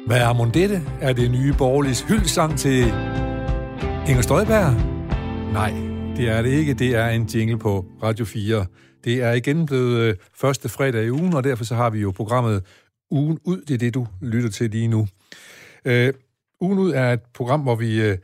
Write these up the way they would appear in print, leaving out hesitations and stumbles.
Hvad er mon dette? Er det nye borgerliges hyldesang til Inger Støjberg? Nej, det er det ikke. Det er en jingle på Radio 4. Det er igen blevet første fredag i ugen, og derfor så har vi jo programmet Ugen Ud. Det er det, du lytter til lige nu. Ugen Ud er et program, hvor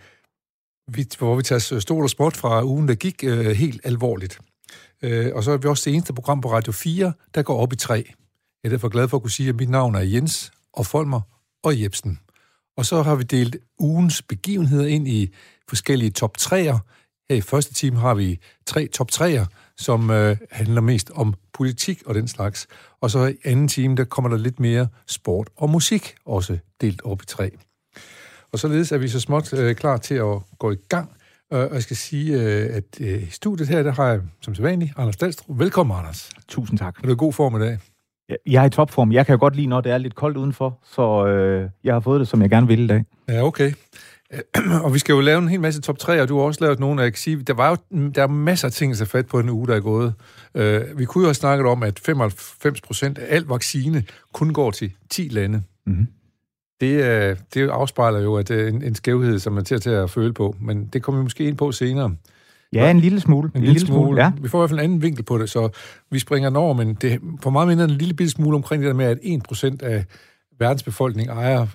vi tager stort og småt fra ugen, der gik helt alvorligt. Og så er vi også det eneste program på Radio 4, der går op i 3. Jeg er derfor glad for at kunne sige, at mit navn er Jens og Folmer og Jebsen. Og så har vi delt ugens begivenheder ind i forskellige top 3'er. Her i første time har vi 3 top 3'er, som handler mest om politik og den slags. Og så i anden time, der kommer der lidt mere sport og musik, også delt op i 3. Og således er vi så småt klar til at gå i gang. Og jeg skal sige, at i studiet her, der har jeg som sædvanlig Anders Dalstrup. Velkommen, Anders. Tusind tak. Er du i god form i dag? Jeg er i topform. Jeg kan jo godt lide, når det er lidt koldt udenfor, så jeg har fået det, som jeg gerne vil i dag. Ja, okay. Og vi skal jo lave en hel masse top 3, og du har også lavet nogle, jeg kan sige, der er masser af ting, der er fat på den uge, der er gået. Vi kunne jo have snakket om, at 95% af al vaccine kun går til 10 lande. Mm-hmm. Det afspejler jo at en skævhed, som man til at føle på, men det kommer vi måske ind på senere. Ja, en lille smule. En lille smule. Ja. Vi får i hvert fald en anden vinkel på det, så vi springer den over, men det får meget mindre en lille bitte smule omkring det der med, at 1% af verdens befolkning ejer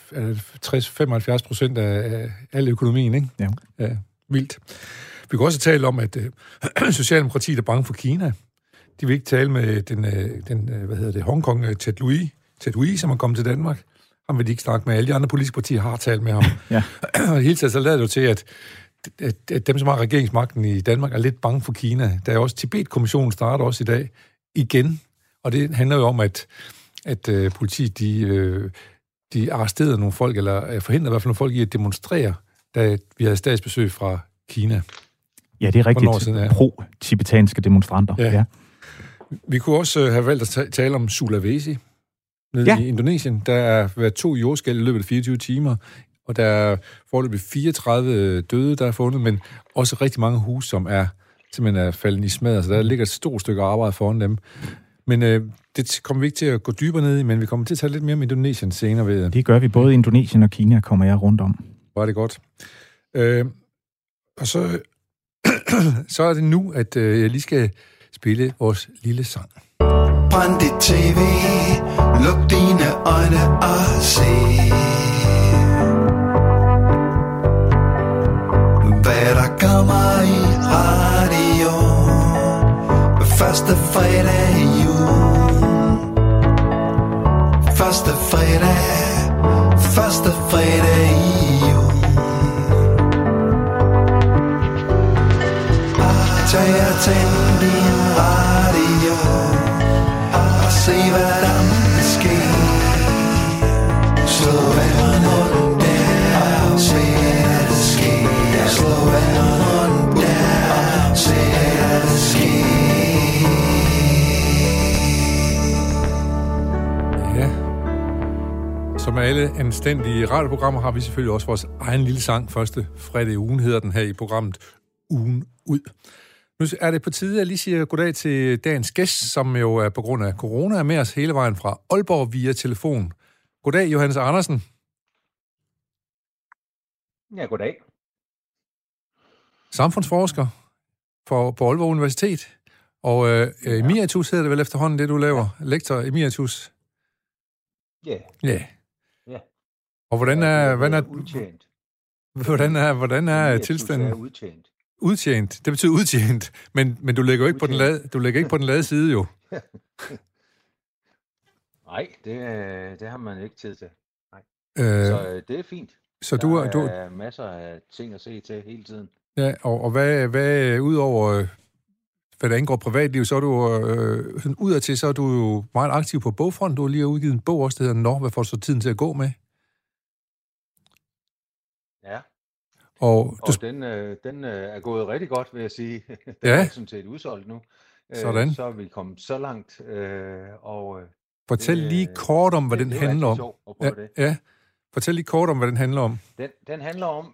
60-75% af al økonomien, ikke? Ja. Vildt. Vi kan også tale om, at Socialdemokratiet er bange for Kina. De vil ikke tale med den Hongkong Ted Hui, som er kommet til Danmark. Ham vil de ikke snakke med. Alle de andre politiske partier har talt med ham. Ja. Og i hele taget så lader det jo til, at dem, som har regeringsmagten i Danmark, er lidt bange for Kina. Der er også Tibet-kommissionen starter også i dag igen. Og det handler jo om, at politiet, de arresterede nogle folk, eller forhindrede i hvert fald nogle folk i at demonstrere, da vi havde statsbesøg fra Kina. Ja, det er rigtigt. Pro-tibetanske demonstranter. Ja. Vi kunne også have valgt at tale om Sulawesi nede i Indonesien. Der er været 2 jordskælv i løbet af 24 timer, og der er foreløbig 34 døde, der er fundet, men også rigtig mange huse, som simpelthen er faldet i smadret, så der ligger et stort stykke arbejde foran dem. Men det kommer vi ikke til at gå dybere ned i, men vi kommer til at tale lidt mere om Indonesien senere ved. Det gør vi. Både Indonesien og Kina kommer jeg rundt om. Var det godt. Og så er det nu, at jeg lige skal spille vores lille sang. Brænd dit tv, luk dine øjne og se, hvad der kommer i radio. Første fredag i jul. Første fredag i jul. Tag og tænd din radio og se hvad der må ske. Slå vandet der og se hvad der sker. Slå vandet der og se hvad der sker. Som alle anstændige radioprogrammer har vi selvfølgelig også vores egen lille sang. Første fredag i ugen hedder den her i programmet Ugen Ud. Nu er det på tide, at jeg lige siger goddag til dagens gæst, som jo er på grund af corona er med os hele vejen fra Aalborg via telefon. Goddag, Johannes Andersen. Ja, goddag. Samfundsforsker på Aalborg Universitet. Og emeritus hedder det vel efterhånden, det du laver. Lektor emeritus. Ja. Ja. Og hvordan er tilstanden? Er udtjent. Udtjent. Det betyder udtjent, men du ligger jo ikke på den lade side jo. Nej, det har man ikke tid til. Nej. Så det er fint. Så der er masser af ting at se til hele tiden. Ja, og hvad udover hvad der indgår privatliv, så er du udadtil, så er du jo meget aktiv på bogfronten. Du har lige udgivet en bog også, der hedder hvad får du så tiden til at gå med? Ja. Og den er gået rigtig godt, vil jeg sige. Den er sådan set udsolgt nu. Sådan. Så er vi kommet så langt. Fortæl lige kort om, hvad den handler om. Ja. Fortæl lige kort om, hvad den handler om. Den handler om,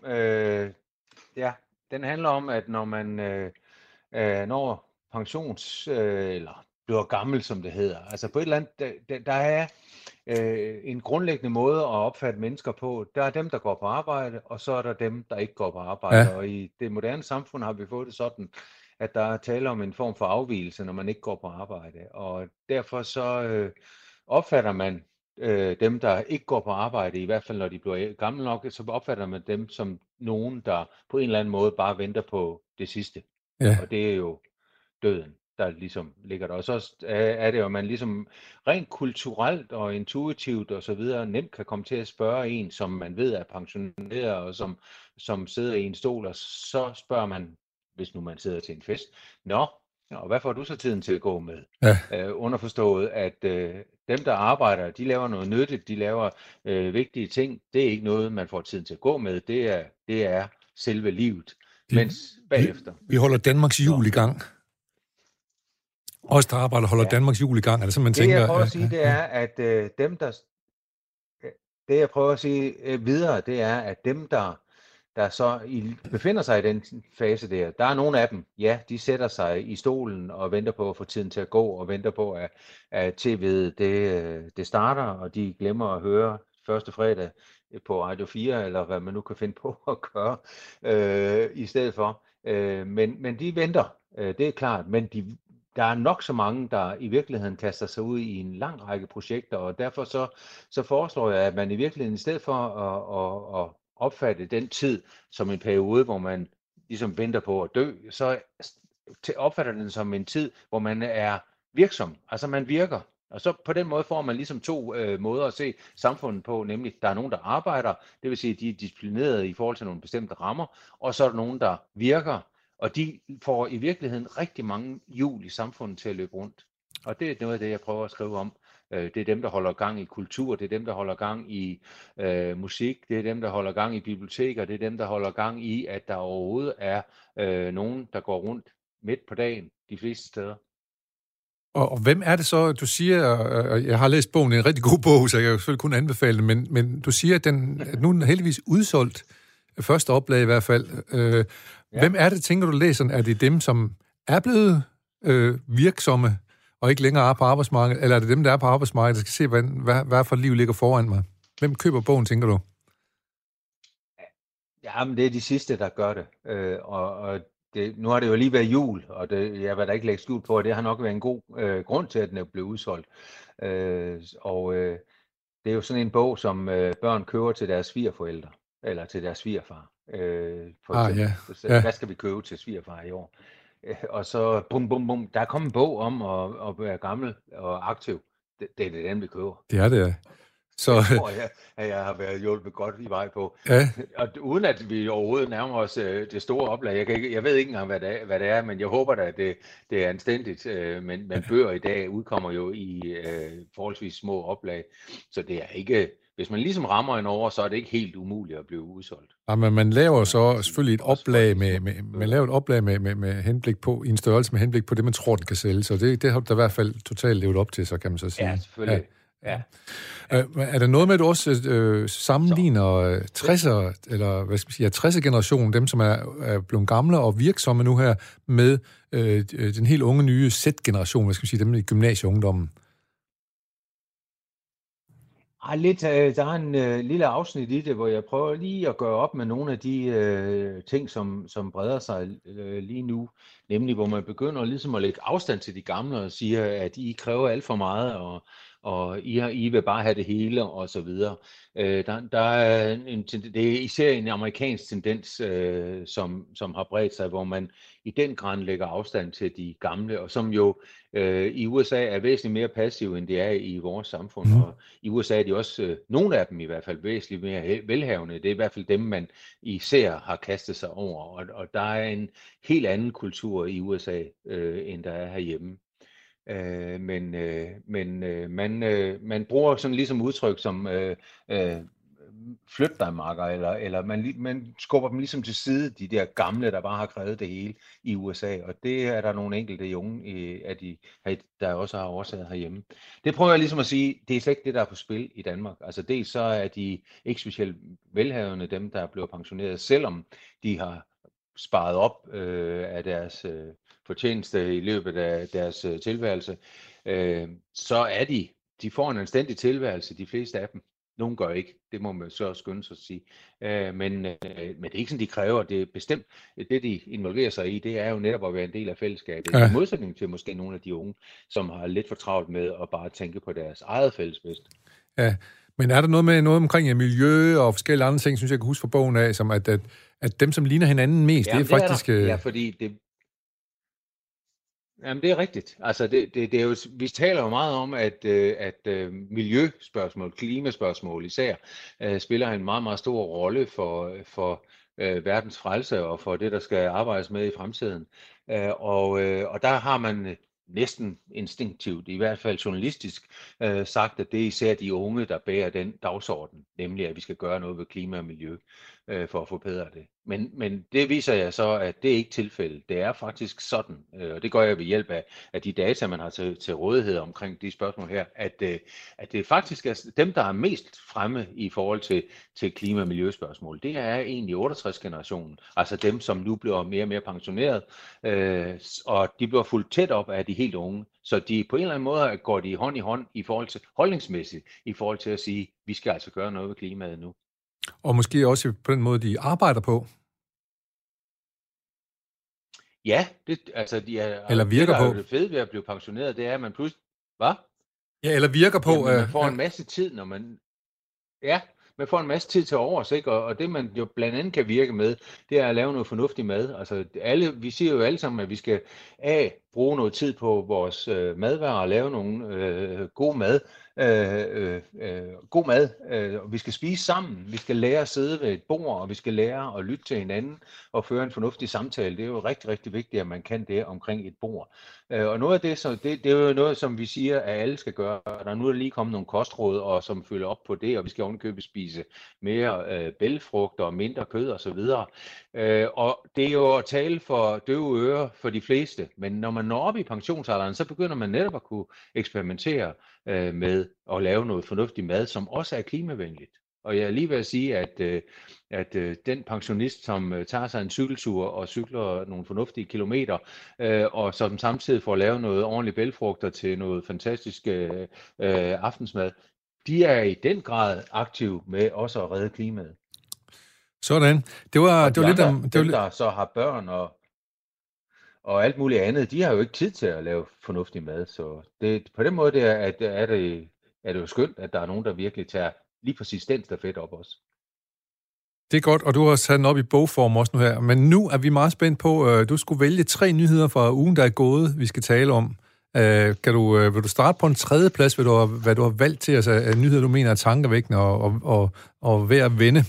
den handler om, at når man når eller bliver gammel, som det hedder. Altså på et eller andet, der er en grundlæggende måde at opfatte mennesker på. Der er dem, der går på arbejde, og så er der dem, der ikke går på arbejde. Ja. Og i det moderne samfund har vi fået det sådan, at der er tale om en form for afvigelse, når man ikke går på arbejde. Og derfor så opfatter man dem, der ikke går på arbejde, i hvert fald når de bliver gamle nok, så opfatter man dem som nogen, der på en eller anden måde bare venter på det sidste. Ja. Og det er jo døden, der ligesom ligger der. Og så er det jo, at man ligesom rent kulturelt og intuitivt og så videre nemt kan komme til at spørge en, som man ved er pensioneret og som sidder i en stol, og så spørger man, hvis nu man sidder til en fest, og hvad får du så tiden til at gå med? Ja. Underforstået, at dem, der arbejder, de laver noget nyttigt, de laver vigtige ting. Det er ikke noget, man får tiden til at gå med. Det er selve livet. Mens bagefter... Vi holder Danmarks jul i gang. Os, der arbejder, holder Danmarks jul i gang. Er det, man tænker, jeg prøver at sige, det er, at dem, der... Det, jeg prøver at sige videre, det er, at dem, der så befinder sig i den fase der er nogle af dem, ja, de sætter sig i stolen og venter på at få tiden til at gå, og venter på, at tv'et det starter, og de glemmer at høre første fredag på Radio 4, eller hvad man nu kan finde på at gøre i stedet for. Men de venter, det er klart, men der er nok så mange, der i virkeligheden kaster sig ud i en lang række projekter, og derfor så foreslår jeg, at man i virkeligheden, i stedet for at opfatte den tid som en periode, hvor man ligesom venter på at dø, så opfatter den som en tid, hvor man er virksom, altså man virker. Og så på den måde får man ligesom to måder at se samfundet på, nemlig der er nogen, der arbejder, det vil sige, at de er disciplineret i forhold til nogle bestemte rammer, og så er der nogen, der virker, og de får i virkeligheden rigtig mange hjul i samfundet til at løbe rundt. Og det er noget af det, jeg prøver at skrive om. Det er dem, der holder gang i kultur, det er dem, der holder gang i musik, det er dem, der holder gang i biblioteker, det er dem, der holder gang i, at der overhovedet er nogen, der går rundt midt på dagen de fleste steder. Og hvem er det så, du siger, og jeg har læst bogen, det er en rigtig god bog, så jeg kan selvfølgelig kun anbefale den, men du siger, at nu er den heldigvis udsolgt, første oplag i hvert fald. Hvem er det, tænker du læser? Er det dem, som er blevet virksomme, og ikke længere er på arbejdsmarkedet, eller er det dem, der er på arbejdsmarkedet, der skal se, hvad for liv ligger foran mig? Hvem køber bogen, tænker du? Jamen, det er de sidste, der gør det. Og nu har det jo lige været jul, og jeg vil da ikke lægge skjul på, at det har nok været en god grund til, at den er blevet udsolgt. Det er jo sådan en bog, som børn køber til deres svigerforældre, eller til deres svigerfar. Hvad skal vi købe til svigerfar i år? Og så bum, der er kommet en bog om at være gammel og aktiv. Det er den, vi køber. Det er det, ja. Så jeg tror, at jeg har været hjulpet godt i vej på. Ja. Og uden at vi overhovedet nærmer os det store oplag. Jeg ved ikke engang, hvad det er, men jeg håber da, at det er anstændigt. Men bøger i dag udkommer jo i forholdsvis små oplag. Så det er ikke... Hvis man ligesom rammer en over, så er det ikke helt umuligt at blive udsolgt. Ja, men man laver så selvfølgelig et oplag med henblik på, i en størrelse med henblik på det, man tror, den kan sælge. Så det har du da i hvert fald totalt levet op til, så kan man så sige. Ja, selvfølgelig. Ja. Er der noget med, at du også sammenligner 60'er, eller hvad skal man sige, 60'er-generationen, dem som er blevet gamle og virksomme nu her, med den helt unge nye Z-generation, hvad skal man sige, dem i gymnasieungdommen? Lidt, der er en lille afsnit i det, hvor jeg prøver lige at gøre op med nogle af de ting, som breder sig lige nu. Nemlig, hvor man begynder ligesom at lægge afstand til de gamle og siger, at I kræver alt for meget, og I vil bare have det hele, og så videre. Der er det er især en amerikansk tendens, som har bredt sig, hvor man i den grad lægger afstand til de gamle, og som jo i USA er væsentligt mere passive, end det er i vores samfund. Og i USA er de også, nogle af dem i hvert fald, væsentligt mere velhavende. Det er i hvert fald dem, man især har kastet sig over. Og der er en helt anden kultur i USA, end der er herhjemme. Man bruger sådan ligesom udtryk som flyt dig, makker, eller man skubber dem ligesom til side, de der gamle, der bare har krævet det hele i USA, og det er der nogle enkelte unge, der også har oversaget herhjemme. Det prøver jeg ligesom at sige, det er slet ikke det, der er på spil i Danmark. Altså dels så er de ikke specielt velhavende, dem der er blevet pensioneret, selvom de har sparet op af deres fortjeneste i løbet af deres tilværelse, så er de får en anstændig tilværelse, de fleste af dem. Nogle gør ikke, det må man så skynde sig at sige. Men det er ikke sådan, de kræver. Det er bestemt, det de involverer sig i, det er jo netop at være en del af fællesskabet. I modsætning til måske nogle af de unge, som har lidt for travlt med at bare tænke på deres eget fællesbedste. Ja, men er der noget omkring miljø og forskellige andre ting, synes jeg kan huske fra bogen af, som at dem, som ligner hinanden mest, det er faktisk... Ja, fordi det... Jamen, det er rigtigt. Altså, det er jo, vi taler jo meget om, at miljøspørgsmål, klimaspørgsmål især, spiller en meget, meget stor rolle for verdens frelse og for det, der skal arbejdes med i fremtiden. Og der har man næsten instinktivt, i hvert fald journalistisk, sagt, at det er især de unge, der bærer den dagsorden, nemlig at vi skal gøre noget ved klima og miljø for at forbedre det. Men det viser jeg så, at det er ikke tilfældet. Det er faktisk sådan, og det gør jeg ved hjælp af de data, man har til rådighed omkring de spørgsmål her, at det faktisk er dem, der er mest fremme i forhold til klima- og miljøspørgsmål. Det er egentlig 68-generationen, altså dem, som nu bliver mere og mere pensioneret, og de bliver fuldt tæt op af de helt unge. Så de på en eller anden måde går de hånd i hånd i forhold til holdningsmæssigt, i forhold til at sige, at vi skal altså gøre noget ved klimaet nu. Og måske også på den måde, de arbejder på. Ja, eller virker på. Det fede ved at blive pensioneret, det er, at man pludselig... Hvad? Ja, eller virker på. Jamen, man får en masse tid, når man... Ja, man får en masse tid til overs, ikke? Og det, man jo blandt andet kan virke med, det er at lave noget fornuftig mad. Altså, vi siger jo alle sammen, at vi skal bruge noget tid på vores madvarer og lave nogle god mad. Og vi skal spise sammen, vi skal lære at sidde ved et bord, og vi skal lære at lytte til hinanden og føre en fornuftig samtale. Det er jo rigtig, rigtig vigtigt, at man kan det omkring et bord. Og noget af det, så det er jo noget, som vi siger, at alle skal gøre. Der er nu lige kommet nogle kostråd, og som følger op på det, og vi skal ovenikøbet spise mere bælgfrugter og mindre kød osv. Og det er jo at tale for døve ører for de fleste, men når man når op i pensionsalderen, så begynder man netop at kunne eksperimentere med at lave noget fornuftig mad, som også er klimavenligt. Og jeg er lige ved at sige, at den pensionist, som tager sig en cykeltur og cykler nogle fornuftige kilometer, og som samtidig får lavet noget ordentligt bælgfrugter til noget fantastisk aftensmad, de er i den grad aktive med også at redde klimaet. Sådan. Det var lidt om... Dem, der så har børn og alt muligt andet, de har jo ikke tid til at lave fornuftig mad. Så på den måde er det jo skønt, at der er nogen, der virkelig tager lige præcis den stafet op også. Det er godt, og du har sat den op i bogform også nu her. Men nu er vi meget spændt på, du skulle vælge 3 nyheder fra ugen, der er gået, vi skal tale om. Vil du starte på en 3. plads, hvad du har valgt til, altså nyheder, du mener er tankevækkende og ved at vende?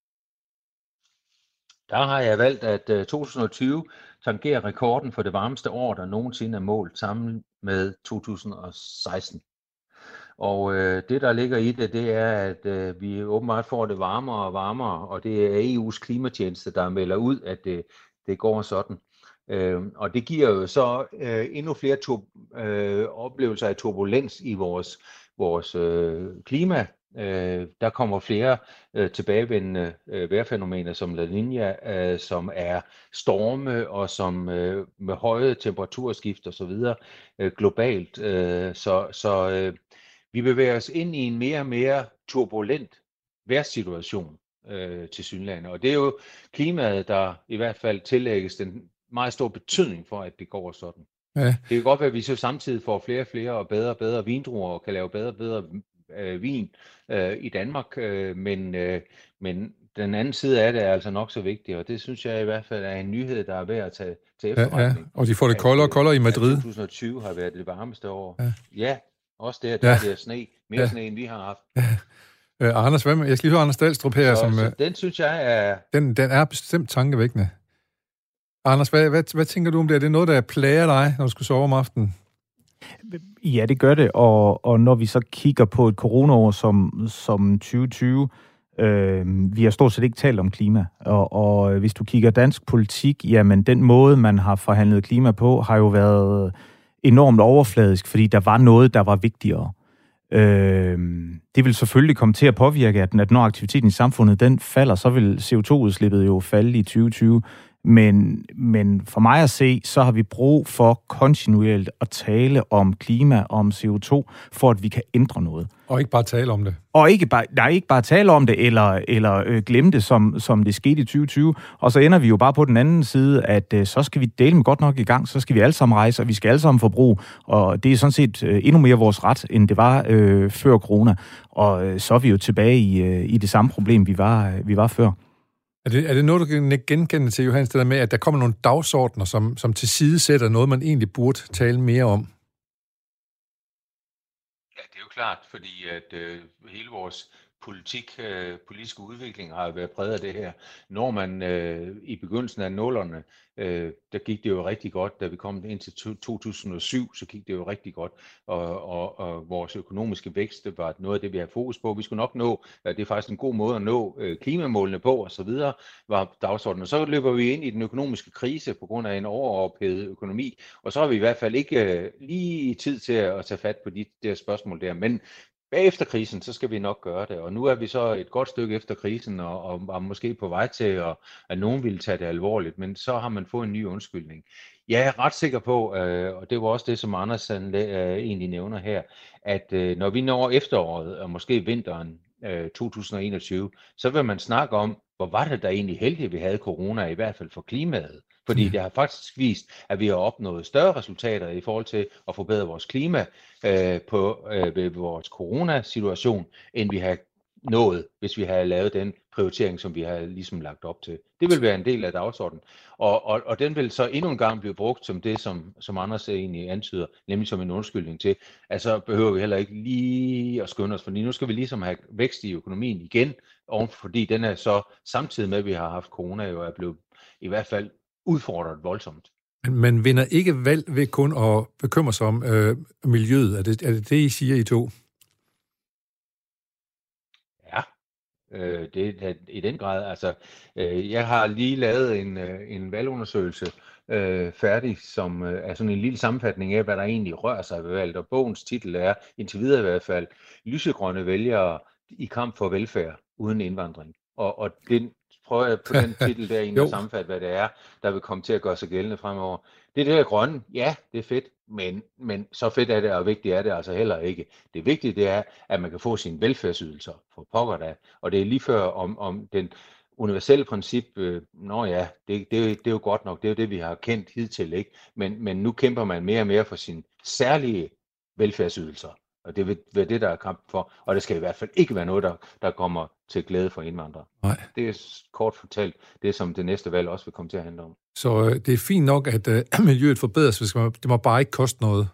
Der har jeg valgt, at 2020 tangerer rekorden for det varmeste år, der nogensinde er målt sammen med 2016. Og det, der ligger i det er, at vi åbenbart får det varmere og varmere, og det er EU's klimatjeneste, der melder ud, at det går sådan. Og det giver jo så endnu flere oplevelser af turbulens i vores klima. Der kommer flere tilbagevendende vejrfænomener som La Niña, som er storme og som med høje temperaturskift og så videre globalt. Så vi bevæger os ind i en mere og mere turbulent vejrsituation til Sydlandet. Og det er jo klimaet, der i hvert fald tillægges den meget stor betydning for, at det går sådan. Ja. Det kan godt være, at vi så samtidig får flere og flere og bedre vindruer og kan lave bedre vin i Danmark, men den anden side af det er altså nok så vigtig, og det synes jeg i hvert fald er en nyhed, der er værd at tage til efterretning. Ja. Og de får det koldere og koldere i Madrid. 2020 har været det varmeste år. Ja, også der er sne. Mere sne, end vi har haft. Ja. Anders, jeg skal lige høre Anders Dahlstrup her. Så den synes jeg er... Den er bestemt tankevækkende. Anders, hvad tænker du om det? Er det noget, der plager dig, når du skal sove om aftenen? Ja, det gør det, og når vi så kigger på et coronaår som 2020, vi har stort set ikke talt om klima, og hvis du kigger dansk politik, jamen den måde, man har forhandlet klima på, har jo været enormt overfladisk, fordi der var noget, der var vigtigere. Det vil selvfølgelig komme til at påvirke, at når aktiviteten i samfundet den falder, så vil CO2-udslippet jo falde i 2020, Men for mig at se, så har vi brug for kontinuerligt at tale om klima, om CO2, for at vi kan ændre noget. Og ikke bare tale om det. Og ikke bare tale om det, eller glemme det, som det skete i 2020. Og så ender vi jo bare på den anden side, at så skal vi dele dem godt nok i gang, så skal vi alle sammen rejse, og vi skal alle sammen forbruge. Og det er sådan set endnu mere vores ret, end det var før corona. Og så er vi jo tilbage i det samme problem, vi var før. Er det noget, du kan genkende til, Johannes, det der med, at der kommer nogle dagsordner, som tilsidesætter noget, man egentlig burde tale mere om? Ja, det er jo klart, fordi at hele vores politiske udvikling har været præget af det her. Når man i begyndelsen af 00'erne, der gik det jo rigtig godt, da vi kom ind til 2007, så gik det jo rigtig godt, og vores økonomiske vækst, det var noget af det, vi havde fokus på. Vi skulle nok nå, det er faktisk en god måde at nå klimamålene på, og så videre, var dagsordenen. Og så løber vi ind i den økonomiske krise på grund af en overophedet økonomi, og så har vi i hvert fald ikke lige tid til at tage fat på de der spørgsmål der, men bagefter krisen, så skal vi nok gøre det, og nu er vi så et godt stykke efter krisen, og er måske på vej til, at nogen ville tage det alvorligt, men så har man fået en ny undskyldning. Jeg er ret sikker på, og det var også det, som Anders egentlig nævner her, at når vi når efteråret, og måske vinteren 2021, så vil man snakke om, hvor var det der egentlig heldigt, at vi havde corona, i hvert fald for klimaet. Fordi det har faktisk vist, at vi har opnået større resultater i forhold til at forbedre vores klima ved vores coronasituation, end vi har nået, hvis vi havde lavet den prioritering, som vi har ligesom lagt op til. Det vil være en del af dagsordenen. Og den vil så endnu en gang blive brugt som det, som Anders egentlig antyder, nemlig som en undskyldning til, at så behøver vi heller ikke lige at skynde os, fordi nu skal vi ligesom have vækst i økonomien igen, fordi den er så samtidig med, at vi har haft corona, jo er blevet i hvert fald udfordret voldsomt. Men man vinder ikke valg ved kun at bekymre sig om miljøet. Er det, I siger, I to? Ja, det er i den grad. Altså, jeg har lige lavet en valgundersøgelse færdig, som er sådan en lille sammenfatning af, hvad der egentlig rører sig ved valget. Og bogens titel er, indtil videre i hvert fald, lysegrønne vælgere i kamp for velfærd uden indvandring. Og den prøver jeg på den titel der egentlig at sammenfatte, hvad det er, der vil komme til at gøre sig gældende fremover. Det der grønne, ja, det er fedt, men så fedt er det, og vigtigt er det altså heller ikke. Det vigtige det er, at man kan få sine velfærdsydelser for pokker da, og det er lige før om den universelle princip, det er jo godt nok, det er jo det, vi har kendt hidtil, ikke? Men nu kæmper man mere og mere for sine særlige velfærdsydelser. Og det vil være det, der er kamp for. Og det skal i hvert fald ikke være noget, der kommer til glæde for indvandrere. Nej. Det er kort fortalt det, som det næste valg også vil komme til at handle om. Så det er fint nok, at miljøet forbedres, hvis det må bare ikke koste noget.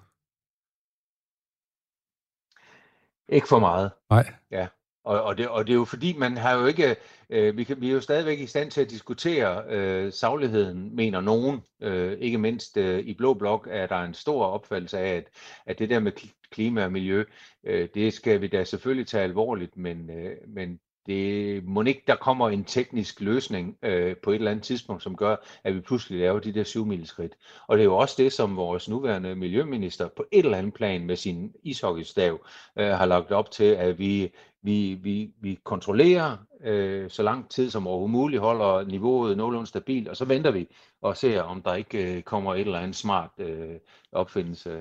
Ikke for meget. Nej. Ja. Og det er jo fordi, man har jo ikke, vi er jo stadigvæk i stand til at diskutere sagligheden, mener nogen, ikke mindst i Blå Blok, er der en stor opfattelse af, at det der med klima og miljø, det skal vi da selvfølgelig tage alvorligt, men det må ikke, der kommer en teknisk løsning på et eller andet tidspunkt, som gør, at vi pludselig laver de der 7-mileskridt. Og det er jo også det, som vores nuværende miljøminister på et eller andet plan med sin ishockeystav har lagt op til, at vi kontrollerer så lang tid som overhovedet muligt, holder niveauet nogenlunde stabilt, og så venter vi og ser, om der ikke kommer et eller andet smart opfindelse.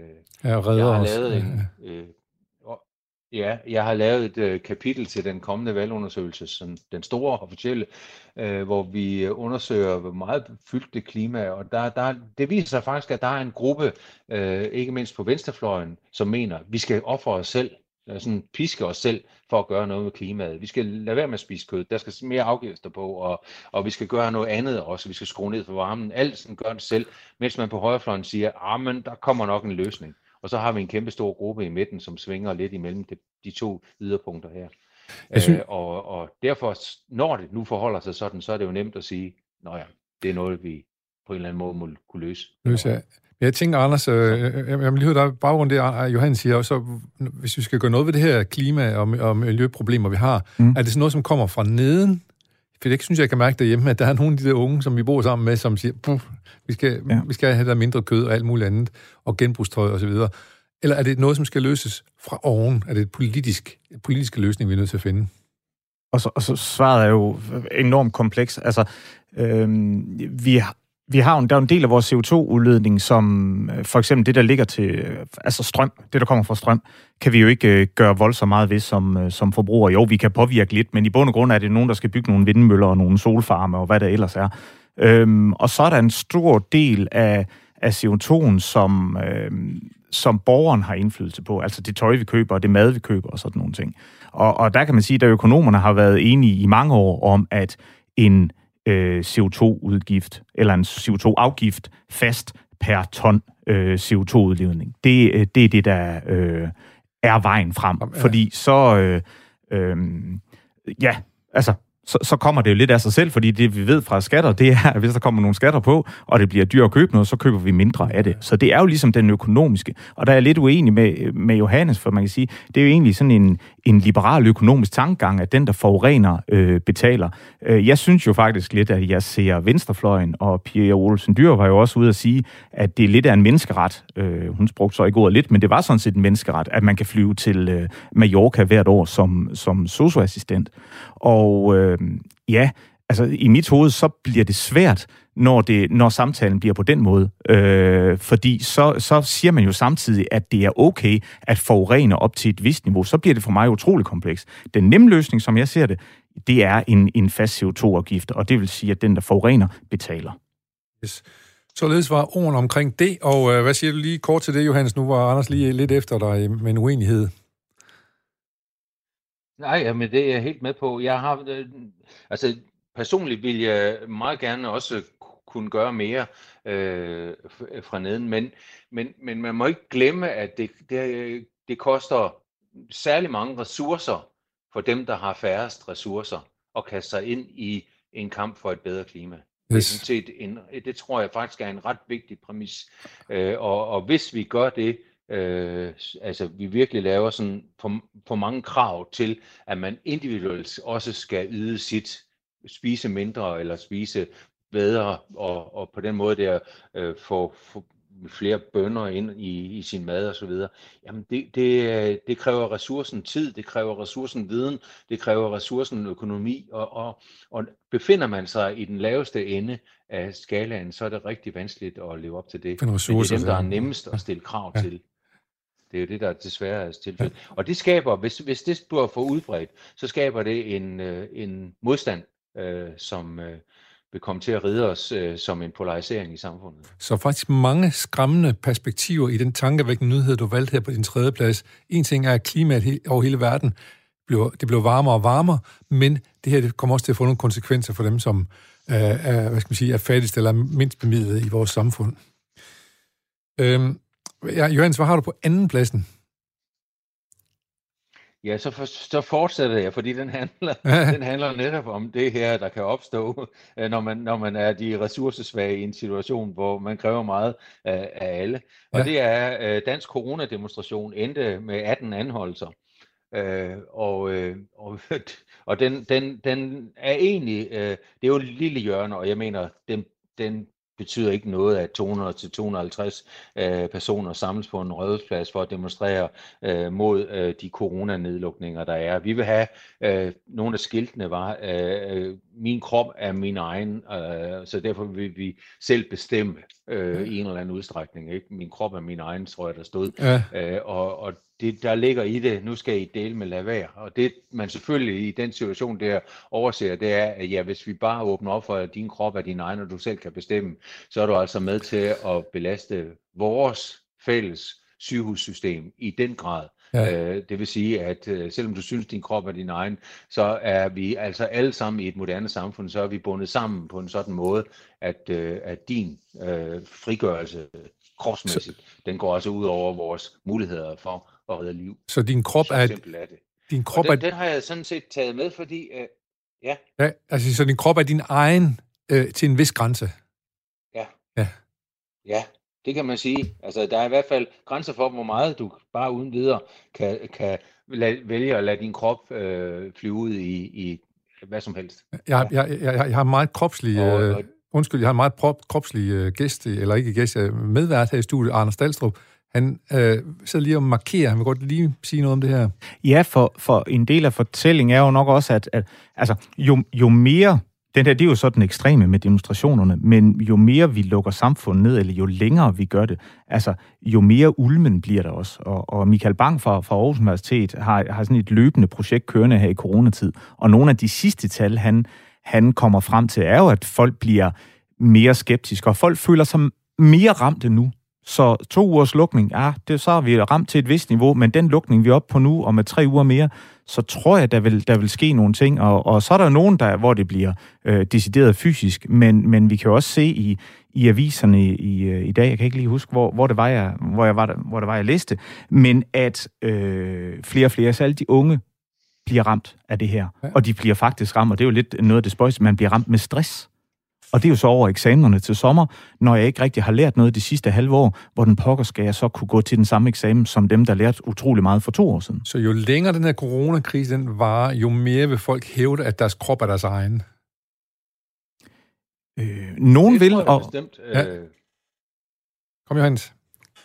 Jeg har lavet et kapitel til den kommende valgundersøgelse, den store officielle, hvor vi undersøger, hvor meget fyldt det klima, og det viser sig faktisk, at der er en gruppe, ikke mindst på venstrefløjen, som mener, at vi skal ofre os selv, sådan piske os selv for at gøre noget med klimaet. Vi skal lade være med at spise kød, der skal mere afgifter på, og vi skal gøre noget andet også, vi skal skrue ned for varmen, alt sådan gør det selv, mens man på højrefløjen siger, men der kommer nok en løsning. Og så har vi en kæmpe stor gruppe i midten, som svinger lidt imellem de to yderpunkter her. Og derfor, når det nu forholder sig sådan, så er det jo nemt at sige, det er noget, vi på en eller anden måde må kunne løse. Jeg tænker, Anders, jeg vil lige høre dig baggrund det, Johannes siger, og så, hvis vi skal gøre noget ved det her klima- og miljøproblemer, vi har, er det sådan noget, som kommer fra neden? For det synes jeg kan mærke derhjemme, at der er nogle af de der unge, som vi bor sammen med, som siger, vi skal have der mindre kød og alt muligt andet, og genbrugstøj og så videre. Eller er det noget, som skal løses fra oven? Er det en politisk løsning, vi er nødt til at finde? Og så svaret er jo enormt kompleks. Altså, der er en del af vores CO2-udledning, som for eksempel det, der ligger til altså strøm, det, der kommer fra strøm, kan vi jo ikke gøre voldsomt meget ved som forbrugere. Jo, vi kan påvirke lidt, men i bund og grund er det nogen, der skal bygge nogle vindmøller og nogle solfarme og hvad der ellers er. Og så er der en stor del af CO2'en, som borgeren har indflydelse på. Altså det tøj, vi køber, og det mad, vi køber og sådan nogle ting. Og der kan man sige, at økonomerne har været enige i mange år om, at en CO2-udgift eller en CO2-afgift fast per ton CO2-udledning. Det er det, der er vejen frem. Ja. Fordi så kommer det jo lidt af sig selv, fordi det, vi ved fra skatter, det er, at hvis der kommer nogle skatter på, og det bliver dyrt at købe noget, så køber vi mindre af det. Så det er jo ligesom den økonomiske. Og der er jeg lidt uenig med Johannes, for man kan sige, det er jo egentlig sådan en liberal økonomisk tankegang, at den, der forurener, betaler. Jeg synes jo faktisk lidt, at jeg ser venstrefløjen, og Pia Olsen Dyhr var jo også ude at sige, at det lidt er en menneskeret. Hun brugte så ikke ordet lidt, men det var sådan set en menneskeret, at man kan flyve til Mallorca hvert år som sosu-assistent. Og ja, altså i mit hoved, så bliver det svært, når samtalen bliver på den måde. Fordi så siger man jo samtidig, at det er okay at forurene op til et vist niveau. Så bliver det for mig utrolig kompleks. Den nemme løsning, som jeg ser det, det er en fast CO2-afgift, og det vil sige, at den, der forurener, betaler. Yes. Således var ordene omkring det, og hvad siger du lige kort til det, Johannes? Nu var Anders lige lidt efter dig med en uenighed. Nej, men det er jeg helt med på. Jeg har, personligt vil jeg meget gerne også kunne gøre mere fra neden, men man må ikke glemme, at det koster særlig mange ressourcer for dem, der har færrest ressourcer, at kaste sig ind i en kamp for et bedre klima. Yes. Det tror jeg faktisk er en ret vigtig præmis. Og hvis vi gør det, vi virkelig laver sådan for mange krav til, at man individuelt også skal yde sit, spise mindre eller spise bedre, og på den måde der få flere bønner ind i sin mad og så videre. Jamen det kræver ressourcen tid, det kræver ressourcen viden, det kræver ressourcen økonomi, og befinder man sig i den laveste ende af skalaen, så er det rigtig vanskeligt at leve op til det. Men det er dem, der er nemmest at stille krav til. Det er jo det, der desværre er tilfældet. Og det skaber, hvis det bliver for udbredt, så skaber det en modstand, som vil komme til at ride os som en polarisering i samfundet. Så faktisk mange skræmmende perspektiver i den tankevækkende nyhed, du valgte her på din tredje plads. En ting er, at klimaet over hele verden det bliver varmere og varmere, men det her det kommer også til at få nogle konsekvenser for dem, som er fattigst eller mindst bemidlet i vores samfund. Johannes, hvad har du på anden pladsen? Ja, så fortsætter jeg, fordi den handler netop om det her, der kan opstå, når man er de ressourcesvage i en situation, hvor man kræver meget af alle. Og det er dansk coronademonstration endte med 18 anholdelser. Og den er egentlig, det er jo et lille hjørne, og jeg mener, den betyder ikke noget, at 200-250 personer samles på en Rådhusplads for at demonstrere mod de coronanedlukninger, der er. Vi vil have, nogle af skiltene var, min krop er min egen, så derfor vil vi selv bestemme i en eller anden udstrækning. Ikke? Min krop er min egen, tror jeg, der stod. Ja. Og det, der ligger i det, nu skal I dele med lade være. Og det, man selvfølgelig i den situation der overser, det er, at hvis vi bare åbner op for, at din krop er din egen, og du selv kan bestemme, så er du altså med til at belaste vores fælles sygehussystem i den grad. Ja. Det vil sige, at selvom du synes, din krop er din egen, så er vi altså alle sammen i et moderne samfund, så er vi bundet sammen på en sådan måde, at din frigørelse kropsmæssigt, den går altså ud over vores muligheder for at redde liv. Så din krop er... Din krop den har jeg sådan set taget med, fordi... så din krop er din egen til en vis grænse? Ja, det kan man sige. Altså, der er i hvert fald grænser for, hvor meget du bare uden videre kan vælge at lade din krop flyve ud i hvad som helst. Jeg har meget kropslig... jeg har en meget kropslig gæst, eller ikke gæst, medvært her i studiet, Anders Dalstrup. Han så lige at markere, han vil godt lige sige noget om det her. Ja, for en del af fortællingen er jo nok også, at altså, jo mere, det er jo sådan ekstreme med demonstrationerne, men jo mere vi lukker samfundet ned, eller jo længere vi gør det, altså jo mere ulmen bliver der også. Og Michael Bang fra Aarhus Universitet har sådan et løbende projekt kørende her i coronatid, og nogle af de sidste tal, han kommer frem til, er jo, at folk bliver mere skeptiske, og folk føler sig mere ramte nu. Så 2 ugers lukning, så har vi ramt til et vist niveau, men den lukning, vi er oppe på nu, og med 3 uger mere, så tror jeg, der vil ske nogle ting, og så er der nogen, hvor det bliver decideret fysisk, men vi kan jo også se i aviserne i dag, jeg kan ikke lige huske, hvor det var, jeg læste, men at flere og flere, så alle de unge bliver ramt af det her, og de bliver faktisk ramt, og det er jo lidt noget af det spøjse, man bliver ramt med stress. Og det er jo så over eksamenerne til sommer, når jeg ikke rigtig har lært noget de sidste halve år, hvor den pokker skal jeg så kunne gå til den samme eksamen, som dem, der lærte utrolig meget for 2 år siden. Så jo længere den her coronakrise den varer, jo mere vil folk hævde, at deres krop er deres egen. Nogen vil... Og... Bestemt, Kom, Johannes.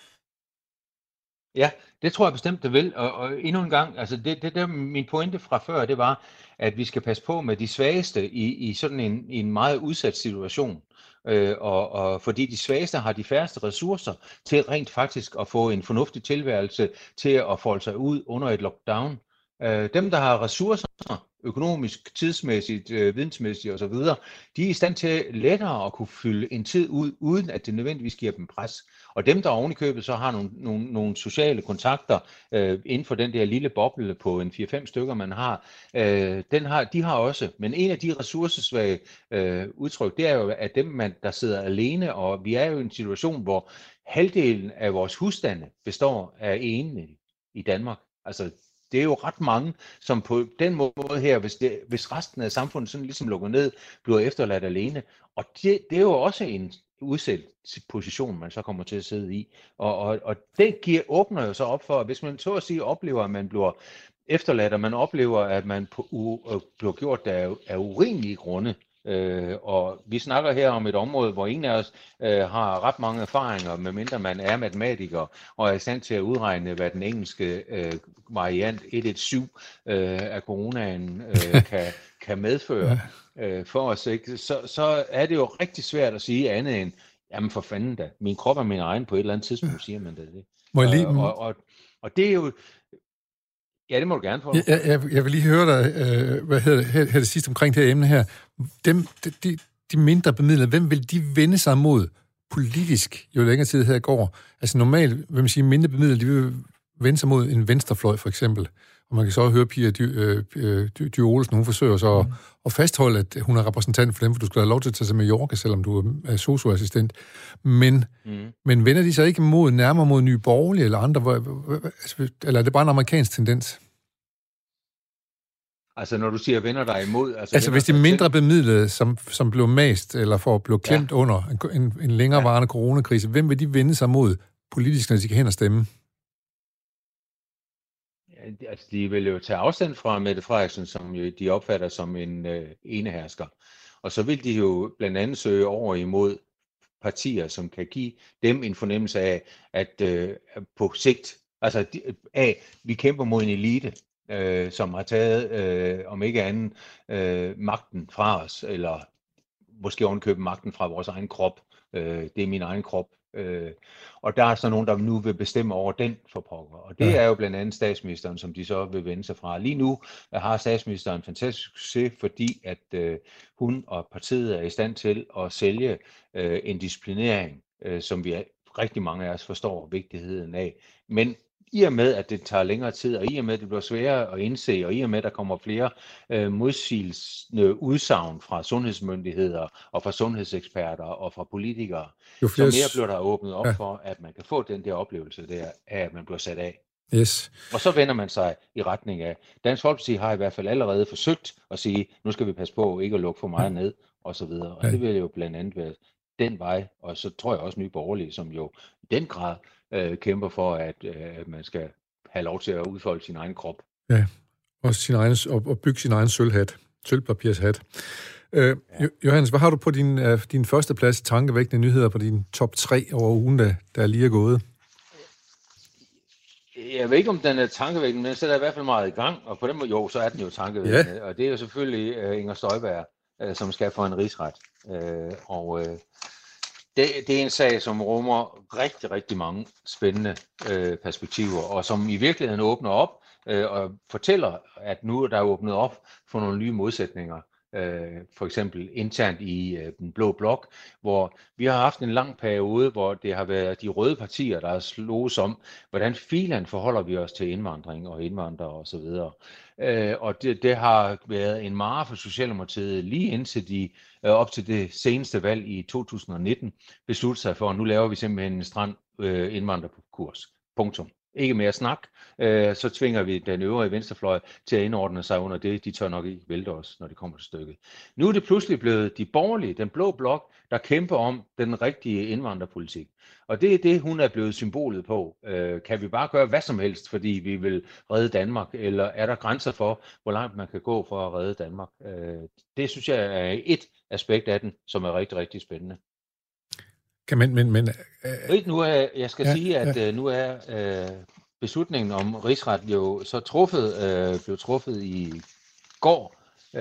Ja, det tror jeg bestemt, det vil. Og endnu en gang, altså det der min pointe fra før, det var, at vi skal passe på med de svageste i sådan en meget udsat situation. Og fordi de svageste har de færreste ressourcer til rent faktisk at få en fornuftig tilværelse til at folde sig ud under et lockdown. Dem, der har ressourcer, økonomisk, tidsmæssigt, vidensmæssigt osv., de er i stand til lettere at kunne fylde en tid ud, uden at det nødvendigvis giver dem pres. Og dem, der oven i købet så har nogle sociale kontakter inden for den der lille boble på en 4-5 stykker, man har, de har også. Men en af de ressourcesvage udtryk, det er jo, at dem, der sidder alene, og vi er jo i en situation, hvor halvdelen af vores husstande består af enlige i Danmark. Altså, det er jo ret mange, som på den måde her, hvis resten af samfundet sådan ligesom lukker ned, bliver efterladt alene. Og det er jo også en udsat position, man så kommer til at sidde i. Og det åbner jo så op for, at hvis man så at sige oplever, at man bliver efterladt, og man oplever, at man bliver gjort af urimelige grunde. Og vi snakker her om et område, hvor ingen af os har ret mange erfaringer, medmindre man er matematiker og er i stand til at udregne, hvad den engelske variant 117 af coronaen kan medføre for os. Ikke? Så er det jo rigtig svært at sige andet end, jamen for fanden da, min krop er min egen på et eller andet tidspunkt, siger man det. Må jeg lige... og det er jo... Ja, det må du gerne få. Jeg vil lige høre dig, hvad hedder det sidste omkring det her emne her. De mindre bemidlede, hvem vil de vende sig mod politisk, jo længere tid her går? Altså normalt, vil man sige, mindre bemidlede, de vil vende sig mod en venstrefløj, for eksempel. Og man kan så høre Pia Dy Olsen, hun forsøger så at fastholde, at hun er repræsentant for dem, for du skal have lov til at tage til Mallorca, selvom du er sosu-assistent. Men vender de sig ikke nærmere mod Nye Borgerlige eller andre? Eller er det bare en amerikansk tendens? Altså når du siger vender dig imod... Altså hvis de mindre bemidlede, som blev mast, eller blev klemt under en længerevarende coronakrise, hvem vil de vende sig mod politisk, når de kan hen og stemme? Altså, de vil jo tage afstand fra Mette Frederiksen, som jo de opfatter som en enehersker. Og så vil de jo blandt andet søge over imod partier, som kan give dem en fornemmelse af, at på sigt, altså vi kæmper mod en elite, som har taget, om ikke andet, magten fra os, eller måske ovenikøbet magten fra vores egen krop. Det er min egen krop. Og der er så nogen, der nu vil bestemme over den for pokker. Og det er jo blandt andet statsministeren, som de så vil vende sig fra. Lige nu har statsministeren en fantastisk succes, fordi at hun og partiet er i stand til at sælge en disciplinering, som vi rigtig mange af os forstår vigtigheden af. Men i og med, at det tager længere tid, og i og med, at det bliver sværere at indse, og i og med, at der kommer flere modsigelsende udsagn fra sundhedsmyndigheder, og fra sundhedseksperter, og fra politikere, så mere bliver der åbnet op for, at man kan få den der oplevelse der, af at man bliver sat af. Yes. Og så vender man sig i retning af, Dansk Folkeparti har i hvert fald allerede forsøgt at sige, nu skal vi passe på ikke at lukke for meget ned, og så videre. Og det vil jo blandt andet være den vej, og så tror jeg også Nye Borgerlige, som jo i den grad kæmper for, at man skal have lov til at udfolde sin egen krop. Ja, og bygge sin egen sølvpapirshat. Johannes, hvad har du på din første plads tankevækkende nyheder på din top 3 over ugen, der lige er gået? Jeg ved ikke, om den er tankevækkende, men den sætter i hvert fald meget i gang, og på den måde, jo, så er den jo tankevækkende. Ja. Og det er jo selvfølgelig Inger Støjberg, som skal for en rigsret. Det er en sag, som rummer rigtig, rigtig mange spændende perspektiver, og som i virkeligheden åbner op og fortæller, at nu er der åbnet op for nogle nye modsætninger. For eksempel internt i den blå blok, hvor vi har haft en lang periode, hvor det har været de røde partier, der har slået om, hvordan filan forholder vi os til indvandring og indvandrere osv. Og det har været en mare for Socialdemokratiet lige indtil de op til det seneste valg i 2019 besluttede sig for, at nu laver vi simpelthen en stram indvandrerkurs. Punktum. Ikke mere snak, så tvinger vi den øvrige venstrefløj til at indordne sig under det. De tør nok ikke vælte os, når det kommer til stykket. Nu er det pludselig blevet de borgerlige, den blå blok, der kæmper om den rigtige indvandrerpolitik. Og det er det, hun er blevet symbolet på. Kan vi bare gøre hvad som helst, fordi vi vil redde Danmark? Eller er der grænser for, hvor langt man kan gå for at redde Danmark? Det synes jeg er et aspekt af den, som er rigtig, rigtig spændende. Jeg skal sige, at nu er beslutningen om rigsret jo så blev truffet i går.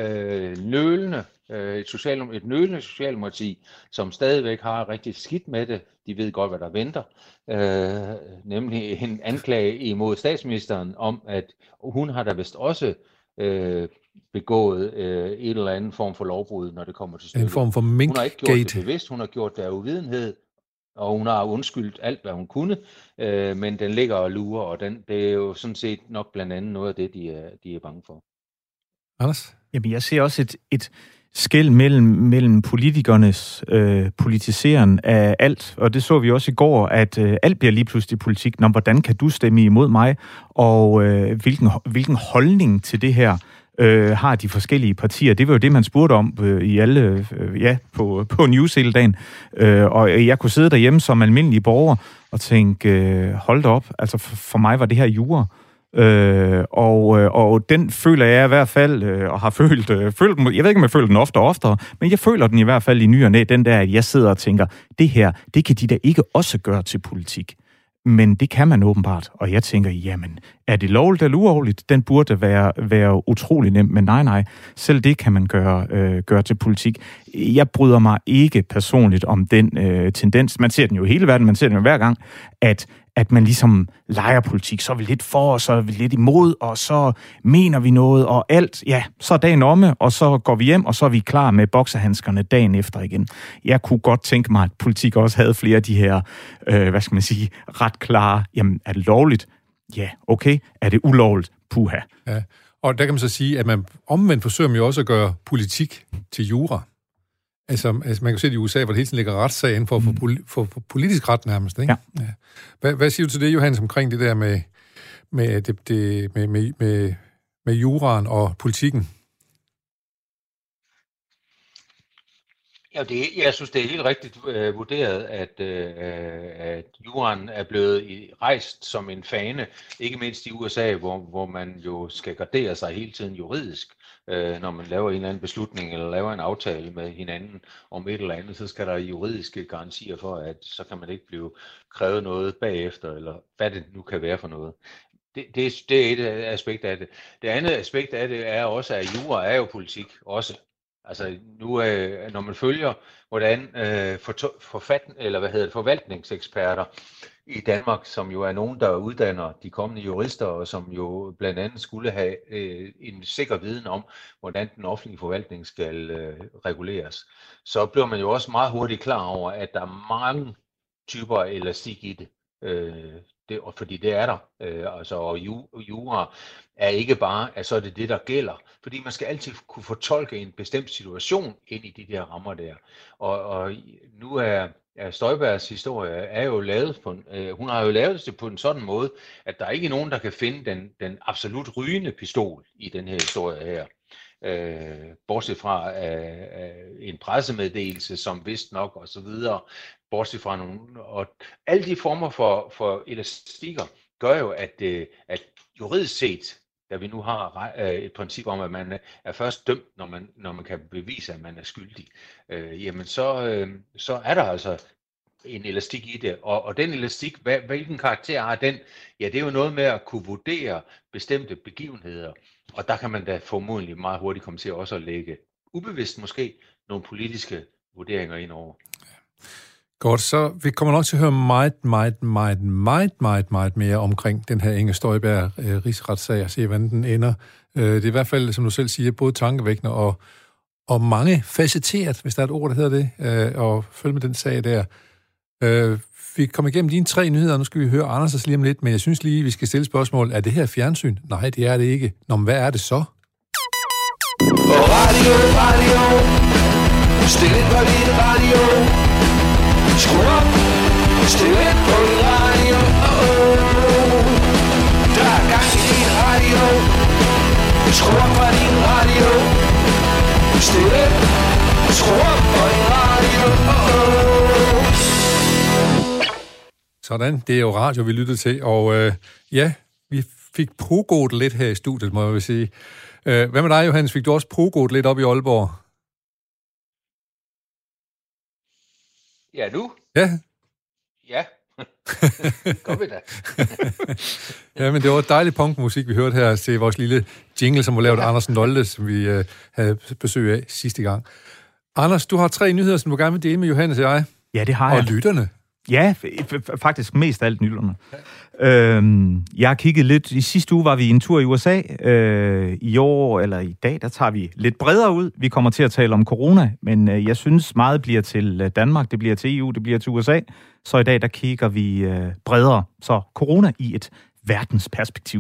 Et nølende socialdemokrati, som stadigvæk har rigtig skidt med det. De ved godt, hvad der venter. Nemlig en anklage imod statsministeren om, at hun har da vist også begået et eller andet form for lovbrud, når det kommer til stykket. En form for minkgate. Hun har ikke gjort det bevidst, hun har gjort det af uvidenhed, og hun har undskyldt alt, hvad hun kunne, men den ligger og lurer, og det er jo sådan set nok blandt andet noget af det, de er bange for. Anders? Jamen, jeg ser også et skel mellem politikernes politiseren af alt, og det så vi også i går, at alt bliver lige pludselig politik. Nå, hvordan kan du stemme imod mig, og hvilken holdning til det her har de forskellige partier. Det var jo det, man spurgte om i alle, på News hele dagen. Og jeg kunne sidde derhjemme som almindelig borger og tænke, hold da op, altså for mig var det her jura. Og den føler jeg i hvert fald, og har følt den, jeg ved ikke, om jeg føler den oftere og oftere, men jeg føler den i hvert fald i ny og næ, den der, at jeg sidder og tænker, det her, det kan de da ikke også gøre til politik. Men det kan man åbenbart, og jeg tænker, jamen, er det lovligt eller ulovligt? Den burde være utrolig nem, men nej, selv det kan man gøre til politik. Jeg bryder mig ikke personligt om den tendens. Man ser den jo i hele verden, man ser den jo hver gang, at man ligesom leger politik, så er vi lidt for, og så er vi lidt imod, og så mener vi noget, og alt, ja, så er dagen omme, og så går vi hjem, og så er vi klar med boksehandskerne dagen efter igen. Jeg kunne godt tænke mig, at politik også havde flere af de her, ret klare, jamen, er det lovligt? Ja, okay. Er det ulovligt? Puha. Ja, og der kan man så sige, at man omvendt forsøger man jo også at gøre politik til jura. Altså man kan se det i USA, hvor det hele tiden ligger retssag inden for politisk ret nærmest, ikke? Ja. Hvad siger du til det, Johannes, omkring det der med juraen og politikken? Ja, jeg synes, det er helt rigtigt vurderet, at juraen er blevet rejst som en fane, ikke mindst i USA, hvor man jo skal gardere sig hele tiden juridisk. Når man laver en eller anden beslutning eller laver en aftale med hinanden om et eller andet, så skal der juridiske garantier for, at så kan man ikke blive krævet noget bagefter, eller hvad det nu kan være for noget. Det er et aspekt af det. Det andet aspekt af det er også, at jura er jo politik også. Altså nu, når man følger, hvordan forvaltningseksperter i Danmark, som jo er nogen, der uddanner de kommende jurister, og som jo blandt andet skulle have en sikker viden om, hvordan den offentlige forvaltning skal reguleres, så bliver man jo også meget hurtigt klar over, at der er mange typer elastik i det. Fordi det er der. Og jura er ikke bare, at så er det der gælder. Fordi man skal altid kunne fortolke en bestemt situation ind i de der rammer der. Og nu er Støjbergs historie er jo lavet hun har jo lavet det på en sådan måde, at der er ikke nogen, der kan finde den absolut rygende pistol i den her historie her. Bortset fra en pressemeddelelse, som vist nok og så videre, bortset fra nogle, og alle de former for elastikker gør jo, at juridisk set, da vi nu har et princip om, at man er først dømt, når man kan bevise, at man er skyldig, jamen så er der altså en elastik i det. Og den elastik, hvilken karakter har den? Ja, det er jo noget med at kunne vurdere bestemte begivenheder. Og der kan man da formodentlig meget hurtigt komme til også at lægge ubevidst måske nogle politiske vurderinger ind over. Godt, så vi kommer nok til at høre meget mere omkring den her Inger Støjberg rigsretssag og se, hvordan den ender. Det er i hvert fald, som du selv siger, både tankevækkende og mange facetteret, hvis der er et ord, der hedder det, og følge med den sag der. Vi kommer igennem dine 3 nyheder, nu skal vi høre Anders' lige om lidt, men jeg synes lige, vi skal stille spørgsmål. Er det her fjernsyn? Nej, det er det ikke. Nå, men hvad er det så? Radio, stille på din radio. Skru op, stille på din radio. Der er gang i din radio. Skru op på din radio. Stille, skru op på din radio. Sådan, det er jo radio, vi lyttede til, og ja, vi fik progoet lidt her i studiet, må jeg vil sige. Hvad med dig, Johannes? Fik du også progoet lidt op i Aalborg? Ja, du? Ja. Ja. Kom vi da. Ja, men det var dejlig punkmusik, vi hørte her til vores lille jingle, som var lavet af Anders Nolde, som vi havde besøg af sidste gang. Anders, du har 3 nyheder, som du gerne vil dele med Johannes og jeg. Ja, det har jeg. Og lytterne. Ja, faktisk mest af alt nytterne. Jeg har kigget lidt. I sidste uge var vi en tur i USA. I år, eller i dag, der tager vi lidt bredere ud. Vi kommer til at tale om corona, men jeg synes meget bliver til Danmark, det bliver til EU, det bliver til USA. Så i dag, der kigger vi bredere. Så corona i et verdensperspektiv.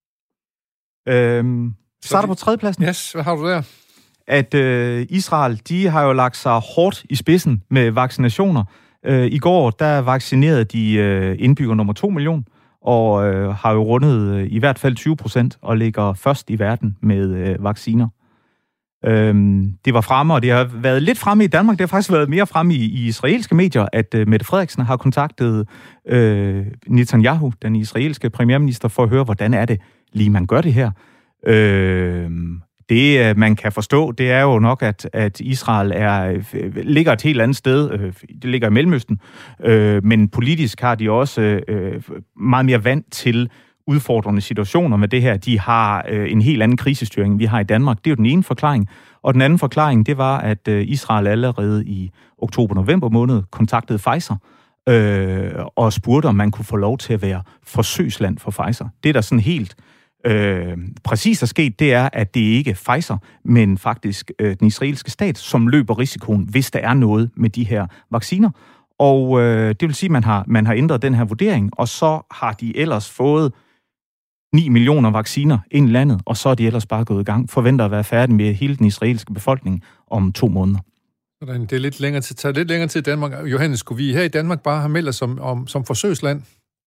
Starter på 3. pladsen. Yes, hvad har du der? At Israel, de har jo lagt sig hårdt i spidsen med vaccinationer. I går, der vaccinerede de indbygger nummer 2 millioner, og har jo rundet i hvert fald 20% og ligger først i verden med vacciner. Det var fremme, og det har været lidt fremme i Danmark. Det har faktisk været mere fremme i israelske medier, at Mette Frederiksen har kontaktet Netanyahu, den israelske premierminister, for at høre, hvordan er det lige, man gør det her. Det, man kan forstå, det er jo nok, at Israel ligger et helt andet sted. Det ligger i Mellemøsten. Men politisk har de også meget mere vant til udfordrende situationer med det her. De har en helt anden krisestyring, vi har i Danmark. Det er jo den ene forklaring. Og den anden forklaring, det var, at Israel allerede i oktober-november måned kontaktede Pfizer og spurgte, om man kunne få lov til at være forsøgsland for Pfizer. Det, der sådan helt præcis er sket, det er, at det ikke er Pfizer, men faktisk den israelske stat, som løber risikoen, hvis der er noget med de her vacciner. Og det vil sige, at man har ændret den her vurdering, og så har de ellers fået 9 millioner vacciner ind i landet, og så er de ellers bare gået i gang. Forventer at være færdig med hele den israelske befolkning om 2 måneder. Sådan, det er tager lidt længere tid i Danmark. Johannes, skulle vi her i Danmark bare have meldt os som forsøgsland?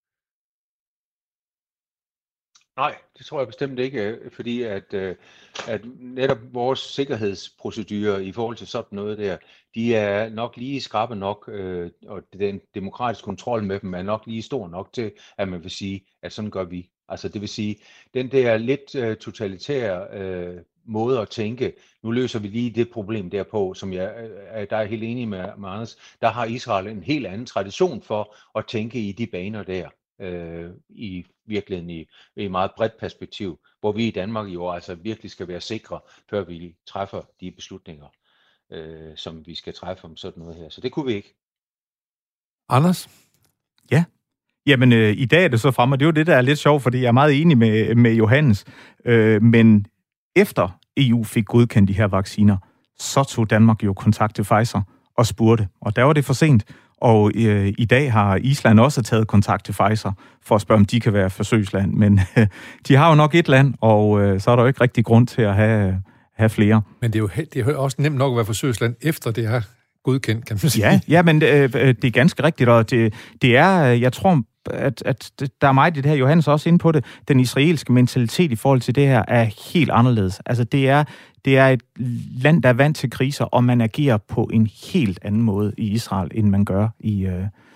Nej, det tror jeg bestemt ikke, fordi at netop vores sikkerhedsprocedurer i forhold til sådan noget der, de er nok lige skrappe nok, og den demokratiske kontrol med dem er nok lige stor nok til, at man vil sige, at sådan gør vi. Altså det vil sige, den der lidt totalitære måde at tænke, nu løser vi lige det problem derpå, som der er helt enig med Anders, der har Israel en helt anden tradition for at tænke i de baner der. I virkeligheden i meget bredt perspektiv, hvor vi i Danmark jo altså virkelig skal være sikre, før vi træffer de beslutninger, som vi skal træffe om sådan noget her. Så det kunne vi ikke. Anders? Ja. Jamen, i dag er det så fremme, og det er jo det, der er lidt sjovt, fordi jeg er meget enig med Johannes. Men efter EU fik godkendt de her vacciner, så tog Danmark jo kontakt til Pfizer og spurgte, og der var det for sent. Og i dag har Island også taget kontakt til Pfizer for at spørge, om de kan være forsøgsland. Men de har jo nok et land, og så er der jo ikke rigtig grund til at have flere. Men det er jo også nemt nok at være forsøgsland, efter det har godkendt, kan man sige. Ja, men det er ganske rigtigt, og det er, jeg tror, at der er meget i det her, Johannes også inde på det, den israelske mentalitet i forhold til det her er helt anderledes. Altså det er et land, der er vant til kriser, og man agerer på en helt anden måde i Israel, end man gør i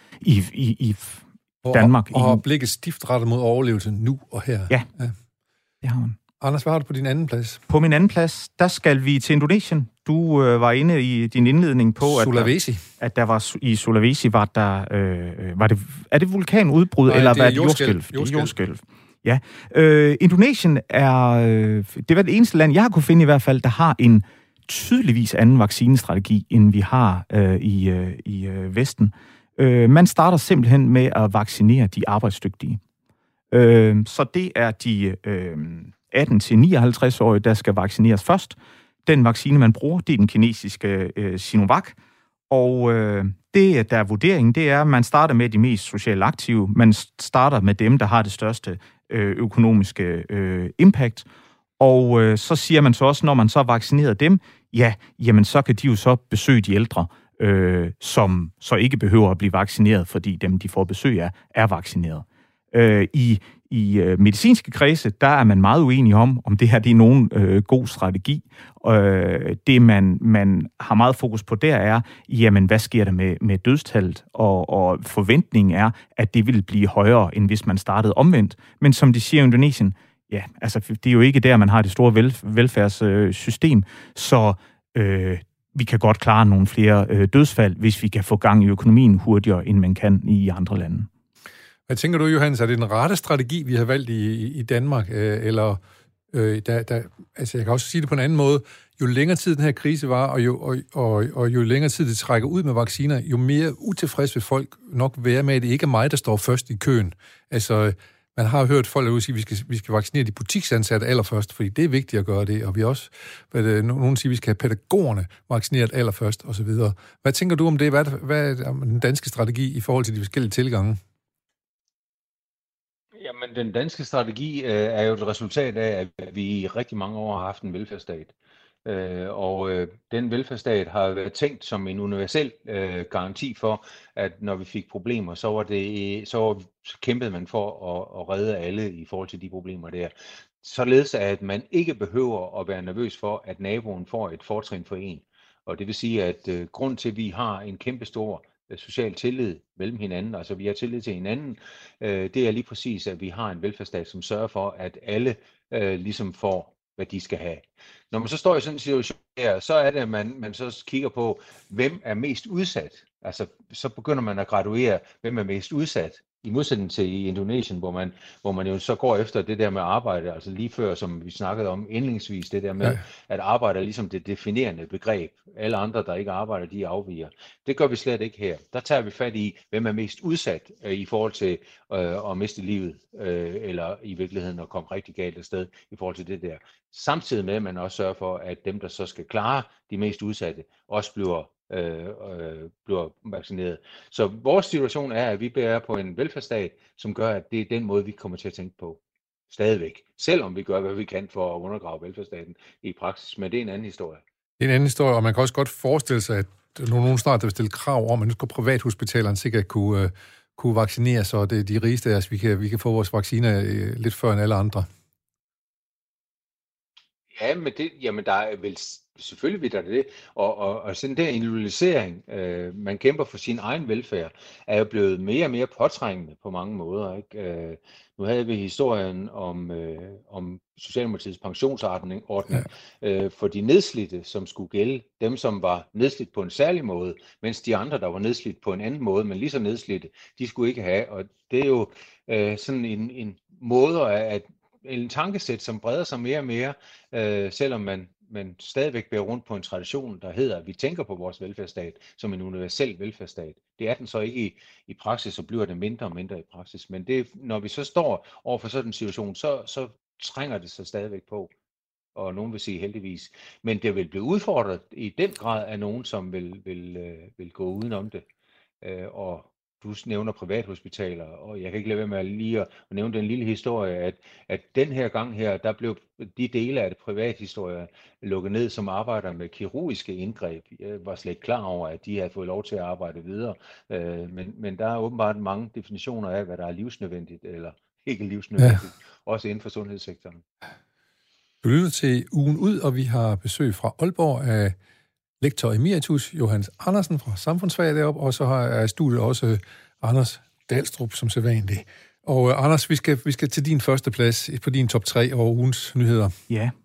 Danmark. Og har blikket stift rettet mod overlevelse nu og her. Ja. Det har man. Anders, hvad har du på din anden plads? På min anden plads, der skal vi til Indonesien. Du var inde i din indledning på, at der var i Sulawesi var der er det vulkanudbrud? Nej, eller det var er det jordskælv. Ja. Indonesien er det var det eneste land, jeg har kunne finde i hvert fald, der har en tydeligvis anden vaccinestrategi, end vi har i Vesten. Man starter simpelthen med at vaccinere de arbejdsdygtige. Så det er de 18-59-årige, der skal vaccineres først. Den vaccine, man bruger, det er den kinesiske Sinovac. Og det, der er vurderingen, det er, at man starter med de mest socialt aktive. Man starter med dem, der har det største økonomiske impact. Og så siger man så også, når man så har vaccineret dem, ja, jamen så kan de jo så besøge de ældre, som så ikke behøver at blive vaccineret, fordi dem, de får besøg af, er vaccineret. I medicinske kredse, der er man meget uenig om det her det er nogen god strategi. Det, man har meget fokus på der er, jamen, hvad sker der med dødstallet? Og forventningen er, at det vil blive højere, end hvis man startede omvendt. Men som de siger i Indonesien, ja, altså, det er jo ikke der, man har det store velfærdssystem, så vi kan godt klare nogle flere dødsfald, hvis vi kan få gang i økonomien hurtigere, end man kan i andre lande. Hvad tænker du, Johannes? Er det den rette strategi, vi har valgt i Danmark? Altså, jeg kan også sige det på en anden måde. Jo længere tid den her krise var, og jo længere tid det trækker ud med vacciner, jo mere utilfreds vil folk nok være med, at det ikke er mig, der står først i køen. Altså, man har hørt folk sige, at vi skal vaccinere de butiksansatte allerførst, fordi det er vigtigt at gøre det, og vi også, nogen siger, at vi skal have pædagogerne vaccineret allerførst, osv. Hvad tænker du om det? Hvad er den danske strategi i forhold til de forskellige tilgange? Jamen, den danske strategi er jo et resultat af, at vi i rigtig mange år har haft en velfærdsstat. Den velfærdsstat har været tænkt som en universel garanti for, at når vi fik problemer, så kæmpede man for at redde alle i forhold til de problemer der. Således at man ikke behøver at være nervøs for, at naboen får et fortrin for en. Og det vil sige, at grund til, at vi har en kæmpe stor social tillid mellem hinanden, altså vi har tillid til hinanden, det er lige præcis, at vi har en velfærdsstat, som sørger for, at alle ligesom får, hvad de skal have. Når man så står i sådan en situation her, så er det, at man så kigger på, hvem er mest udsat. Altså, så begynder man at graduere, hvem er mest udsat. I modsætning til i Indonesien, hvor man jo så går efter det der med arbejde, altså lige før, som vi snakkede om indledningsvis, det der med, at arbejde er ligesom det definerende begreb. Alle andre, der ikke arbejder, de afviger. Det gør vi slet ikke her. Der tager vi fat i, hvem er mest udsat i forhold til at miste livet, eller i virkeligheden at komme rigtig galt afsted i forhold til det der. Samtidig med, at man også sørger for, at dem, der så skal klare de mest udsatte, også bliver vaccineret. Så vores situation er, at vi bærer på en velfærdsstat, som gør, at det er den måde, vi kommer til at tænke på. Stadigvæk. Selvom vi gør, hvad vi kan for at undergrave velfærdsstaten i praksis. Men det er en anden historie. Det er en anden historie, og man kan også godt forestille sig, at nogen snart vil stille krav om, at nu skal privathospitalerne sikkert kunne vaccinere, så det er de rigeste af os, vi kan få vores vacciner lidt før end alle andre. Ja, men der er vel selvfølgelig vil der det. Og sådan der individualisering, man kæmper for sin egen velfærd, er jo blevet mere og mere påtrængende på mange måder. Ikke? Nu havde vi historien om Socialdemokratiets pensionsordning for de nedslidte, som skulle gælde dem, som var nedslidt på en særlig måde, mens de andre, der var nedslidt på en anden måde, men lige så nedslidte, de skulle ikke have. Og det er jo sådan en måde at en tankesæt, som breder sig mere og mere, selvom man stadigvæk bærer rundt på en tradition, der hedder, at vi tænker på vores velfærdsstat som en universel velfærdsstat. Det er den så ikke i praksis, så bliver det mindre og mindre i praksis. Men det, når vi så står over for sådan en situation, så trænger det sig stadigvæk på. Og nogen vil sige heldigvis. Men det vil blive udfordret i den grad af nogen, som vil gå udenom det. Og du nævner privathospitaler, og jeg kan ikke lade være med lige at nævne den lille historie, at den her gang her, der blev de dele af det privathistorie lukket ned, som arbejder med kirurgiske indgreb. Jeg var slet ikke klar over, at de havde fået lov til at arbejde videre. Men der er åbenbart mange definitioner af, hvad der er livsnødvendigt eller ikke livsnødvendigt, også inden for sundhedssektoren. Du lytter til Ugen Ud, og vi har besøg fra Aalborg af lektor emeritus Johannes Andersen fra Samfundsfag deroppe, og så har studiet også Anders Dahlstrup som sædvanlig. Og Anders, vi skal til din første plads på din top 3 over ugens nyheder. Ja,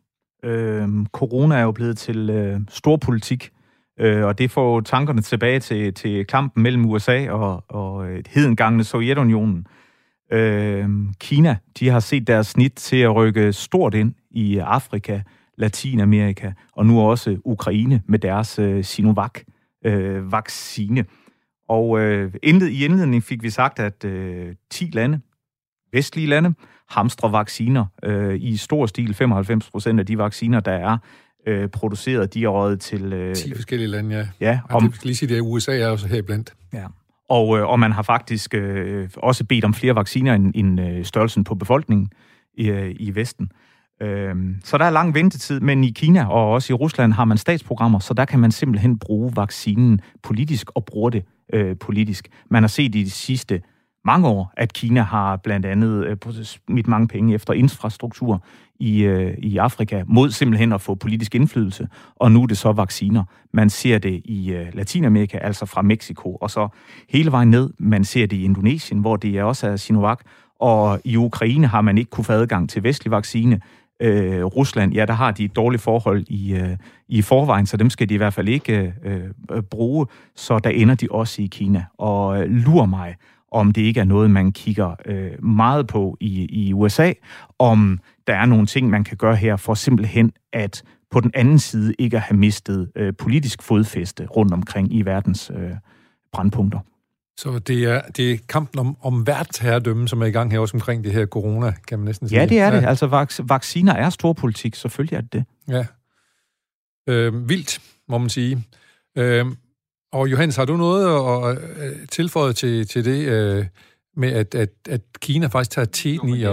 Corona er jo blevet til storpolitik, og det får tankerne tilbage til kampen mellem USA og hedengangne Sovjetunionen. Kina, de har set deres snit til at rykke stort ind i Afrika, Latinamerika og nu også Ukraine med deres Sinovac-vaccine. Og i indledningen fik vi sagt, at 10 lande, vestlige lande, hamstrer vacciner i stor stil. 95% af de vacciner, der er produceret, de er røget til... 10 forskellige lande, ja. Ja, det skal lige sige, at USA er også her blandt. Ja. Og man har faktisk også bedt om flere vacciner end størrelsen på befolkningen i Vesten. Så der er lang ventetid, men i Kina og også i Rusland har man statsprogrammer, så der kan man simpelthen bruge vaccinen politisk og bruge det politisk. Man har set i de sidste mange år, at Kina har blandt andet smidt mange penge efter infrastruktur i Afrika, mod simpelthen at få politisk indflydelse, og nu er det så vacciner. Man ser det i Latinamerika, altså fra Mexico, og så hele vejen ned. Man ser det i Indonesien, hvor det også er Sinovac, og i Ukraine har man ikke kunne få adgang til vestlig vaccine. Rusland, ja, der har de et dårligt forhold i forvejen, så dem skal de i hvert fald ikke bruge, så der ender de også i Kina. Og lurer mig, om det ikke er noget, man kigger meget på i USA, om der er nogle ting, man kan gøre her for simpelthen at på den anden side ikke at have mistet politisk fodfæste rundt omkring i verdens brandpunkter. Så det er kampen om verdensherredømme, som er i gang her også omkring det her corona, kan man næsten sige. Ja, det er det. Altså vacciner er storpolitik, selvfølgelig er det. Ja. Vildt, må man sige. Og Johannes, har du noget at tilføje til det med, at Kina faktisk tager teten i?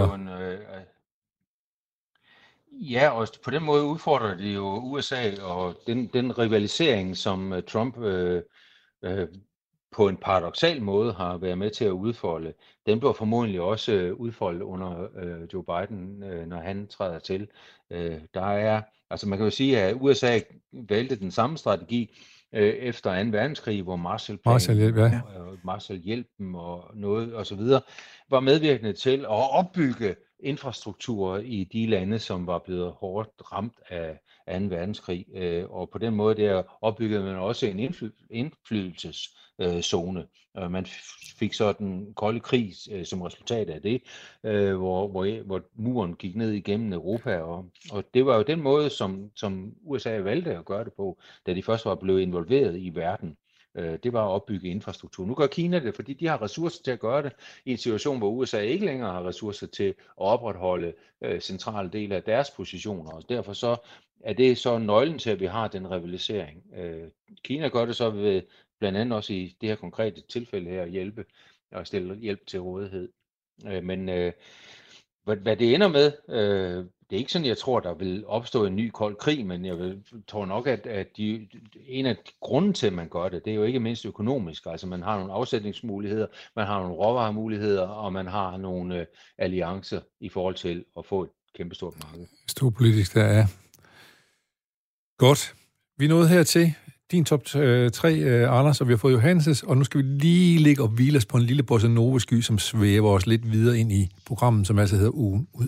Ja, og på den måde udfordrer det jo USA, og den rivalisering, som Trump på en paradoksal måde har været med til at udfolde, den bliver formodentlig også udfoldet under Joe Biden, når han træder til. Man kan jo sige, at USA valgte den samme strategi efter 2. verdenskrig, hvor Marshallhjælpen og noget og så videre var medvirkende til at opbygge infrastruktur i de lande, som var blevet hårdt ramt af 2. verdenskrig. Og på den måde der opbyggede man også en indflydelseszone. Man fik så den kolde krig som resultat af det, hvor muren gik ned igennem Europa. Og det var jo den måde, som USA valgte at gøre det på, da de først var blevet involveret i verden. Det var at opbygge infrastruktur. Nu gør Kina det, fordi de har ressourcer til at gøre det i en situation, hvor USA ikke længere har ressourcer til at opretholde centrale dele af deres positioner. Og derfor så er det så nøglen til, at vi har den rivalisering. Kina gør det så ved blandt andet også i det her konkrete tilfælde her hjælpe og stille hjælp til rådighed. Men hvad det ender med, det er ikke sådan, jeg tror, der vil opstå en ny kold krig, men jeg tror nok, at en af grunden til, at man gør det, det er jo ikke mindst økonomisk. Altså man har nogle afsætningsmuligheder, man har nogle råvaremuligheder, og man har nogle alliancer i forhold til at få et kæmpestort marked. Storpolitisk, der er. Godt. Vi er nået hertil. Din top 3, Anders, og vi har fået Johannes, og nu skal vi lige ligge og hvile os på en lille bossa nova-sky, som svæver os lidt videre ind i programmet, som altså hedder Ugen Ud.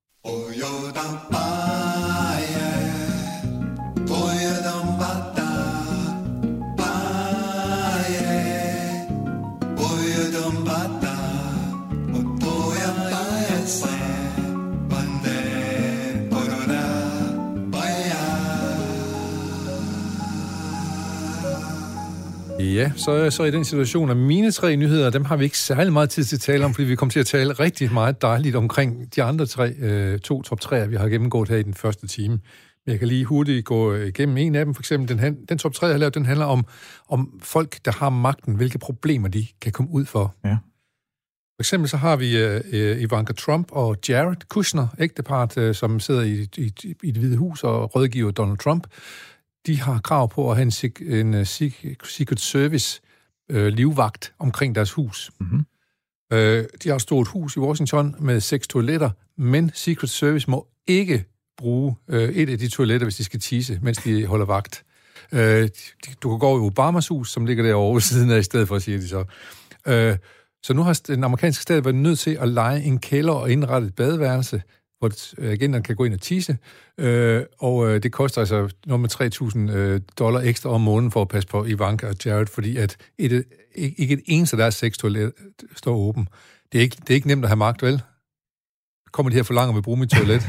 Ja, så i den situation, at mine 3 nyheder, dem har vi ikke særlig meget tid til at tale om, fordi vi kommer til at tale rigtig meget dejligt omkring de andre 2 top 3'er, vi har gennemgået her i den første time. Men jeg kan lige hurtigt gå igennem en af dem, for eksempel den top 3, jeg har lavet, den handler om folk, der har magten, hvilke problemer de kan komme ud for. Ja. For eksempel så har vi Ivanka Trump og Jared Kushner, ægtepart, som sidder i Det Hvide Hus og rådgiver Donald Trump. De har krav på at have en Secret Service livvagt omkring deres hus. Mm-hmm. De har et stort hus i Washington med 6 toiletter, men Secret Service må ikke bruge et af de toiletter, hvis de skal tisse, mens de holder vagt. Du kan gå i Obamas hus, som ligger derovre ved siden af, i stedet for, siger de så. Så nu har den amerikanske stat været nødt til at leje en kælder og indrette et badeværelse, hvor agenterne kan gå ind og tisse, og det koster altså noget med $3,000 ekstra om måneden for at passe på Ivanka og Jared, fordi at ikke et eneste af deres sextoilet står åben. Det er ikke nemt at have magt, vel? Kommer de her forlanger vil bruge mit toilet?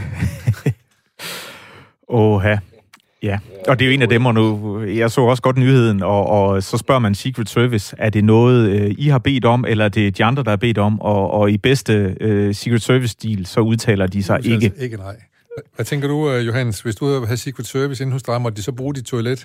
Åha. Ja, og det er jo en af dem, og nu, jeg så også godt nyheden, og så spørger man Secret Service, er det noget, I har bedt om, eller er det de andre, der har bedt om, og i bedste Secret Service-stil, så udtaler de sig ikke. Ikke nej. Hvad tænker du, Johannes, hvis du havde have Secret Service inde hos dig, måtte de så bruge dit toilet?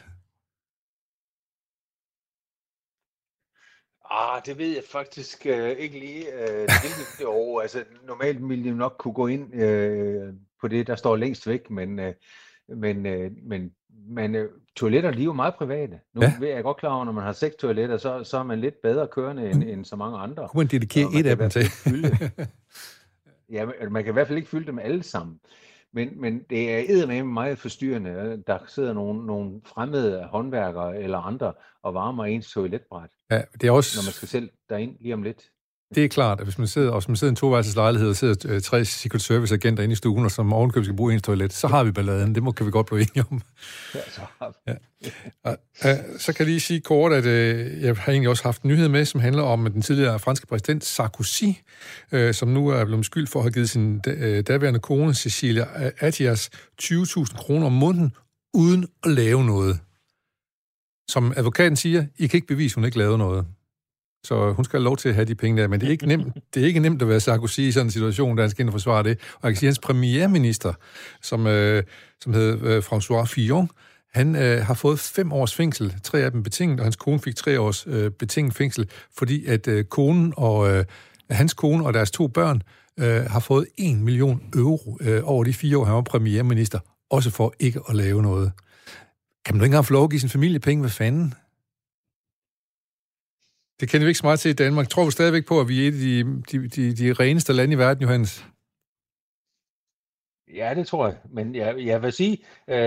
Det ved jeg faktisk ikke lige. Altså, normalt ville de nok kunne gå ind på det, der står længst væk, men toiletter, de er jo meget private. Nu ved jeg godt klar over, når man har 6 toiletter, så er man lidt bedre kørende end så mange andre. Kunne man dedikere et af dem til? Ja, man kan i hvert fald ikke fylde dem alle sammen. Men det er eddermame meget forstyrrende. Der sidder nogle fremmede håndværkere eller andre og varmer ens toiletbræt. Ja, det er også... Når man skal selv derind lige om lidt. Det er klart, at hvis man sidder i en toværelseslejlighed og sidder 3 Secret Service-agenter inde i stuen, og som ovenkøbet skal bruge ens toilet, så har vi balladen. Det kan vi godt blive enige om. Ja, så har vi. Ja. Så kan jeg lige sige kort, at jeg har egentlig også haft en nyhed med, som handler om den tidligere franske præsident Sarkozy, som nu er blevet skyld for at have givet sin daværende kone, Cecilia Attias, 20.000 kroner om måneden, uden at lave noget. Som advokaten siger, I kan ikke bevise, hun ikke lavede noget. Så hun skal have lov til at have de penge der, men det er ikke nemt, at være Sarkozy i sådan en situation, der han skal ind og forsvare det. Og jeg kan sige, hans premierminister, som hed François Fillon, han har fået 5 års fængsel, 3 af dem betinget, og hans kone fik 3 års betinget fængsel, fordi at hans kone og deres 2 børn har fået 1 million euro over de 4 år, han var premierminister, også for ikke at lave noget. Kan man ikke engang få lov at give sin familie penge? Hvad fanden? Det kender vi ikke så meget til i Danmark. Tror du stadigvæk på, at vi er et af de reneste lande i verden, Johannes? Ja, det tror jeg. Men jeg vil sige,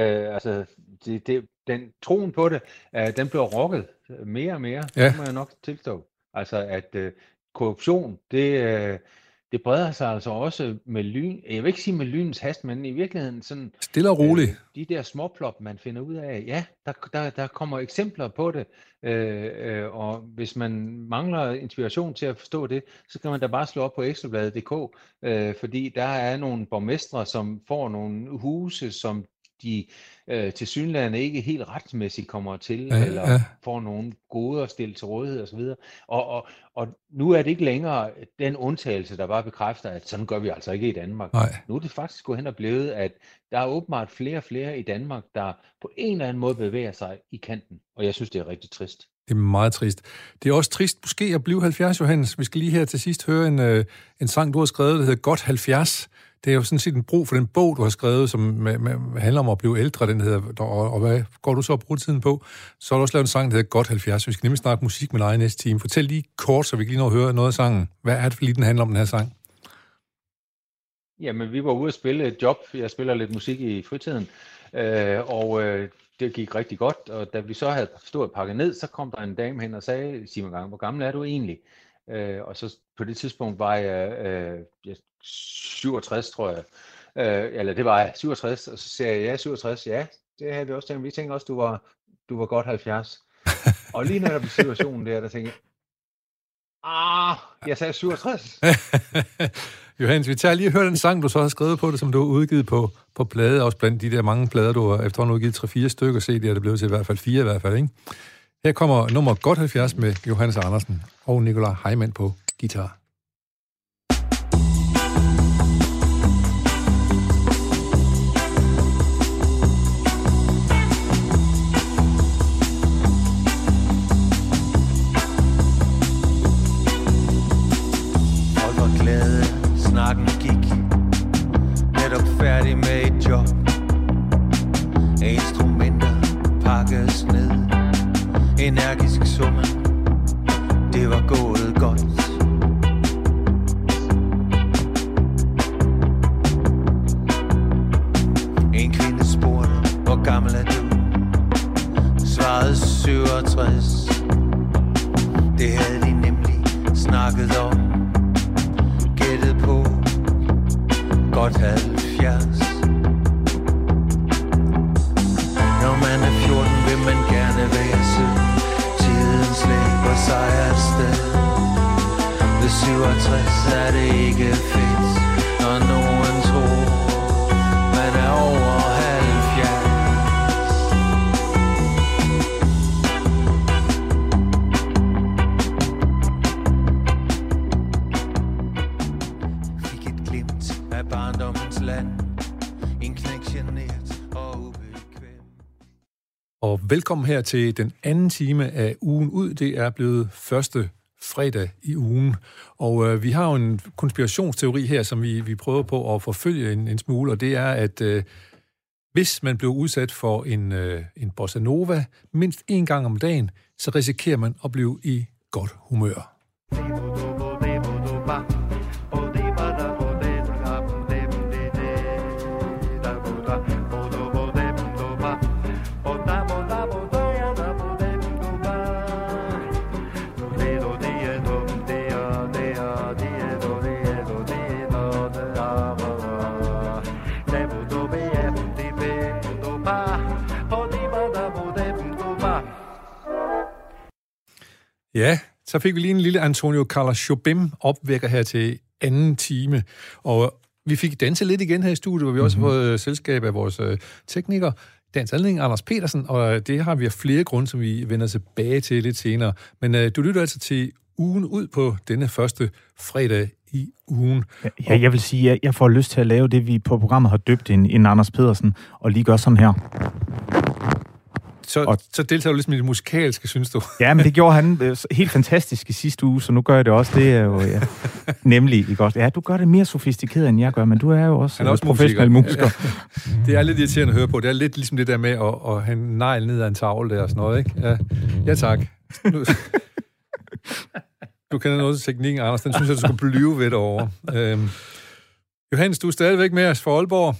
den troen på det, den bliver rokket mere og mere. Ja. Det må jeg nok tilstå. Altså, at korruption, det breder sig altså også med lyn. Jeg vil ikke sige med lynens hast, men i virkeligheden sådan... Stille og roligt. De der småplop, man finder ud af. Ja, der kommer eksempler på det. Og hvis man mangler inspiration til at forstå det, så kan man da bare slå op på ekstrabladet.dk, fordi der er nogle borgmestre, som får nogle huse, som de tilsyneladende ikke helt retsmæssigt kommer til, eller får nogle goder stillet til rådighed osv. Og nu er det ikke længere den undtagelse, der bare bekræfter, at sådan gør vi altså ikke i Danmark. Nej. Nu er det faktisk gået hen og blevet, at der er åbenbart flere og flere i Danmark, der på en eller anden måde bevæger sig i kanten. Og jeg synes, det er rigtig trist. Det er meget trist. Det er også trist måske at blive 70, Johannes. Vi skal lige her til sidst høre en sang, du har skrevet, der hedder Godt 70. Det er jo sådan set en brug for den bog, du har skrevet, som handler om at blive ældre, den hedder, og hvad går du så at bruge tiden på? Så har du også lavet en sang, der hedder Godt 70. Vi skal nemlig snakke musik med dig i næste time. Fortæl lige kort, så vi kan lige nå at høre noget af sangen. Hvad er det for lige, den handler om, den her sang? Jamen, vi var ude at spille et job. Jeg spiller lidt musik i fritiden, og det gik rigtig godt. Og da vi så havde stået og pakket ned, så kom der en dame hen og sagde, sig mig gang, hvor gammel er du egentlig? Og så på det tidspunkt var jeg 67, tror jeg. Eller det var jeg, 67, og så siger jeg, ja, 67, ja, det havde vi også tænkt. Vi tænkte også, du var godt 70. Og lige netop i situationen der tænkte jeg sagde 67. Johannes, vi tager lige og hører den sang, du så har skrevet på det, som du har udgivet på plade, også blandt de der mange plader, du har efterhånden udgivet 3-4 stykker, se, det er det blevet til i hvert fald 4 i hvert fald, ikke? Her kommer nummer Godt 70 med Johannes Andersen og Nicolai Heimann på guitar. Folk var glade, snakken gik, netop færdig med et job. Instrumenter pakkes ned, energisk summen, det var gået godt. En kvinde spurgte, hvor gammel er du? Svarede 67. Det havde de nemlig snakket om. Gættet på godt 70. 70. Når man er 14, vil man gerne være sød. Tiden slæber sig afsted. Ved 67 er det ikke fedt, når nogen tror, man er over 70. Fik et glimt af barndommens land, en knæk genert og ubekvem. Og velkommen her til den anden time af Ugen Ud. Det er blevet første fredag i ugen. Og vi har jo en konspirationsteori her, som vi prøver på at forfølge en smule, og det er, at hvis man bliver udsat for en bossa nova mindst en gang om dagen, så risikerer man at blive i godt humør. Ja, så fik vi lige en lille Antonio Carlos Jobim opvækker her til anden time. Og vi fik danset lidt igen her i studiet, hvor vi også har fået selskab af vores tekniker, Dans Anledning, Anders Petersen, og det har vi af flere grunde, som vi vender tilbage til lidt senere. Men du lytter altså til Ugen Ud på denne første fredag i ugen. Ja, jeg vil sige, at jeg får lyst til at lave det, vi på programmet har døbt en Anders Petersen, og lige gøre sådan her. Så deltager du ligesom i det musikalske, synes du? Ja, men det gjorde han helt fantastisk i sidste uge, så nu gør jeg det også. Det er jo nemlig ikke også. Ja, du gør det mere sofistikeret, end jeg gør, men du er jo også professionel musiker. Ja. Det er lidt irriterende at høre på. Det er lidt ligesom det der med at have en negl ned ad en tavle der og sådan noget, ikke? Ja tak. Du kender noget til teknikken, Anders. Den synes jeg, du skulle blive ved derovre. Johannes, du er stadigvæk med os fra Aalborg.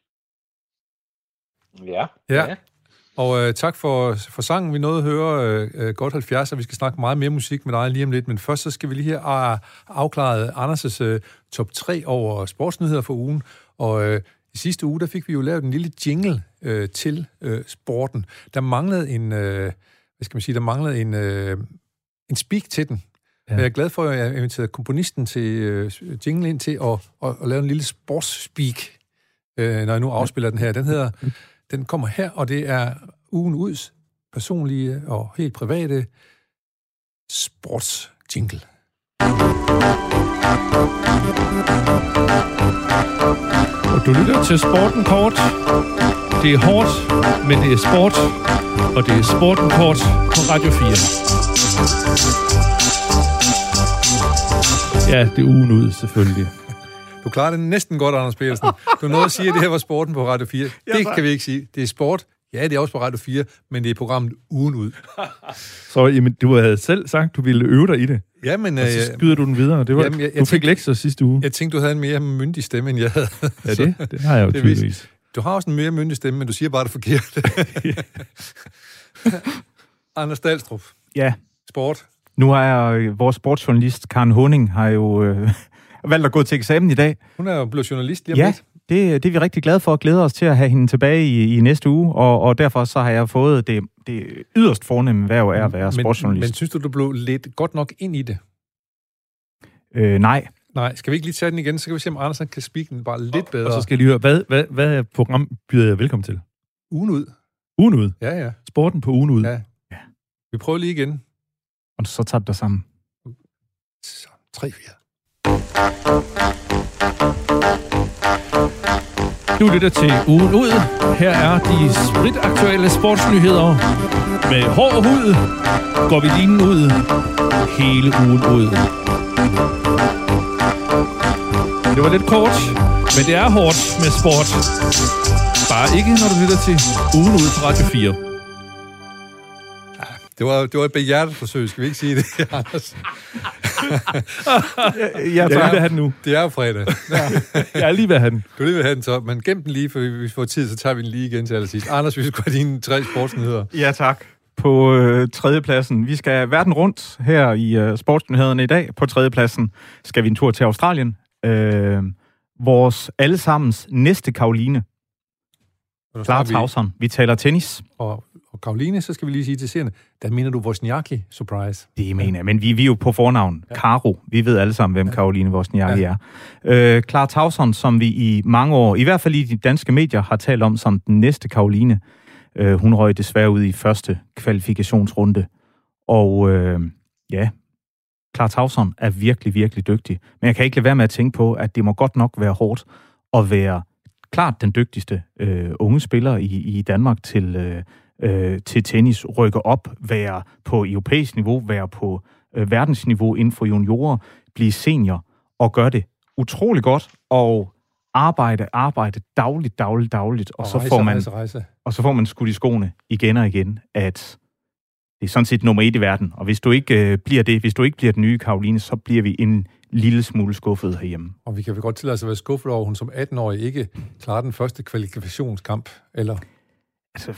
Ja. Og tak for sangen. Vi nåede at høre godt 70, og vi skal snakke meget mere musik med dig lige om lidt. Men først så skal vi lige her afklare Anders' top 3 over sportsnyheder for ugen. Og i sidste uge, der fik vi jo lavet en lille jingle til sporten. Der manglede en speak til den. Ja. Jeg er glad for, at jeg inviterede komponisten til jingle ind til at lave en lille sportsspeak, når jeg nu afspiller den her. Den kommer her, og det er Ugen Uds personlige og helt private sportsjingle. Og du lytter til Sporten Kort. Det er hårdt, men det er sport, og det er Sporten Kort på Radio 4. Ja, det er Ugen Ud, selvfølgelig. Du klarer det næsten godt, Anders Petersen. Du nåede at sige, at det her var sporten på Radio 4. Det kan vi ikke sige. Det er sport. Ja, det er også på Radio 4, men det er programmet Ugen Ud. Så jamen, du havde selv sagt, du ville øve dig i det. Ja, men... Og så skyder du den videre. Det var, du fik lektier sidste uge. Jeg tænkte, du havde en mere myndig stemme, end jeg havde. Ja, det har jeg jo tydeligvis. Du har også en mere myndig stemme, men du siger bare det forkert. Anders Dahlstrup. Ja. Sport. Nu er vores sportsjournalist, Karen Honing, har jo valgt at gå til eksamen i dag. Hun er jo blevet journalist lige om lidt. Det er vi rigtig glade for, og glæder os til at have hende tilbage i næste uge, og derfor så har jeg fået det yderst fornemme hverv af at være sportsjournalist. Men synes du blev lidt godt nok ind i det? Nej. Nej, skal vi ikke lige tage den igen, så kan vi se, om Andersen kan speak den bare lidt bedre. Og så skal jeg lige høre, hvad program byder jeg velkommen til? Ugen Ud. Ugen Ud? Ja. Sporten på Ugen Ud? Ja. Vi prøver lige igen. Og så tager det sammen. Så, 3-4. Du lytter til Ugen Ud. Her er de spritaktuelle sportsnyheder. Med hård hud går vi linen ud hele ugen ud. Det var lidt kort, men det er hårdt med sport. Bare ikke, når du lytter til Ugen Ud på Radio 4. Det var et behjertet forsøg, skal vi ikke sige det, Anders? Jeg er lige ved at have den nu. Det er jo fredag. Jeg er lige ved at have den. Du er lige ved at have den så, men gem den lige, for hvis vi får tid, så tager vi den lige igen til allersidst. Anders, vi skal have dine 3 sportsnyheder. Ja, tak. På tredjepladsen. Vi skal verden rundt her i sportsnyhederne i dag. På tredjepladsen skal vi en tur til Australien, vores allesammens næste Caroline. Clara Tauson. Vi taler tennis. Og Caroline, så skal vi lige sige til seerne, der mener du Wozniacki, surprise. Det mener jeg, men vi er jo på fornavn. Ja. Caro. Vi ved alle sammen, hvem Caroline Wozniacki er. Clara Tauson, som vi i mange år, i hvert fald i de danske medier, har talt om som den næste Caroline. Hun røg desværre ud i første kvalifikationsrunde. Og Clara Tauson er virkelig, virkelig dygtig. Men jeg kan ikke lade være med at tænke på, at det må godt nok være hårdt at være klart den dygtigste unge spiller i Danmark til tennis, rykke op, være på europæisk niveau, være på verdensniveau inden for juniorer, blive senior og gøre det utrolig godt og arbejde dagligt, og så får man skudt i skoene igen og igen, at det er sådan set nummer 1 i verden. Og hvis du ikke bliver den nye Caroline, så bliver vi en lille smule skuffet herhjemme. Og vi kan vel godt tillade os at være skuffet over, at hun som 18-årig ikke klarer den første kvalifikationskamp, eller? Altså,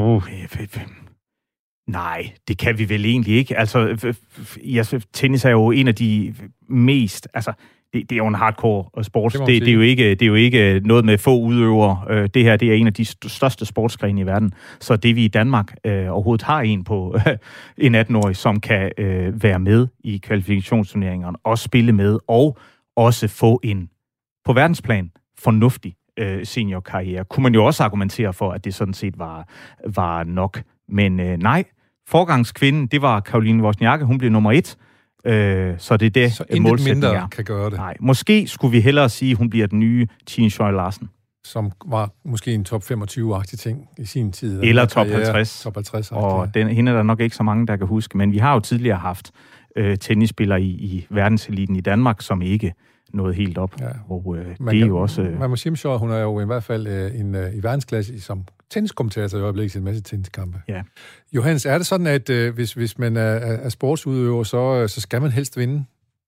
nej, det kan vi vel egentlig ikke. Altså, tennis er jo en af de mest... Altså, det er jo en hardcore sport. Det er jo ikke noget med få udøvere. Det her, det er en af de største sportsgrene i verden. Så det vi i Danmark overhovedet har en på en 18-årig, som kan være med i kvalifikationsturneringerne og spille med, og også få en på verdensplan fornuftig seniorkarriere. Kunne man jo også argumentere for, at det sådan set var nok. Men nej, forgangskvinden, det var Caroline Wozniacki. Hun blev nummer 1. Så det er det, så målsætningen er. Kan gøre det. Nej, måske skulle vi hellere sige, at hun bliver den nye Tine Schøj Larsen. Som var måske en top 25-agtig ting i sin tid. Eller top 50. Top 50 og hende er der nok ikke så mange, der kan huske. Men vi har jo tidligere haft tennisspillere i verdenseliten i Danmark, som ikke nåede helt op. Ja. Og det er jo også... Man må sige, at hun er jo i hvert fald i verdensklasse som tenniskommentator i øjeblikket i en masse tenniskampe. Ja. Johannes, er det sådan, at hvis man er sportsudøver, så skal man helst vinde?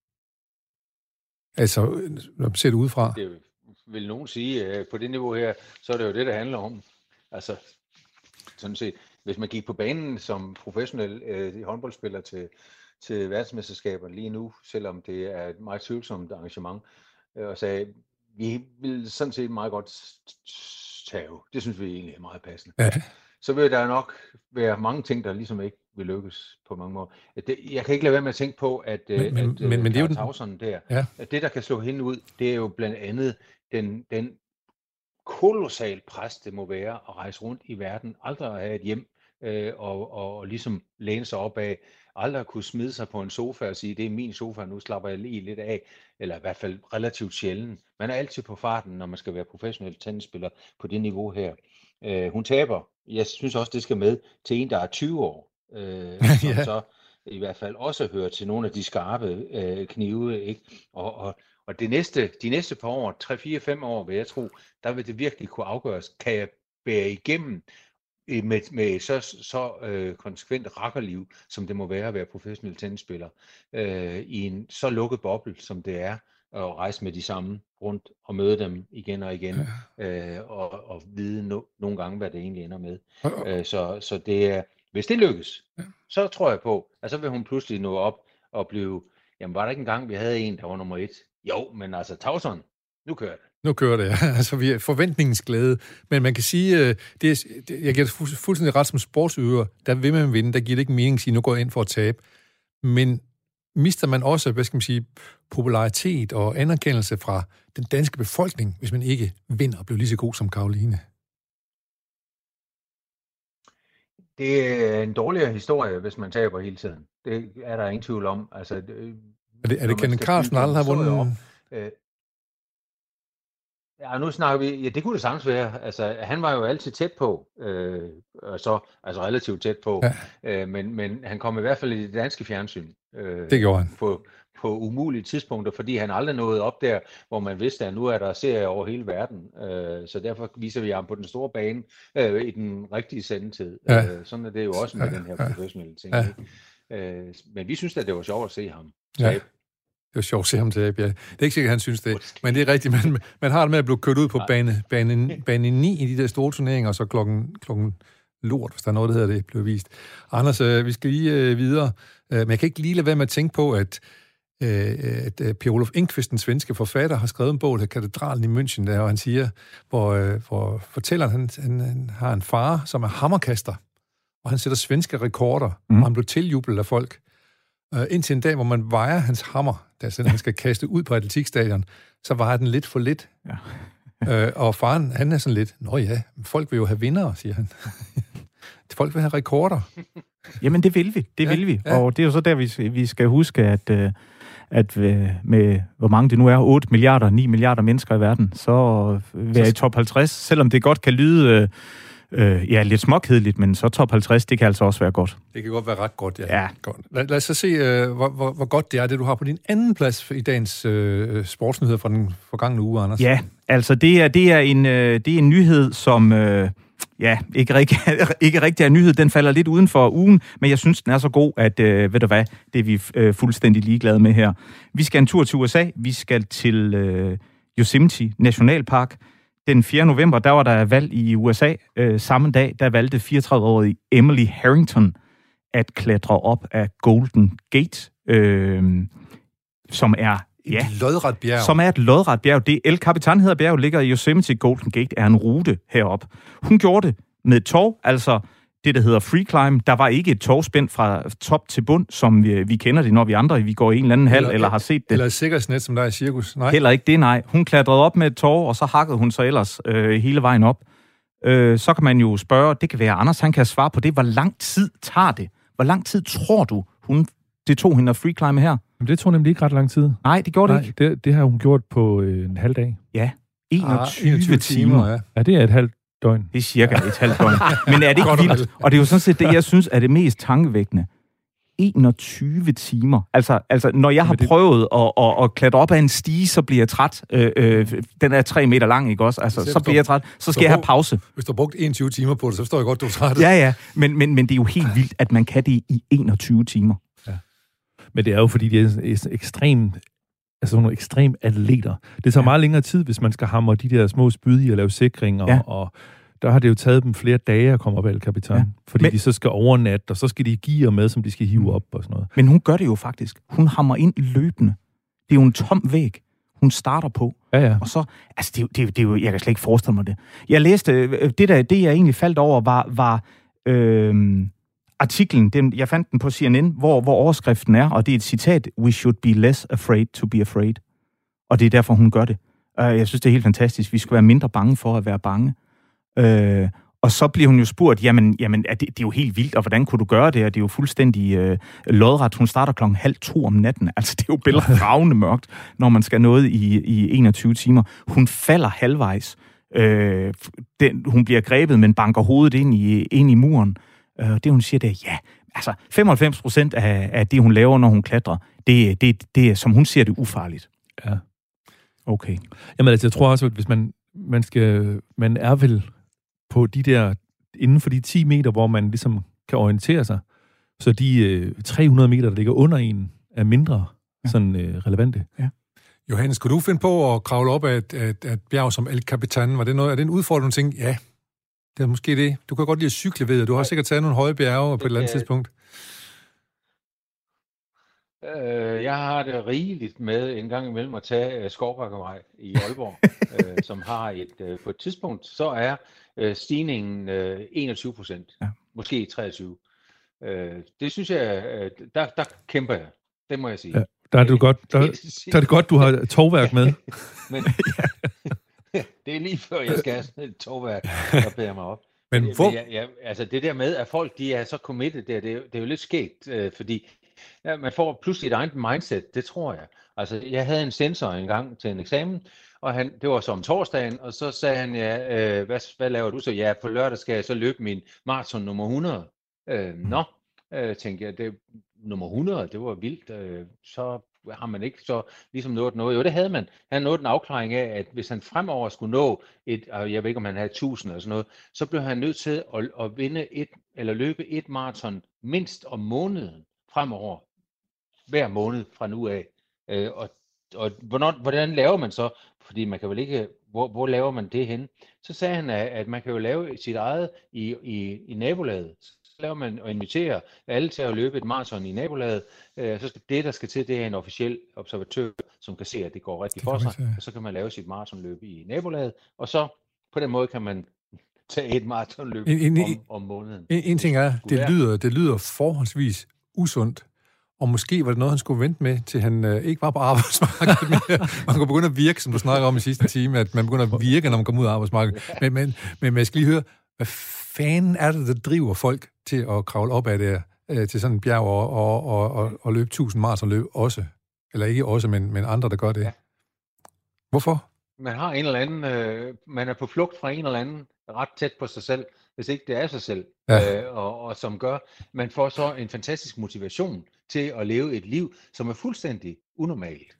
Altså, når man ser det udefra. Det vil nogen sige, på det niveau her, så er det jo det handler om. Altså, sådan set, hvis man gik på banen som professionel håndboldspiller til verdensmesterskaber lige nu, selvom det er et meget tvivlsomt arrangement, og sagde, vi vil sådan set meget godt tage. Det synes vi egentlig er meget passende. Ja. Så vil der nok være mange ting, der ligesom ikke vil lykkes på mange måder. Jeg kan ikke lade være med at tænke på, at men det er jo Tauson der, at det, der kan slå hende ud, det er jo blandt andet den kolossal pres, det må være at rejse rundt i verden, aldrig at have et hjem, og ligesom læne sig op af, aldrig at kunne smide sig på en sofa og sige, det er min sofa, nu slapper jeg lige lidt af, eller i hvert fald relativt sjældent. Man er altid på farten, når man skal være professionel tennisspiller på det niveau her. Hun taber. Jeg synes også, det skal med til en, der er 20 år, som så i hvert fald også hører til nogle af de skarpe knive, ikke? Og de næste par år, 3, 4, 5 år, vil jeg tro, der vil det virkelig kunne afgøres. Kan jeg bære igennem med så konsekvent rakkerliv, som det må være at være professionel tennisspiller, i en så lukket boble, som det er, at rejse med de samme rundt og møde dem igen og igen, og vide nogle gange, hvad det egentlig ender med. Så det er, hvis det lykkes, så tror jeg på, at så vil hun pludselig nå op og blive, jamen var der ikke engang, vi havde en, der var nummer 1? Jo, men altså Tauson, nu kører det. Nu kører det, ja. Altså, vi er forventningens glæde. Men man kan sige, jeg giver det fuldstændig ret som sportsøver, der vil man vinde, der giver det ikke mening at sige, nu går jeg ind for at tabe. Men mister man også, hvad skal man sige, popularitet og anerkendelse fra den danske befolkning, hvis man ikke vinder og bliver lige så god som Caroline? Det er en dårligere historie, hvis man taber hele tiden. Det er der ingen tvivl om. Altså, er det Kenneth Carlsen, der aldrig har vundet? Ja, nu snakker vi... Ja, det kunne det sagtens være. Altså, han var jo altid tæt på. Altså relativt tæt på. Ja. Men han kom i hvert fald i det danske fjernsyn. Det gjorde han. På umulige tidspunkter, fordi han aldrig nåede op der, hvor man vidste, at nu er der serier over hele verden. Så derfor viser vi ham på den store bane i den rigtige sendetid. Ja. Sådan er det jo også med den her professionelle ting. Ja. Men vi synes at det var sjovt at se ham tabe. Ja. Det var sjovt at se ham tabe, ja. Det er ikke sikkert, han synes det. Men det er rigtigt. Man har det med at blive kørt ud på bane 9 i de der store turneringer, og så klokken lort, hvis der er noget, der hedder det, blev vist. Anders, vi skal lige videre. Men jeg kan ikke lige lade være med at tænke på, at Per Olof Enqvist, den svenske forfatter, har skrevet en bog, der Katedralen i München, der, og han siger, hvor fortælleren, han har en far, som er hammerkaster, og han sætter svenske rekorder, og han blev tiljublet af folk. Indtil en dag, hvor man vejer hans hammer, der han skal kaste ud på atletikstadion, så vejer den lidt for lidt. Ja. Og faren, han er sådan lidt, nå ja, folk vil jo have vindere, siger han. Folk vil have rekorder. Jamen, det vil vi. Det vil vi. Ja. Og det er jo så der, vi skal huske, at med, hvor mange det nu er, 8 milliarder, 9 milliarder mennesker i verden, så være i top 50, selvom det godt kan lyde lidt småkedeligt, men så top 50, det kan altså også være godt. Det kan godt være ret godt, ja. Godt. Lad os så se, hvor godt det er, det du har på din anden plads i dagens sportsnyheder fra den forgangne uge, Anders. Ja, altså det er en nyhed, som... ikke rigtig er nyhed. Den falder lidt uden for ugen, men jeg synes, den er så god, at ved du hvad, det er vi fuldstændig ligeglade med her. Vi skal en tur til USA. Vi skal til Yosemite Nationalpark. Den 4. november, der var der valg i USA. Samme dag, der valgte 34-årige Emily Harrington at klatre op af Golden Gate, som er... Ja, lodret bjerg. Som er et lodret bjerg. Det El Capitan hedder bjerg, ligger i Yosemite. Golden Gate er en rute herop. Hun gjorde det med et tov, altså det, der hedder free climb. Der var ikke et tovspænd fra top til bund, som vi kender det, når vi andre vi går i en eller anden hal, eller har set det. Eller et sikkerhedsnet, som der er i cirkus. Nej. Heller ikke det, nej. Hun klatrede op med et tov, og så hakkede hun så ellers hele vejen op. Så kan man jo spørge, det kan være Anders, han kan svare på det. Hvor lang tid tager det? Hvor lang tid tror du, det tog hende at free climb her? Men det tog nemlig ikke ret lang tid. Nej, det gjorde det ikke. Det har hun gjort på en halv dag. Ja, 21 timer. Ja. Ja, det er et halvt døgn. Det er cirka et halvt døgn. Men er det ikke vildt? Og det er jo sådan set det, jeg synes er det mest tankevækkende. 21 timer. Altså når jeg har prøvet at klatre op ad en stige, så bliver jeg træt. Den er 3 meter lang, ikke også? Altså, så bliver jeg træt. Så skal jeg have pause. Hvis du har brugt 21 timer på det, så forstår jeg godt, du er træt. Ja. Men det er jo helt vildt, at man kan det i 21 timer. Men det er jo, fordi de er nogle ekstrem atleter. Det tager meget længere tid, hvis man skal hamre de der små spyd i og lave sikringer, og der har det jo taget dem flere dage at komme op af El Capitan, fordi de så skal overnatte, og så skal de gear med, som de skal hive op og sådan noget. Men hun gør det jo faktisk. Hun hamrer ind løbende. Det er jo en tom væg, hun starter på. Ja. Og så, altså det er jo, jeg kan slet ikke forestille mig det. Jeg læste, det jeg egentlig faldt over, var artiklen, jeg fandt den på CNN, hvor overskriften er, og det er et citat, "We should be less afraid to be afraid." Og det er derfor, hun gør det. Jeg synes, det er helt fantastisk. Vi skal være mindre bange for at være bange. Og så bliver hun jo spurgt, jamen det er jo helt vildt, og hvordan kunne du gøre det? Og det er jo fuldstændig lodret. Hun starter 1:30 om natten. Altså, det er jo bælragende mørkt, når man skal noget i 21 timer. Hun falder halvvejs. Hun bliver grebet, men banker hovedet ind i muren. Det, hun siger, det er, ja, altså 95% af det, hun laver, når hun klatrer, det er, som hun siger, det er ufarligt. Ja. Okay. Jamen, altså, jeg tror også, at hvis man er vel på de der, inden for de 10 meter, hvor man ligesom kan orientere sig, så de 300 meter, der ligger under en, er mindre sådan relevante. Ja. Johannes, skulle du finde på at kravle op af et bjerg som El Capitan? Er det en udfordring, du tænker, ja, det er måske det. Du kan godt lide at cykle, ved jeg. Du har sikkert taget nogle høje bjerge på et eller andet tidspunkt. Jeg har det rigeligt med en gang imellem at tage Skovbakkevej i Aalborg, som har på et tidspunkt, så er stigningen 21%, måske 23%. Det synes jeg, der kæmper jeg. Det må jeg sige. Ja, der er det godt, du har tovværk med. Men, det er lige før, jeg skal have sådan et tovværk, der bærer mig op. Men altså det der med, at folk de er så committed der, det er jo lidt skægt, fordi man får pludselig et eget mindset, det tror jeg. Altså jeg havde en sensor engang til en eksamen, og det var så om torsdagen, og så sagde han, hvad laver du så? Ja, på lørdag skal jeg så løbe min maraton nummer 100. Tænkte jeg, det nummer 100, det var vildt, så har man ikke så ligesom nået noget. Jo, det havde man. Han nåede en afklaring af, at hvis han fremover skulle nå jeg ved ikke, om han havde 1000 eller sådan noget, så blev han nødt til at løbe et maraton mindst om måneden fremover, hver måned fra nu af. Og hvordan laver man så? Fordi man kan vel ikke hvor laver man det hen? Så sagde han, at man kan jo lave sit eget i nabolaget. Så laver man og inviterer alle til at løbe et maraton i nabolaget. Så skal det, der skal til, det er en officiel observatør, som kan se, at det går rigtig for sig. Og så kan man lave sit maratonløb i nabolaget. Og så på den måde kan man tage et maratonløb om måneden. En ting er, det lyder forholdsvis usundt. Og måske var det noget, han skulle vente med, til han ikke var på arbejdsmarkedet mere. Man kunne begynde at virke, som du snakker om i sidste time, at man begynder at virke, når man kommer ud af arbejdsmarkedet. Men jeg skal lige høre, hvad fanden er det, der driver folk til at kravle op af det til sådan en bjerg og løbe 1000 maratonløb også? Eller ikke også, men andre, der gør det. Ja. Hvorfor? Man har en eller anden, man er på flugt fra en eller anden ret tæt på sig selv, hvis ikke det er sig selv, og som gør, man får så en fantastisk motivation til at leve et liv, som er fuldstændig unormalt,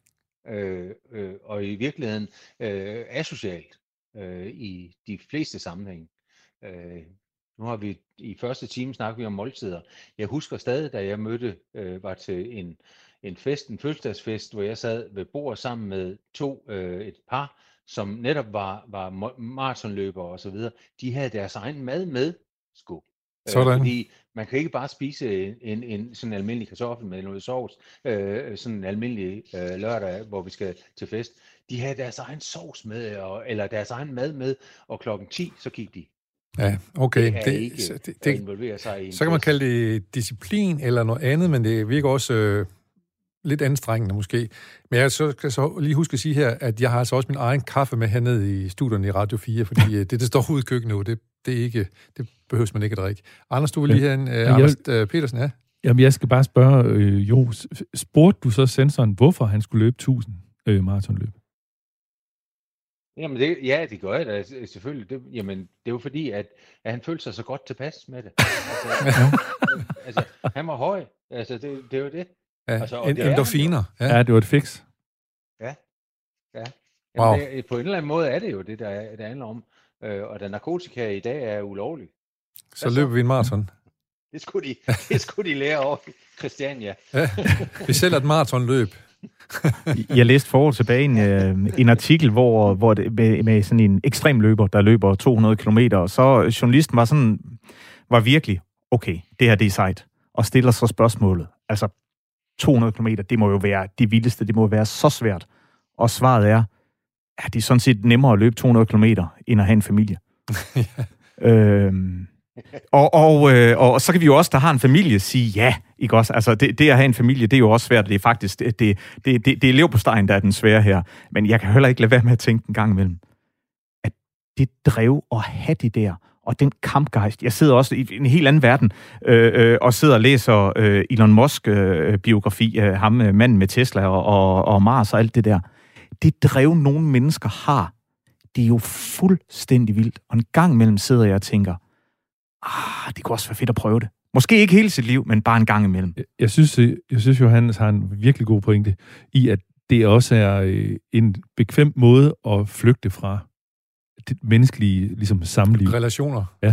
og i virkeligheden asocialt i de fleste sammenhænge. Nu har vi i første time snakket vi om måltider. Jeg husker stadig, da jeg var til en fødselsdagsfest, hvor jeg sad ved bord sammen med et par, som netop var maratonløbere og så videre. De havde deres egen mad med, sgu. Fordi man kan ikke bare spise en sådan en almindelig kartoffel med noget sovs, sådan en almindelig lørdag, hvor vi skal til fest. De havde deres egen sovs med, eller deres egen mad med, og 10:00, så gik de. Ja, okay. Det involverer sig i så kan man kalde det disciplin eller noget andet, men det virker også lidt anstrengende måske. Men jeg skal så lige huske at sige her, at jeg har altså også min egen kaffe med hernede i studierne i Radio 4, fordi det står ude i køkkenet nu, det behøves man ikke at drikke. Anders, du vil lige have en Anders Petersen, ja? Jamen, jeg skal bare spørge, spurgte du så sensoren, hvorfor han skulle løbe 1000 maratonløb? Jamen, det gør jeg da selvfølgelig. Det er jo fordi, at han følte sig så godt tilpas med det. Altså, han var høj. Altså, det er jo det. Ja, altså, endorfiner. Ja, det var et fix. Ja. Jamen, wow. På en eller anden måde er det jo det, der handler om. Og da narkotika i dag er ulovlig. Så løber vi en maraton. Det skulle de lære over Christiania. Ja, vi sælger et maratonløb. Jeg læste for år tilbage en artikel, hvor det, med sådan en ekstrem løber, der løber 200 kilometer, og så journalisten var virkelig, okay, det her det er sejt, og stiller så spørgsmålet, altså 200 kilometer, det må jo være det vildeste, det må være så svært, og svaret er, at det er sådan set nemmere at løbe 200 kilometer, end at have en familie. Og så kan vi jo også, der har en familie, sige ja, ikke også? Altså, det at have en familie, det er jo også svært, det er faktisk, det er leverpostejen, der er den svære her. Men jeg kan heller ikke lade være med at tænke en gang imellem, at det drev at have det der, og den kampgejst. Jeg sidder også i en helt anden verden, og sidder og læser Elon Musk-biografi, ham manden med Tesla og Mars og alt det der. Det drev nogle mennesker har, det er jo fuldstændig vildt. Og en gang imellem sidder jeg og tænker, det kunne også være fedt at prøve det. Måske ikke hele sit liv, men bare en gang imellem. Jeg synes Johannes har en virkelig god pointe i, at det også er en bekvem måde at flygte fra det menneskelige ligesom, samliv. Relationer. Ja.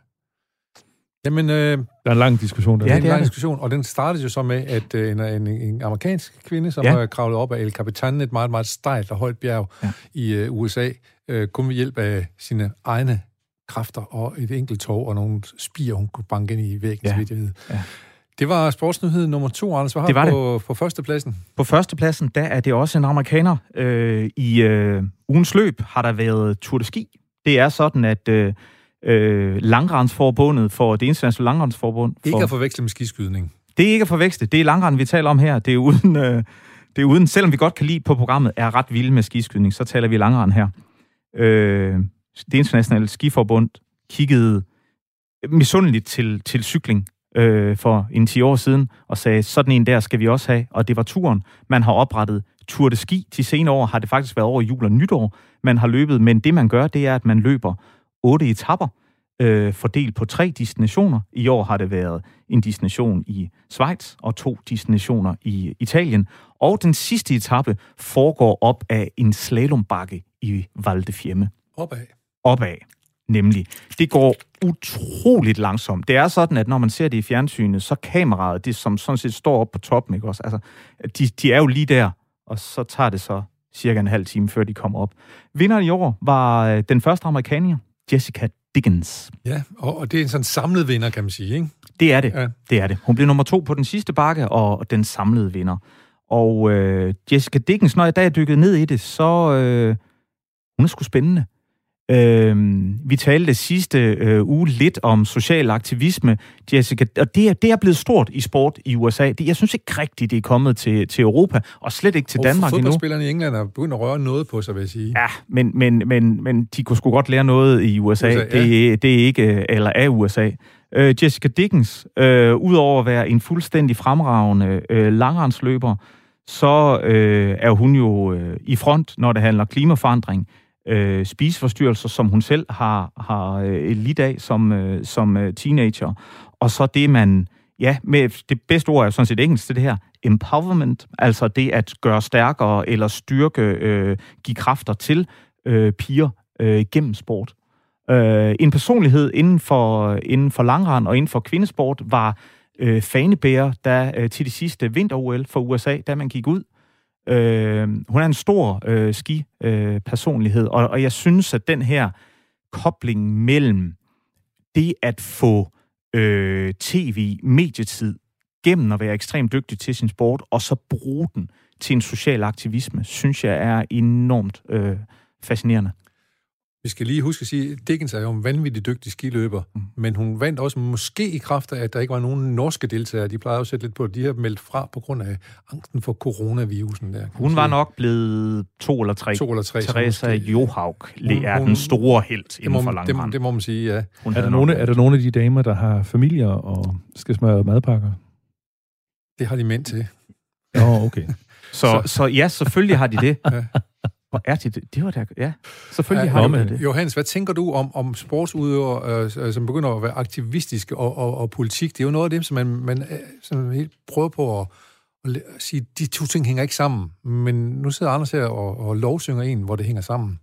Jamen, der er en lang diskussion der. Ja, det er en lang diskussion, og den startede jo så med, at en amerikansk kvinde, som har kravlet op af El Capitan, et meget, meget stejlt og højt bjerg i USA, kun ved hjælp af sine egne kræfter og et enkelt tog og nogle spier, hun kunne banke ind i væggen, så vidt jeg ved. Ja. Det var sportsnyhed nummer 2, Anders. Hvad har du på førstepladsen? På førstepladsen, der er det også en amerikaner. I ugens løb har der været Tour de Ski. Det er sådan, at Langrensforbundet for det internationale Langrensforbund... Ikke at forveksle med skiskydning. Det er ikke at forveksle. Det er langrend, vi taler om her. Det er uden, selvom vi godt kan lide på programmet, er ret vilde med skiskydning, så taler vi langrend her. Det internationale skiforbund kiggede misundeligt til cykling for en 10 år siden, og sagde, sådan en der skal vi også have, og det var turen. Man har oprettet Tour de Ski. De senere år har det faktisk været over jul og nytår, man har løbet, men det man gør, det er, at man løber 8 etaper, fordelt på 3 destinationer. I år har det været en destination i Schweiz og 2 destinationer i Italien, og den sidste etape foregår op af en slalombakke i Val di Fiemme. Opad, nemlig. Det går utroligt langsomt. Det er sådan, at når man ser det i fjernsynet, så kameraet, det som sådan set står op på toppen, ikke også? Altså, de er jo lige der, og så tager det så cirka en halv time, før de kom op. Vinderen i år var den første amerikaner, Jessica Diggins. Ja, og det er en sådan samlet vinder, kan man sige, ikke? Det er det. Ja. Det er det. Hun blev nummer 2 på den sidste bakke, og den samlede vinder. Og Jessica Diggins, når jeg da er dykket ned i det, så hun er sgu spændende. Vi talte sidste uge lidt om social aktivisme, Jessica, og det er blevet stort i sport i USA. Jeg synes ikke rigtigt, det er kommet til Europa, og slet ikke til Danmark endnu. Fodboldspillerne i England er begyndt at røre noget på sig, vil jeg sige. Ja, men de kunne sgu godt lære noget i USA. Det er ikke, eller af USA. Jessica Diggins, udover at være en fuldstændig fremragende langrendsløber, så er hun jo i front, når det handler klimaforandring. Spiseforstyrrelser, som hun selv har lidt af som teenager. Og så det, man... Ja, med det bedste ord er sådan set engelsk, det her empowerment, altså det at gøre stærkere eller styrke, give kræfter til piger gennem sport. En personlighed inden for langrend og inden for kvindesport var fanebærer til de sidste vinter-OL for USA, da man gik ud. Hun er en stor ski-personlighed, og jeg synes, at den her kobling mellem det at få tv-medietid gennem at være ekstremt dygtig til sin sport, og så bruge den til en social aktivisme, synes jeg er enormt fascinerende. Vi skal lige huske at sige, at Diggins er jo en vanvittig dygtig skiløber, men hun vandt også måske i kraft af, at der ikke var nogen norske deltagere. De plejede at sætte lidt på, at de har meldt fra på grund af angsten for coronavirusen. Der, hun var nok blevet 2 eller 3. Teresa Johaug er den store helt inden for langrend. Det må man sige, ja. Er der nogle af de damer, der har familier og skal smøre madpakker? Det har de mænd til. Okay. Så ja, selvfølgelig har de det. Ja. Hvor er det? Det var der, ja. Selvfølgelig har man det. Johannes, hvad tænker du om sportsudøvere, som begynder at være aktivistiske og politik? Det er jo noget af det, som man sådan helt prøver på at sige, de to ting hænger ikke sammen. Men nu sidder Anders her og lovsynger en, hvor det hænger sammen.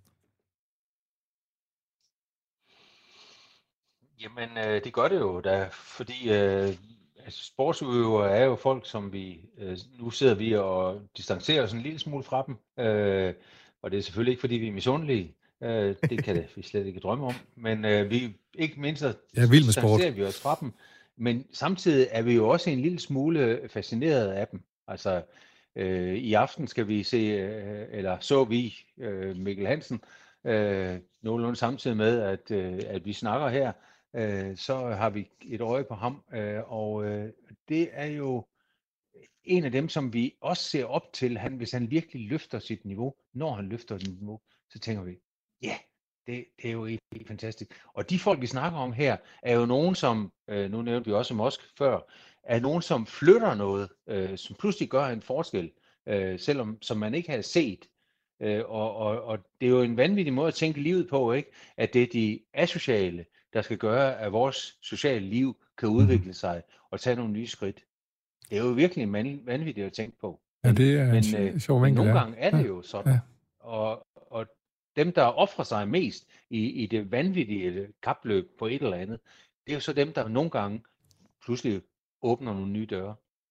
Jamen, det gør det jo da, fordi sportsudøvere er jo folk, som vi nu sidder vi og distancerer os en lille smule fra dem. Og det er selvfølgelig ikke, fordi vi er misundelige. Det kan vi slet ikke drømme om. Men vi ikke mindst distancerer vi os fra dem. Men samtidig er vi jo også en lille smule fascineret af dem. Altså, i aften skal vi se, eller så vi Mikkel Hansen, nogenlunde samtidig med, at vi snakker her. Så har vi et øje på ham. Og det er jo en af dem, som vi også ser op til, hvis han virkelig løfter sit niveau. Når han løfter sit niveau, så tænker vi, det er jo helt fantastisk. Og de folk, vi snakker om her, er jo nogen, som, nu nævnte vi også Mosk før, er nogen, som flytter noget, som pludselig gør en forskel, selvom som man ikke havde set. Og det er jo en vanvittig måde at tænke livet på, ikke? At det er de asociale, der skal gøre, at vores sociale liv kan udvikle sig og tage nogle nye skridt. Det er jo virkelig vanvittigt at tænke på. Ja, det er en sjov vinkel. Nogle gange er det jo sådan. Ja. Og dem, der offrer sig mest i det vanvittige kapløb på et eller andet, det er jo så dem, der nogle gange pludselig åbner nogle nye døre.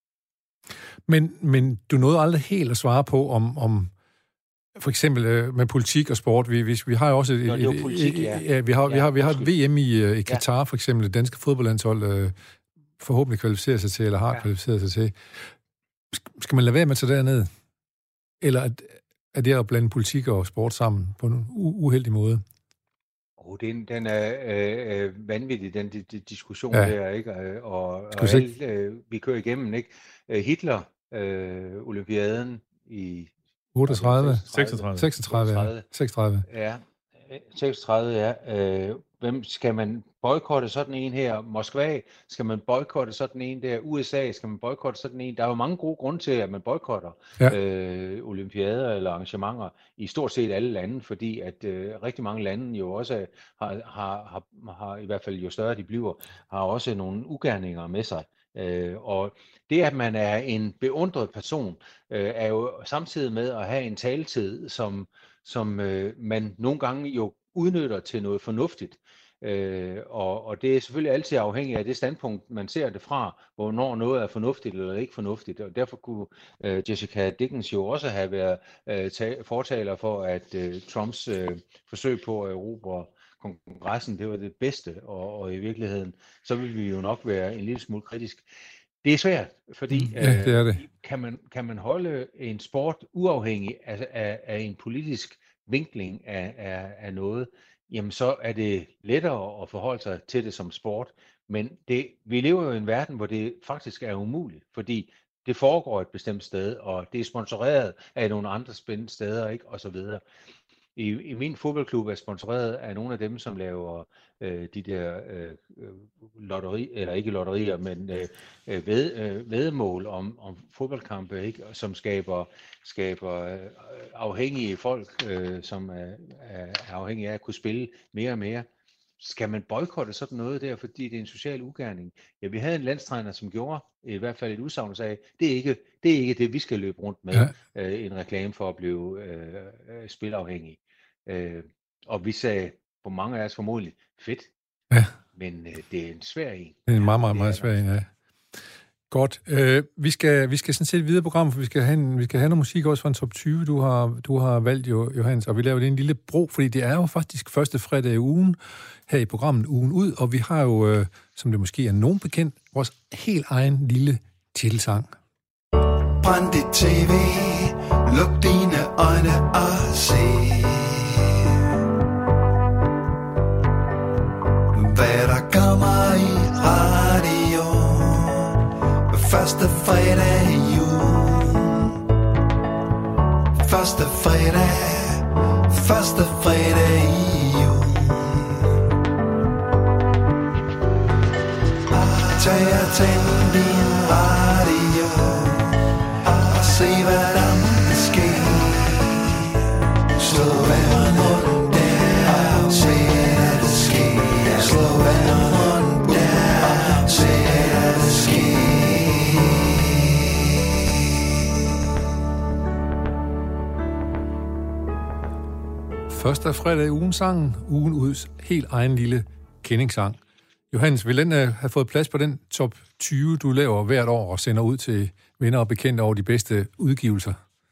Men du nåede aldrig helt at svare på, om for eksempel med politik og sport. Vi har jo også vi har et VM i Katar, for eksempel. Det danske fodboldlandshold forhåbentlig kvalificerer sig til, eller har kvalificeret sig til. Skal man lade være med at tage derned? Eller er det at blande politik og sport sammen på en uheldig måde? Den er vanvittig, den diskussion der, ikke? Og vi kører igennem, ikke? Hitler, olympiaden i 36. Ja, 36, ja. Hvem skal man boykotte sådan en her? Moskva, skal man boykotte sådan en der? USA, skal man boykotte sådan en? Der er jo mange gode grunde til, at man boykotter olympiader eller arrangementer i stort set alle lande, fordi at rigtig mange lande jo også har, i hvert fald jo større de bliver, har også nogle ugerninger med sig. Og det, at man er en beundret person, er jo samtidig med at have en taletid, som man nogle gange jo udnytter til noget fornuftigt. Og det er selvfølgelig altid afhængigt af det standpunkt, man ser det fra, hvornår noget er fornuftigt eller ikke fornuftigt. Og derfor kunne Jessica Dickens jo også have været fortaler for, at Trumps forsøg på at erobre kongressen, det var det bedste, og i virkeligheden, så vil vi jo nok være en lille smule kritisk. Det er svært, fordi det er det. Kan man holde en sport uafhængig af en politisk vinkling af noget, jamen så er det lettere at forholde sig til det som sport. Men vi lever jo i en verden, hvor det faktisk er umuligt, fordi det foregår et bestemt sted, og det er sponsoreret af nogle andre spændende steder, ikke? Og så videre. I min fodboldklub er sponsoreret af nogle af dem, som laver de der lotteri, eller ikke lotterier, men væddemål om fodboldkampe, ikke? Som skaber afhængige folk, som er afhængige af at kunne spille mere og mere. Skal man boykotte sådan noget der, fordi det er en social ugerning? Ja, vi havde en landstræner, som gjorde i hvert fald et udsagn og sagde, det er ikke det, vi skal løbe rundt med, en reklame for at blive spilafhængig. Og vi sagde på mange af os formodentlig, fedt, men det er en svær en. Det er en meget, meget, meget svær en, ja. Godt. Vi skal sådan set videre program, for vi skal have noget musik også fra en top 20, du har valgt, Johannes, og vi laver det en lille bro, fordi det er jo faktisk første fredag i ugen her i programmet Ugen Ud, og vi har jo, som det måske er nogen bekendt, vores helt egen lille titelsang. Brænd dit tv, luk dine øjne og se, hvad der kommer i radio. Første fredag i jul. Første fredag i jul. Tag og tænd din radio og se hvad der måtte ske. Slå vandet rundt der og se at det sker. Slå vandet rundt der og se at det sker. Første fredag i ugen Uds helt egen lille kendingssang. Johannes, vil den have fået plads på den top 20, du laver hvert år og sender ud til venner og bekendte over de bedste udgivelser?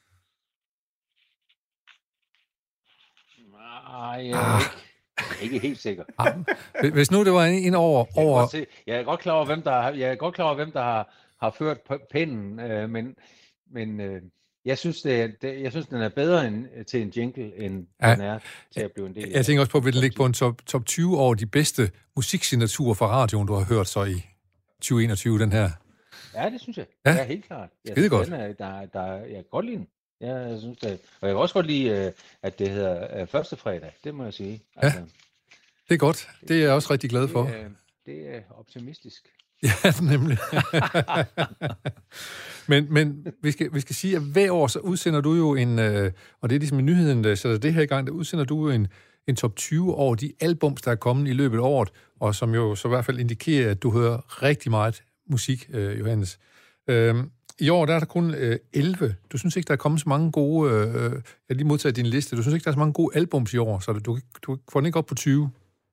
Nej, jeg er ikke helt sikker. Hvis nu det var en over... Jeg er godt klar over, hvem der har ført pinden, men jeg synes, den er bedre til en jingle, end den er til at blive en del af. Jeg tænker også på, at vi ligger på en top 20 over de bedste musiksignaturer fra radioen, du har hørt så i 2021, den her. Ja, det synes jeg. Ja, helt klart. Skide godt. Jeg kan godt lide den. Jeg synes det. Og jeg kan også godt lide, at det hedder første fredag. Det må jeg sige. Altså, det er godt. Det er jeg også rigtig glad for. Det er optimistisk. Ja, nemlig. men vi skal sige, at hver år så udsender du jo en, og det er ligesom nyheden, der sætter det her i gang, der udsender du jo en top 20 over de albums, der er kommet i løbet af året, og som jo så i hvert fald indikerer, at du hører rigtig meget musik, Johannes. I år der er der kun 11. Du synes ikke, der er kommet så mange gode... jeg har lige modtaget din liste. Du synes ikke, der er så mange gode albums i år, så du får den ikke op på 20.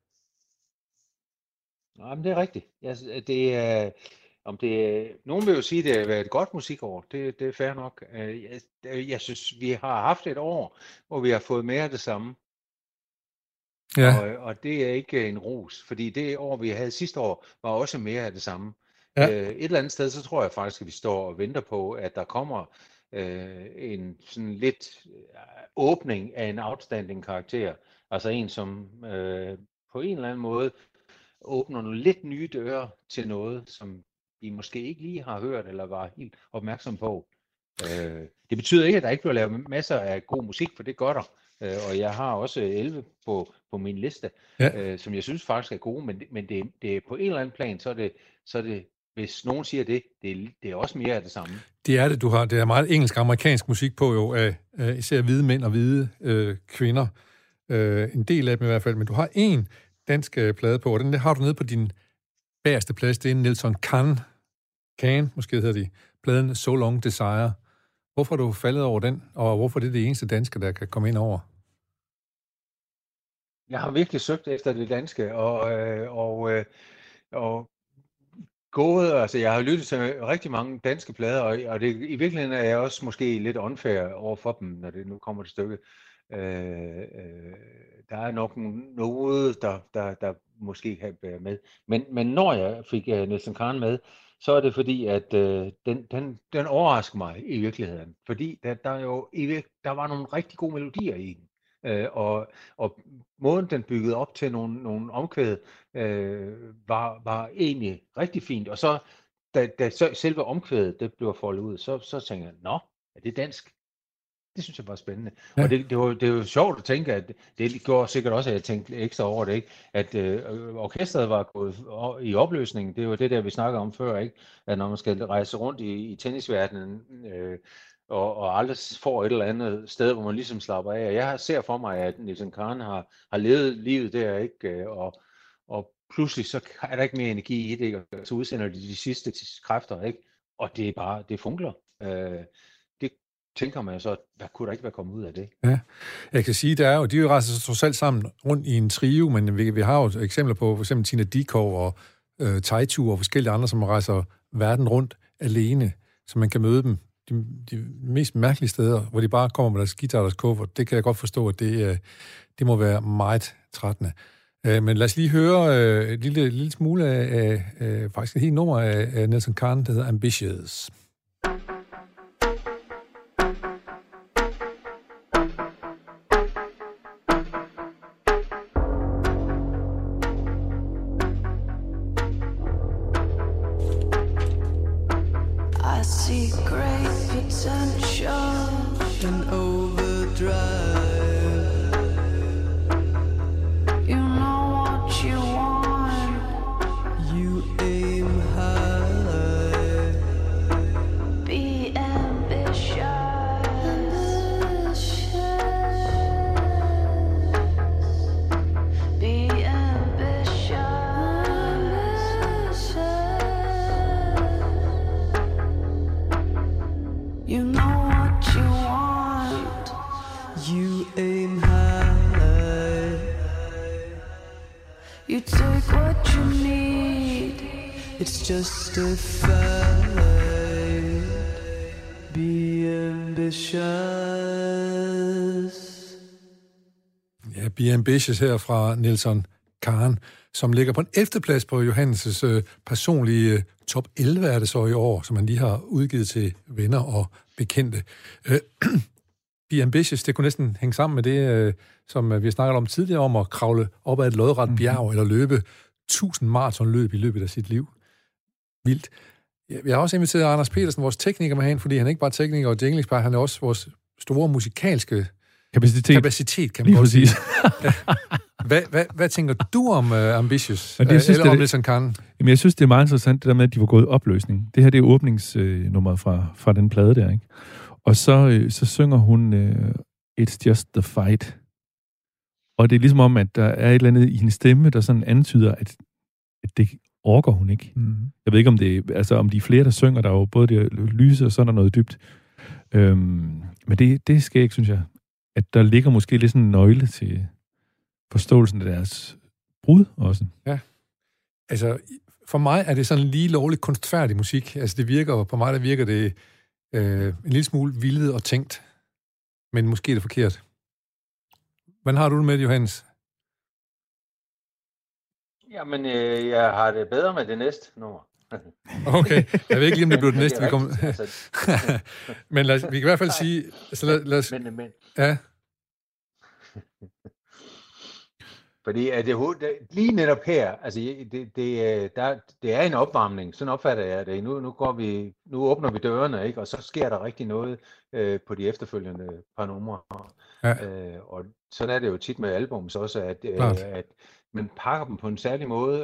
Nej, men det er rigtigt. Nogen vil jo sige, at det har været et godt musikår. Det er fair nok. Jeg synes, vi har haft et år, hvor vi har fået mere af det samme. Ja. Og det er ikke en ros, fordi det år, vi havde sidste år, var også mere af det samme. Ja. Et eller andet sted, så tror jeg faktisk, at vi står og venter på, at der kommer en sådan lidt åbning af en outstanding karakter. Altså en, som på en eller anden måde åbner nogle lidt nye døre til noget, som vi måske ikke lige har hørt eller var helt opmærksom på. Det betyder ikke, at der ikke bliver lavet masser af god musik, for det gør der. Og jeg har også 11 på min liste, som jeg synes faktisk er gode, men det er på en eller anden plan, så er det hvis nogen siger det er også mere af det samme. Det er det, du har. Det er meget engelsk-amerikansk musik på jo, af især hvide mænd og hvide kvinder. En del af dem i hvert fald, men du har en dansk plade på, og den har du nede på din bagerste plads. Det er Nelson Can, måske hedder de, pladen So Long Desire. Hvorfor er du faldet over den, og hvorfor er det eneste danske, der kan komme ind over? Jeg har virkelig søgt efter det danske, og gået, altså jeg har lyttet til rigtig mange danske plader, og det, i virkeligheden er jeg også måske lidt unfair over for dem, når det nu kommer til stykket. Der er nok noget, der måske kan være med. Men når jeg fik Nelson Khan med, så er det fordi, at den overrasker mig i virkeligheden. Fordi der var nogle rigtig gode melodier i den. Og måden den byggede op til nogle omkvæd var egentlig rigtig fint. Og så da selve omkvædet det blev foldet ud, så tænkte jeg, nå, er det dansk? Det synes jeg var spændende. Ja. Og det er jo sjovt at tænke, at det gjorde sikkert også, at jeg tænkte ekstra over det, ikke? At orkestret var gået i opløsning. Det er jo det der, vi snakkede om før, ikke? At når man skal rejse rundt i tennisverdenen, og aldrig får et eller andet sted, hvor man ligesom slapper af. Jeg ser for mig, at Nelson Khan har levet livet der, ikke? Og pludselig så er der ikke mere energi i det, ikke? Og så udsender de sidste kræfter, ikke? Og det er bare, det funkler. Det tænker man så, hvad kunne der ikke være kommet ud af det? Ja, jeg kan sige, de er jo rejser sig trods alt sammen rundt i en trio, men vi har jo eksempler på for eksempel Tina Dickow og Taitu og forskellige andre, som rejser verden rundt alene, så man kan møde dem de mest mærkelige steder, hvor de bare kommer med deres guitar og deres kuffert. Det kan jeg godt forstå, at det må være meget trættende. Men lad os lige høre et lille smule af faktisk et helt nummer af Nelson Khan, der hedder Ambitious. I see great potential in overdrive. You know what you want. You aim high. Be ambitious. Be ambitious. You know what you want. You aim high. You take what you need. It's justified. Be ambitious. Ja, Be Ambitious her fra Nelson Khan, som ligger på en 11. plads på Johannes' personlige top 11 er det så i år, som han lige har udgivet til venner og bekendte. Be Ambitious, det kunne næsten hænge sammen med det, som vi har snakket om tidligere, om at kravle op ad et lodret bjerg, eller løbe 1000 maratonløb i løbet af sit liv. Vildt. Jeg har også inviteret Anders Petersen, vores tekniker, med hen, fordi han er ikke bare tekniker og jingle-ekspert, han er også vores store musikalske kapacitet kan man godt sige. Hvad tænker du om Ambitious? Eller om Nelson Khan? Jamen, jeg synes, det er meget interessant, det der med, at de var gået i opløsning. Det her, det er åbningsnummeret fra den plade der, ikke? Og så synger hun It's Just the Fight. Og det er ligesom om, at der er et eller andet i hendes stemme, der sådan antyder, at det orker hun ikke. Mm-hmm. Jeg ved ikke, om de er flere, der synger. Der er jo både det lyse, og så er der noget dybt. Men det skal ikke, synes jeg. At der ligger måske lidt sådan en nøgle til forståelsen af deres brud også. Ja. Altså, for mig er det sådan lige lovligt kunstfærdig musik. Altså, det virker, på mig der virker det en lille smule vildet og tænkt. Men måske er det forkert. Hvordan har du det med det, Johannes? Jamen, jeg har det bedre med det næste nummer. Okay, jeg ved ikke lige, om det bliver det næste, vi kommer... Men vi kan i hvert fald sige... Altså, lad os... Men. Ja. Fordi at lige netop her, altså det er en opvarmning, sådan opfatter jeg det. Nu åbner vi dørene, ikke? Og så sker der rigtig noget på de efterfølgende par numre. Ja. Og sådan er det jo tit med albums også, at man pakker dem på en særlig måde,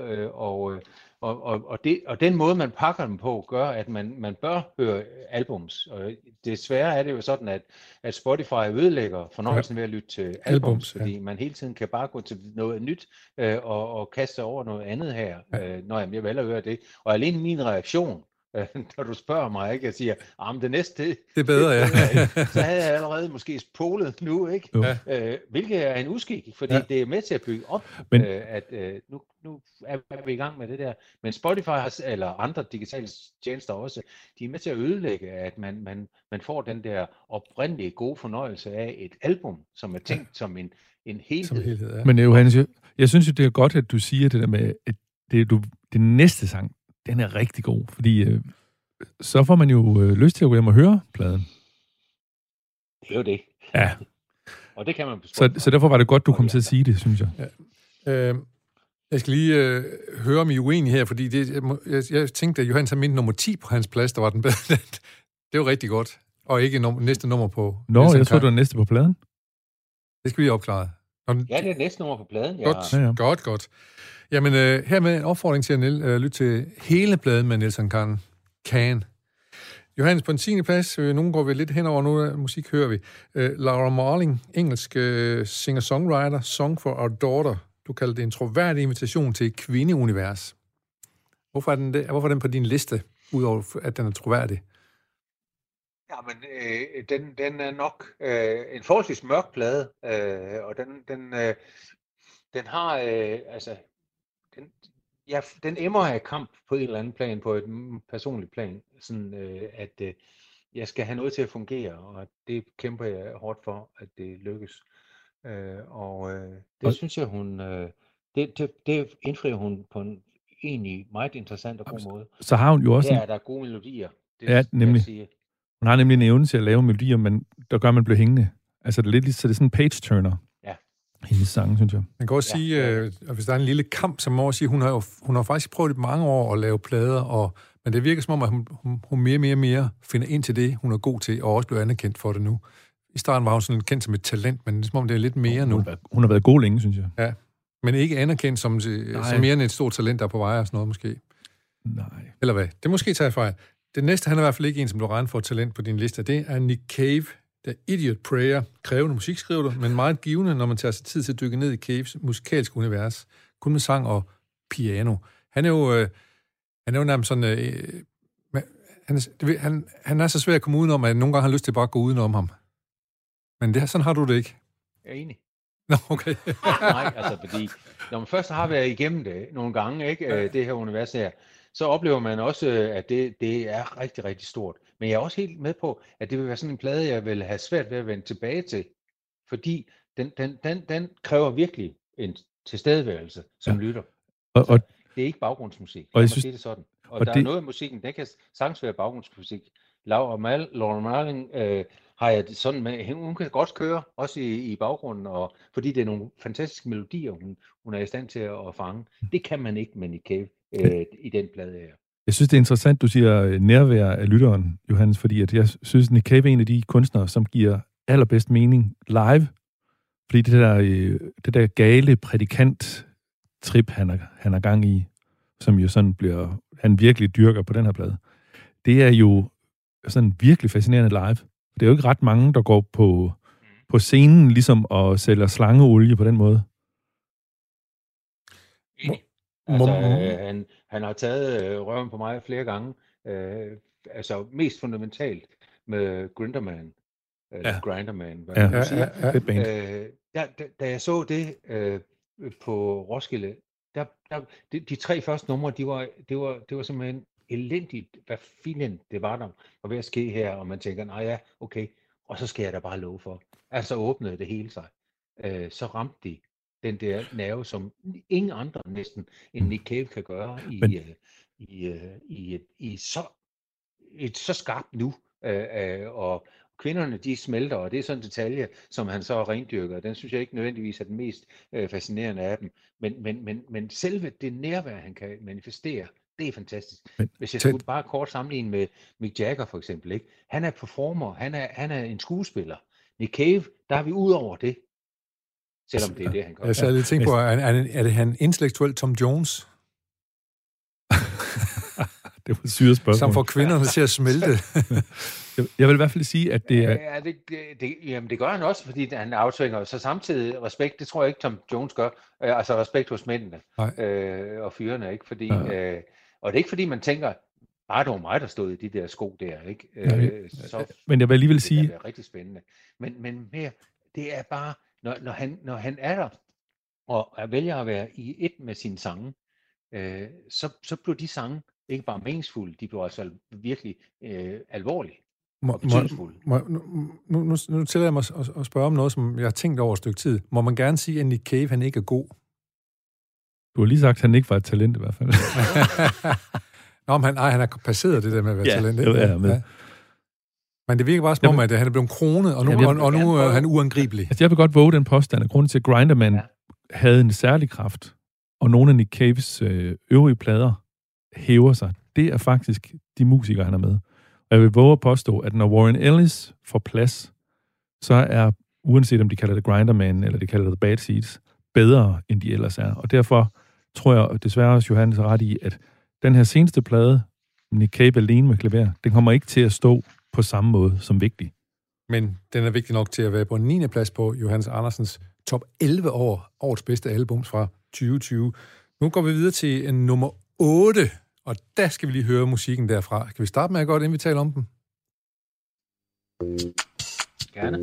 og den måde, man pakker dem på, gør, at man bør høre albums. Og desværre er det jo sådan, at Spotify ødelægger fornøjelsen ved at lytte til albums, fordi man hele tiden kan bare gå til noget nyt og kaste over noget andet her, når jeg vælger at høre det. Og alene min reaktion når du spørger mig, ikke? Jeg siger, men det næste, det er bedre, ja. Så havde jeg allerede måske spolet nu, ikke? Hvilket er en uskik, fordi det er med til at bygge op, at nu er vi i gang med det der. Men Spotify eller andre digitale tjenester også, de er med til at ødelægge, at man får den der oprindelige gode fornøjelse af et album, som er tænkt som en helhed. Som helhed, ja. Men Johannes, jeg synes jo, det er godt, at du siger det der med, at det næste sang, den er rigtig god, fordi så får man jo lyst til at gå hjem og høre pladen. Det er jo det. Ja. Og det kan man så derfor var det godt, du kom til at sige det, synes jeg. Ja. Jeg skal lige høre, om I er uenige her, fordi jeg tænkte, at Johannes har mindst nummer 10 på hans plads, der var den bedre. Det er jo rigtig godt. Og ikke næste nummer på... jeg tror, du er næste på pladen. Det skal vi opklare. Ja, det er næste nummer på pladen. Godt. Jamen, hermed en opfordring til at lytte til hele pladen med Nelson Can. Johannes, på en 10. plads, nogen går vi lidt henover, nu musik hører vi. Laura Marling, engelsk singer-songwriter, Song for Our Daughter. Du kalder det en troværdig invitation til et kvindeunivers. Hvorfor er den på din liste, udover at den er troværdig? Jamen, den er nok en forholdsvis mørk plade, og den har, den emmer af kamp på en eller anden plan, på et personligt plan, sådan at jeg skal have noget til at fungere, og det kæmper jeg hårdt for, at det lykkes. Det synes jeg, det indfrier hun på en egentlig meget interessant og god måde. Så har hun jo også... Der er gode melodier. Det nemlig. Hun har nemlig en evne til at lave melodier, men der gør, man bliver hængende. Altså, det er lidt så det er sådan en page-turner. Ja. Hendes sange, synes jeg. Man kan også sige, at hvis der er en lille kamp, så må man også sige, hun har faktisk prøvet i mange år at lave plader, men det virker som om, at hun mere finder ind til det, hun er god til, og også bliver anerkendt for det nu. I starten var hun sådan kendt som et talent, men det er som om, det er lidt mere nu. Hun har været god længe, synes jeg. Ja, men ikke anerkendt som mere end et stort talent, der er på vej og sådan noget, måske. Nej. Eller hvad? Det måske tager fejl. Det næste, han er i hvert fald ikke en, som du regner for talent på din liste, det er Nick Cave, The Idiot Prayer, krævende musikskriver, men meget givende, når man tager sig tid til at dykke ned i Caves musikalske univers, kun med sang og piano. Han er jo nærmest sådan... Han er så svær at komme udenom, at nogle gange har lyst til bare at gå udenom ham. Men sådan har du det ikke. Jeg er enig. Nå, okay. Nej, fordi når man først har været igennem det nogle gange, ikke, det her univers her, så oplever man også, at det er rigtig, rigtig stort. Men jeg er også helt med på, at det vil være sådan en plade, jeg vil have svært ved at vende tilbage til. Fordi den kræver virkelig en tilstedeværelse som lytter. Og det er ikke baggrundsmusik. Og jeg synes, det sådan. Og der er noget af musikken, den kan sagtens være baggrundsmusik. Laura Marling har jeg sådan med, hun kan godt køre, også i baggrunden, og fordi det er nogle fantastiske melodier, hun er i stand til at fange. Det kan man ikke med Nick Cave i den plade her. Jeg synes, det er interessant, du siger nærvær af lytteren, Johannes, fordi at jeg synes, Nick Cave er en af de kunstnere, som giver allerbedst mening live. Fordi det der gale prædikant-trip, han er gang i, som jo sådan han virkelig dyrker på den her plade, det er jo sådan virkelig fascinerende live. Det er jo ikke ret mange, der går på scenen ligesom og sælger slangeolie på den måde. Han har taget røven på mig flere gange. Mest fundamentalt med Grinderman. Grinderman. Da jeg så det på Roskilde, de 3 første numre, det var simpelthen elendigt, hvad filen det var der var ved at ske her, og man tænker, okay, og så skal jeg da bare love for. Altså åbnede det hele sig. Så ramte de den der nerve, som ingen andre næsten end Nick Cave kan gøre i et så skarpt nu. Og kvinderne, de smelter, og det er sådan en detalje, som han så rendyrker. Den synes jeg ikke nødvendigvis er den mest fascinerende af dem. Men selve det nærvær, han kan manifestere, det er fantastisk. Hvis jeg skulle bare kort sammenligne med Mick Jagger for eksempel, ikke? Han er performer, han er en skuespiller. Nick Cave, der er vi ud over det. Selvom det er det, han gør. Jeg sad lidt tænkt på, er det han intellektuel Tom Jones? Det var et syret spørgsmål. Som får kvinderne til at smelte. Jeg vil i hvert fald sige, at det er... Jamen, det gør han også, fordi han aftvinger. Så samtidig respekt, det tror jeg ikke, Tom Jones gør. Altså respekt hos mændene og fyrene, ikke? Fordi, og det er ikke fordi, man tænker, bare det var mig, der stod i de der sko der, ikke? Så men jeg vil alligevel sige... Det er rigtig spændende. Men mere, det er bare, når han er der, og vælger at være i et med sine sange, så bliver de sange ikke bare meningsfulde, de bliver altså virkelig alvorlige. Nu tillader jeg mig at spørge om noget, som jeg har tænkt over et stykke tid. Må man gerne sige, at Nick Cave, han ikke er god? Du har lige sagt, at han ikke var et talent i hvert fald. Nå, men han har passeret det der med at være talent. Ja, det er med. Ja. Men det virker bare som om, at han er blevet kronet, og nu er han uangribelig. Altså, jeg vil godt våge den påstand, at grunden til, at Grinderman havde en særlig kraft, og nogle af Nick Caves øvrige plader hæver sig, det er faktisk de musikere, han er med. Og jeg vil våge at påstå, at når Warren Ellis får plads, så er, uanset om de kalder det Grinderman, eller de kalder det Bad Seeds, bedre, end de ellers er. Og derfor tror jeg desværre også, Johannes er ret i, at den her seneste plade, Nick Cave alene med klaver, den kommer ikke til at stå på samme måde som vigtig. Men den er vigtig nok til at være på en 9. plads på Johannes Andersens top 11 årets bedste albums fra 2020. Nu går vi videre til nummer 8, og der skal vi lige høre musikken derfra. Kan vi starte med at godt, inden vi taler om den? Gerne.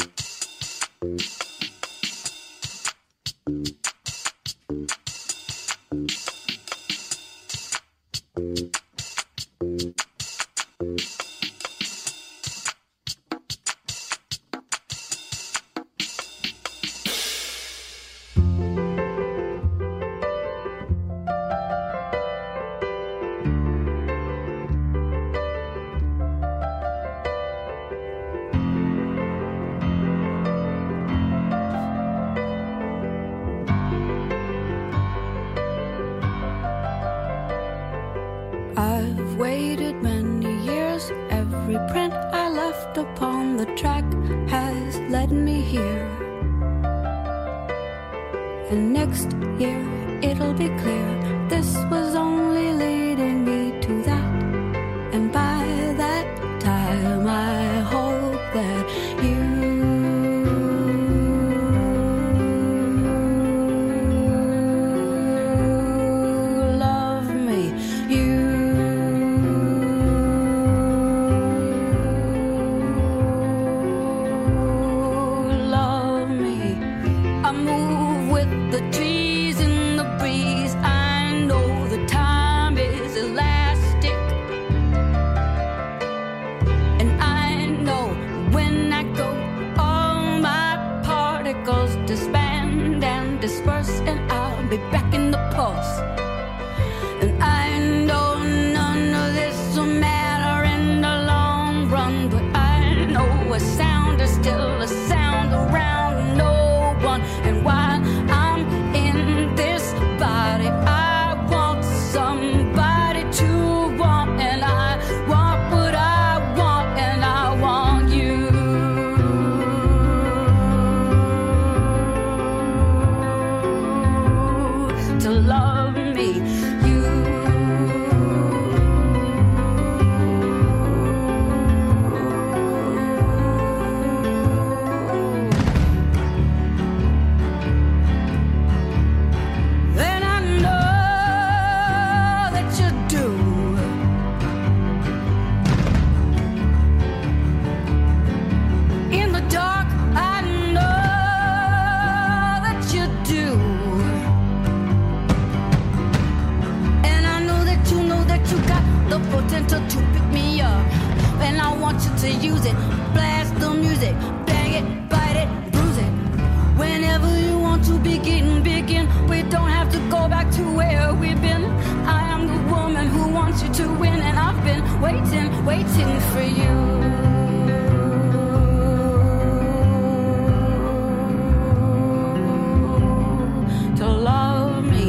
I've waited many years. Every print I left upon the track has led me here. And next year it'll be clear this was only leading me to that. And by that time I hope that you back in the pulse. And I know none of this will matter in the long run, but I know a sound is still a sound around no one. And while I'm in this body, I want somebody to want, and I want what I want, and I want you. To love me, you. Then I know that you do. In the dark, I know that you do. You got the potential to pick me up, and I want you to use it. Blast the music, bang it, bite it, bruise it. Whenever you want to begin. We don't have to go back to where we've been. I am the woman who wants you to win, and I've been waiting for you. To love me,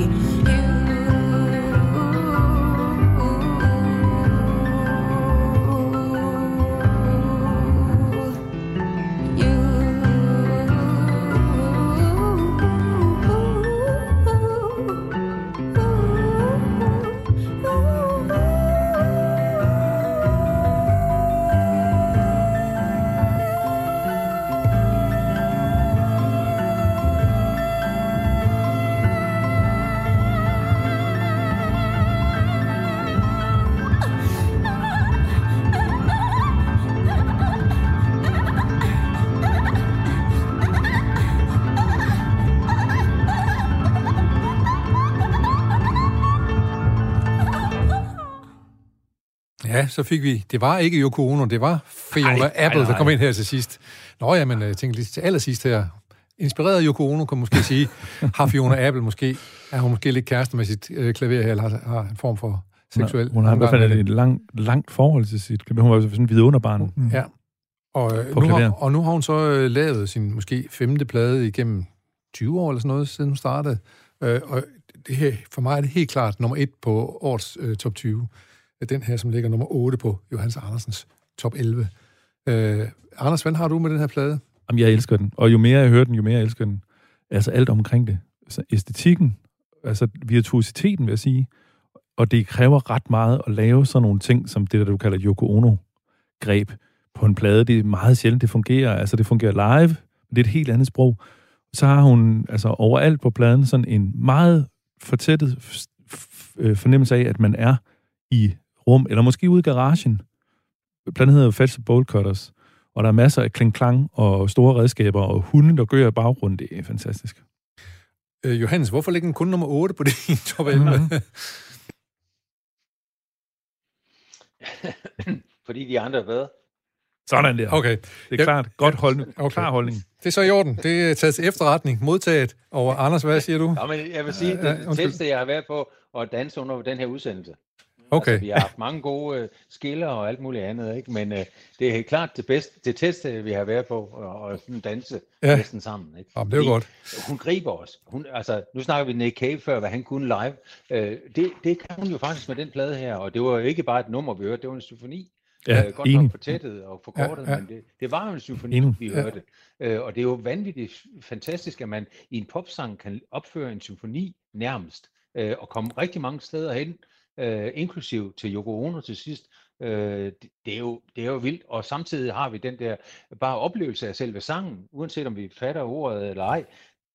Ja, så fik vi... Det var ikke Yoko Ono, det var Fiona Apple, der kom ind her til sidst. Nå ja, men jeg tænkte lige til allersidst her. Inspireret af Yoko Ono, kan man måske sige, har Fiona Apple måske... Er hun måske lidt kæreste med sit klaver her, eller har en form for seksuel... Hun har i hvert fald et langt forhold til sit klaver. Hun var sådan en vidunderbarn. Ja. Og nu har hun så lavet sin måske 5. plade igennem 20 år eller sådan noget, siden hun startede. Og det her, for mig er det helt klart nummer 1 på årets top 20. Den her, som ligger nummer 8 på Johannes Andersens top 11. Anders, hvad har du med den her plade? Jamen, jeg elsker den. Og jo mere jeg hører den, jo mere jeg elsker den. Altså alt omkring det. Altså æstetikken, altså virtuositeten, vil jeg sige. Og det kræver ret meget at lave sådan nogle ting, som det, der du kalder Yoko Ono-greb på en plade. Det er meget sjældent, det fungerer. Altså det fungerer live, men det er et helt andet sprog. Så har hun altså overalt på pladen sådan en meget fortættet fornemmelse af, at man er i rum, eller måske ude i garagen. Pladen hedder Fetch Bolt Cutters, og der er masser af kling-klang og store redskaber og hunde, der gør i baggrunden. Det er fantastisk. Johannes, hvorfor ligger den kun nummer 8 på din top 11? Fordi de andre er bedre. Sådan der. Okay. Det er klart. Godt holdning. Okay. Klar holdning. Det er så i orden. Det er taget til efterretning. Modtaget. Og Anders, hvad siger du? Ja, men jeg vil sige, det tætteste, jeg har været på at danse under den her udsendelse. Okay. Altså, vi har haft mange gode skiller og alt muligt andet, ikke? Men det er helt klart det tætteste, vi har været på at danse næsten sammen. Ikke? Jamen, det er jo godt. Hun griber os. Nu snakker vi Nick Cave før, hvad han kunne live. Det kan hun jo faktisk med den plade her, og det var jo ikke bare et nummer, vi hørte, det var en symfoni. Godt nok fortættet og forkortet, men det var jo en symfoni, vi hørte. Og det er jo vanvittigt fantastisk, at man i en popsang kan opføre en symfoni nærmest, og komme rigtig mange steder hen, inklusiv til Yoko Ono til sidst. Det er jo vildt, og samtidig har vi den der bare oplevelse af selve sangen, uanset om vi fatter ordet eller ej.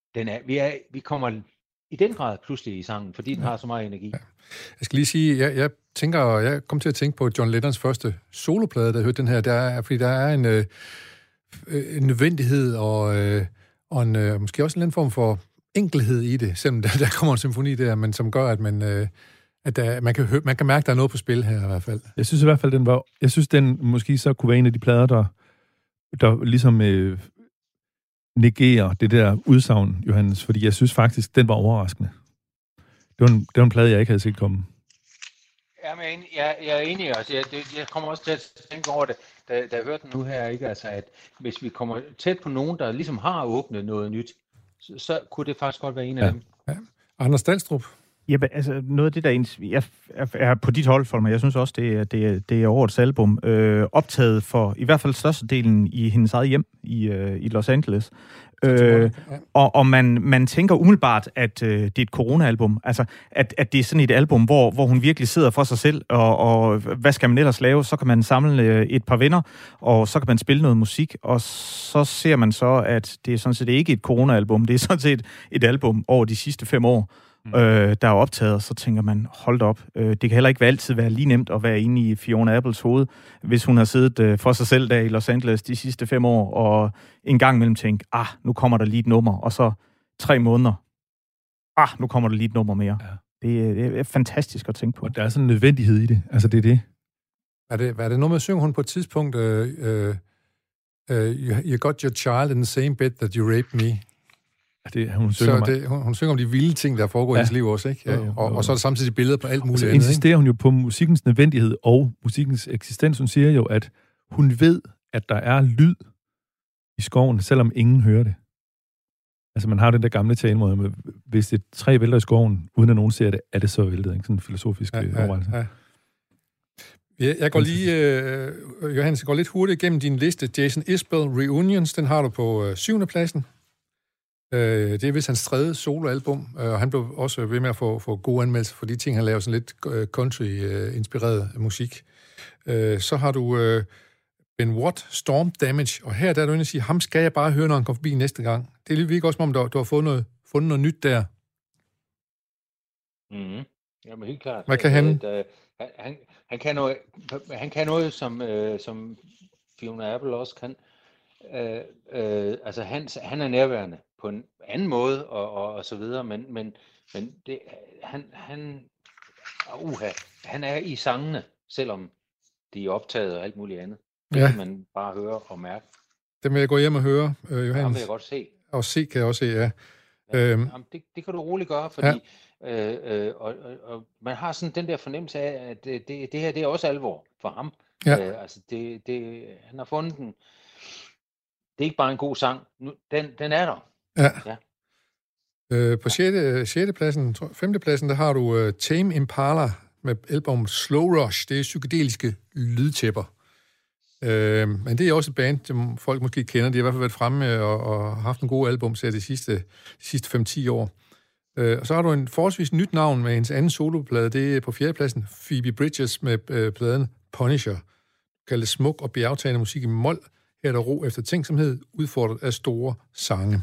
Vi kommer i den grad pludselig i sangen, fordi den har så meget energi. Jeg skal lige sige, jeg kom til at tænke på John Lennons første soloplade, der hørte den her, fordi der er en nødvendighed og en, måske også en anden form for enkelhed i det, selvom der kommer en symfoni der, men som gør, at man kan mærke, at der er noget på spil her i hvert fald. Jeg synes i hvert fald, den måske så kunne være en af de plader, der ligesom negerer det der udsagn, Johannes, fordi jeg synes faktisk, den var overraskende. Det var en plade, jeg ikke havde set komme. Jamen, jeg er enig, altså, jeg kommer også til at tænke over det, da jeg hørte den nu her, ikke? Altså, at hvis vi kommer tæt på nogen, der ligesom har åbnet noget nyt, så kunne det faktisk godt være en af dem. Ja. Anders Dalstrup? Ja, altså noget af det, der jeg er på dit hold for mig. Jeg synes også, det er årets album. Optaget for i hvert fald størstedelen i hendes eget hjem i Los Angeles. Og man tænker umiddelbart, at det er et corona-album. Altså, at det er sådan et album, hvor hun virkelig sidder for sig selv, og hvad skal man ellers lave? Så kan man samle et par venner, og så kan man spille noget musik, og så ser man så, at det er sådan set ikke et corona-album. Det er sådan set et album over de sidste 5 år, der er optaget, og så tænker man, hold op, det kan heller ikke altid være lige nemt at være inde i Fiona Apples hoved, hvis hun har siddet for sig selv der i Los Angeles de sidste 5 år, og en gang imellem tænke, nu kommer der lige et nummer, og så 3 måneder, nu kommer der lige et nummer mere. Ja. Det er fantastisk at tænke på. Og der er sådan en nødvendighed i det, altså det er det. Er det noget med at synge hun på et tidspunkt, you got your child in the same bed that you raped me? Hun synger, hun synger om de vilde ting, der foregår i hendes liv også, ikke? Og så er der samtidig billeder på alt muligt andet. Insisterer hun jo på musikkens nødvendighed og musikkens eksistens. Hun siger jo, at hun ved, at der er lyd i skoven, selvom ingen hører det. Altså man har den der gamle talemåde med, hvis et træ vælter i skoven, uden at nogen ser det, er det så væltet, ikke? Sådan en filosofisk overvejelse. Ja. Jeg går lige, Johannes, jeg går lidt hurtigt igennem din liste. Jason Isbell, Reunions, den har du på 7. pladsen. Det er vist hans 3. soloalbum, og han blev også ved med at få gode anmeldelser for de ting, han laver sådan lidt country-inspireret musik. Så har du Ben Watt, Storm Damage, og her der er du inde og sige, ham skal jeg bare høre, når han kommer forbi næste gang. Det er lige også, som om du har fundet noget nyt der. Mm-hmm. Jamen helt klart. Hvad kan han? Han kan noget, som Fiona Apple også kan. Altså han er nærværende på en anden måde og så videre, men det, han er i sangene, selvom de er optaget og alt muligt andet. Det kan man bare høre og mærke. Det vil jeg gå hjem og høre, Johannes. Det vil jeg godt se. Og se kan jeg også se, ja. Jamen, det kan du roligt gøre, fordi og man har sådan den der fornemmelse af, at det her, det er også alvor for ham. Ja. Altså, han har fundet den. Det er ikke bare en god sang. Den er der. Ja. På 6. pladsen, 5. pladsen, der har du Tame Impala med albumet Slow Rush. Det er psykedeliske lydtæpper. Men det er også et band, som folk måske kender. De har i hvert fald været fremme og haft en god album til de sidste 5-10 år. Og så har du en forholdsvis nyt navn med hendes anden soloplade. Det er på 4. pladsen Phoebe Bridgers med pladen Punisher. Kaldet smuk og bjergtagende musik i mol. Her er der ro efter tænksomhed, udfordret af store sange.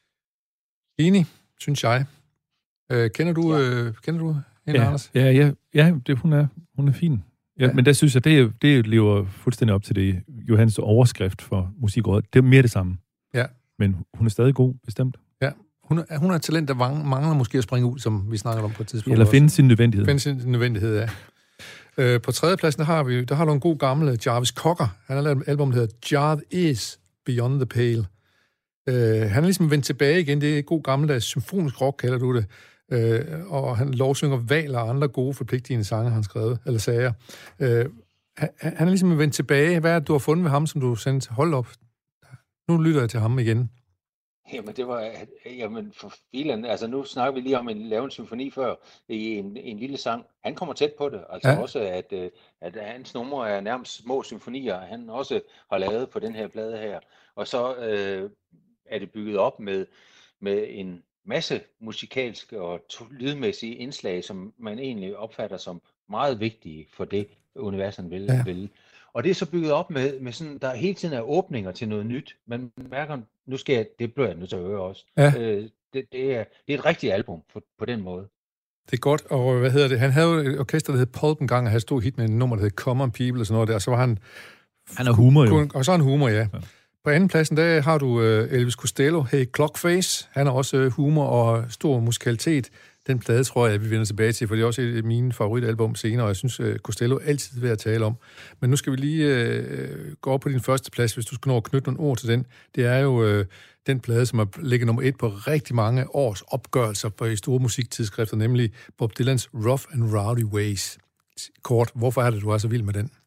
Enig, synes jeg. Kender du hende, Anders? Ja, hun er fin. Ja, men der synes jeg, det lever fuldstændig op til det Johannes overskrift for musikrådet. Det er mere det samme. Ja. Men hun er stadig god, bestemt. Ja, hun er et talent, der mangler måske at springe ud, som vi snakkede om på et tidspunkt. Eller finde sin nødvendighed. Finde sin nødvendighed, ja. På 3. pladsen, der har du en god gammel Jarvis Cocker. Han har lavet et album, der hedder Jarvis is Beyond the Pale. Han er ligesom vendt tilbage igen. Det er god gammeldags symfonisk rock, kalder du det. Og han lovsynger valer og andre gode forpligtigende sange, han skrevet, eller sager. Han er ligesom vendt tilbage. Hvad er det, du har fundet ved ham, som du sendte? Hold op. Nu lytter jeg til ham igen. Jamen, det var... Jamen, for filen... Altså, nu snakker vi lige om lave en symfoni før i en lille sang. Han kommer tæt på det. Altså også, at hans numre er nærmest små symfonier, han også har lavet på den her plade her. Og så er det bygget op med en masse musikalske og lydmæssige indslag, som man egentlig opfatter som meget vigtige for det univers, han vil. Og det er så bygget op med sådan, der hele tiden er åbninger til noget nyt. Man mærker, det bliver jeg nødt til at høre også. Ja. Det er et rigtigt album på den måde. Det er godt, og hvad hedder det? Han havde jo et orkester, der hed Pulp en gang, og havde stået hit med en nummer, der hed Common People og sådan noget der, og så var han... Han er humor jo. Og så er han humor, ja. På anden pladsen, der har du Elvis Costello, Hey Clockface. Han har også humor og stor musikalitet. Den plade tror jeg, vi vender tilbage til, for det er også et af mine favoritalbum senere, og jeg synes, Costello altid er ved at tale om. Men nu skal vi lige gå op på din første plads, hvis du skal nå at knytte nogle ord til den. Det er jo den plade, som har ligget nummer 1 på rigtig mange års opgørelser på i store musiktidsskrifter, nemlig Bob Dylans Rough and Rowdy Ways. Kort, hvorfor er det, du er så vild med den?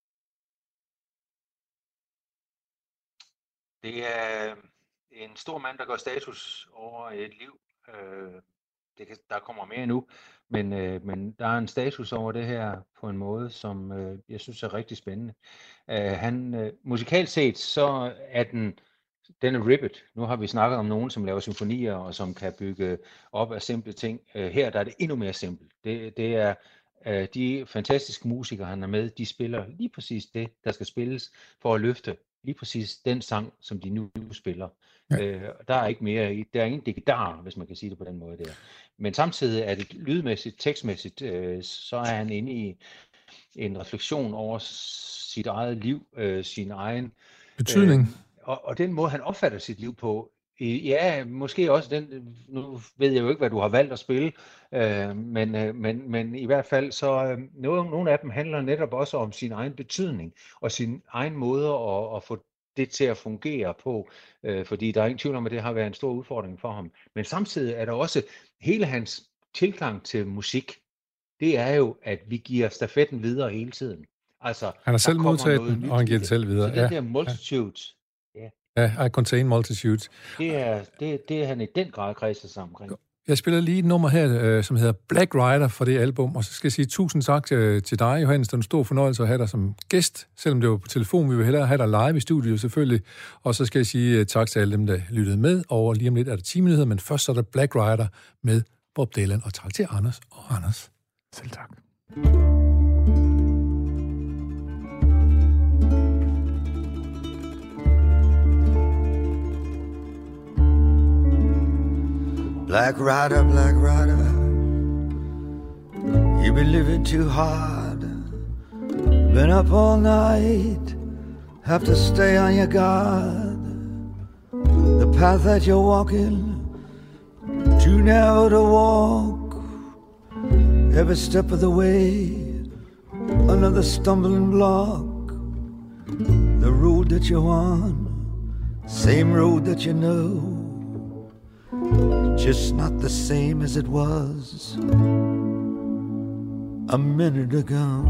Det er en stor mand, der gør status over et liv. Der kommer mere nu, men der er en status over det her på en måde, som jeg synes er rigtig spændende. Musikalt set, så er den er ribbet. Nu har vi snakket om nogen, som laver symfonier, og som kan bygge op af simple ting. Her der er det endnu mere simpelt. Det er de fantastiske musikere, han er med, de spiller lige præcis det, der skal spilles for at løfte lige præcis den sang, som de nu spiller. Ja. Der er ikke mere, der er ingen digidar, hvis man kan sige det på den måde der. Men samtidig er det lydmæssigt, tekstmæssigt, så er han inde i en refleksion over sit eget liv, sin egen betydning. Og den måde, han opfatter sit liv på. Ja, måske også den, nu ved jeg jo ikke, hvad du har valgt at spille, men i hvert fald så, nogle af dem handler netop også om sin egen betydning, og sin egen måde at få det til at fungere på, fordi der er ingen tvivl om, at det har været en stor udfordring for ham. Men samtidig er der også hele hans tilgang til musik, det er jo, at vi giver stafetten videre hele tiden. Altså, han har selv modtaget den, og han giver det selv videre. Så det der multitudes. Ja, I Contain Multitudes. Det er han i den grad kredser sig omkring. Jeg spiller lige et nummer her, som hedder Black Rider for det album, og så skal jeg sige tusind tak til dig, Johannes. Det er en stor fornøjelse at have dig som gæst, selvom det var på telefon. Vi vil hellere have dig live i studiet selvfølgelig. Og så skal jeg sige tak til alle dem, der lyttede med. Og lige om lidt er der 10 minutter, men først så er der Black Rider med Bob Dylan. Og tak til Anders og Anders. Selv tak. Black rider, you've been living too hard. Been up all night, have to stay on your guard. The path that you're walking, too narrow to walk. Every step of the way, another stumbling block. The road that you're on, same road that you know, just not the same as it was a minute ago.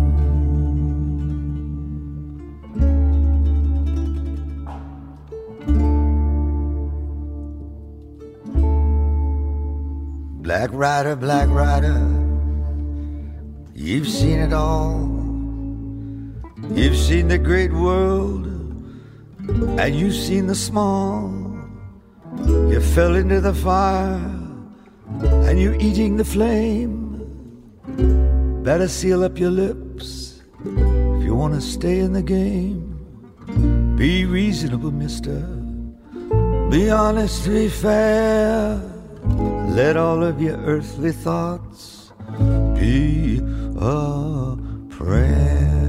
Black rider, you've seen it all. You've seen the great world, and you've seen the small. You fell into the fire, and you're eating the flame. Better seal up your lips if you want to stay in the game. Be reasonable, mister. Be honest, be fair. Let all of your earthly thoughts be a prayer.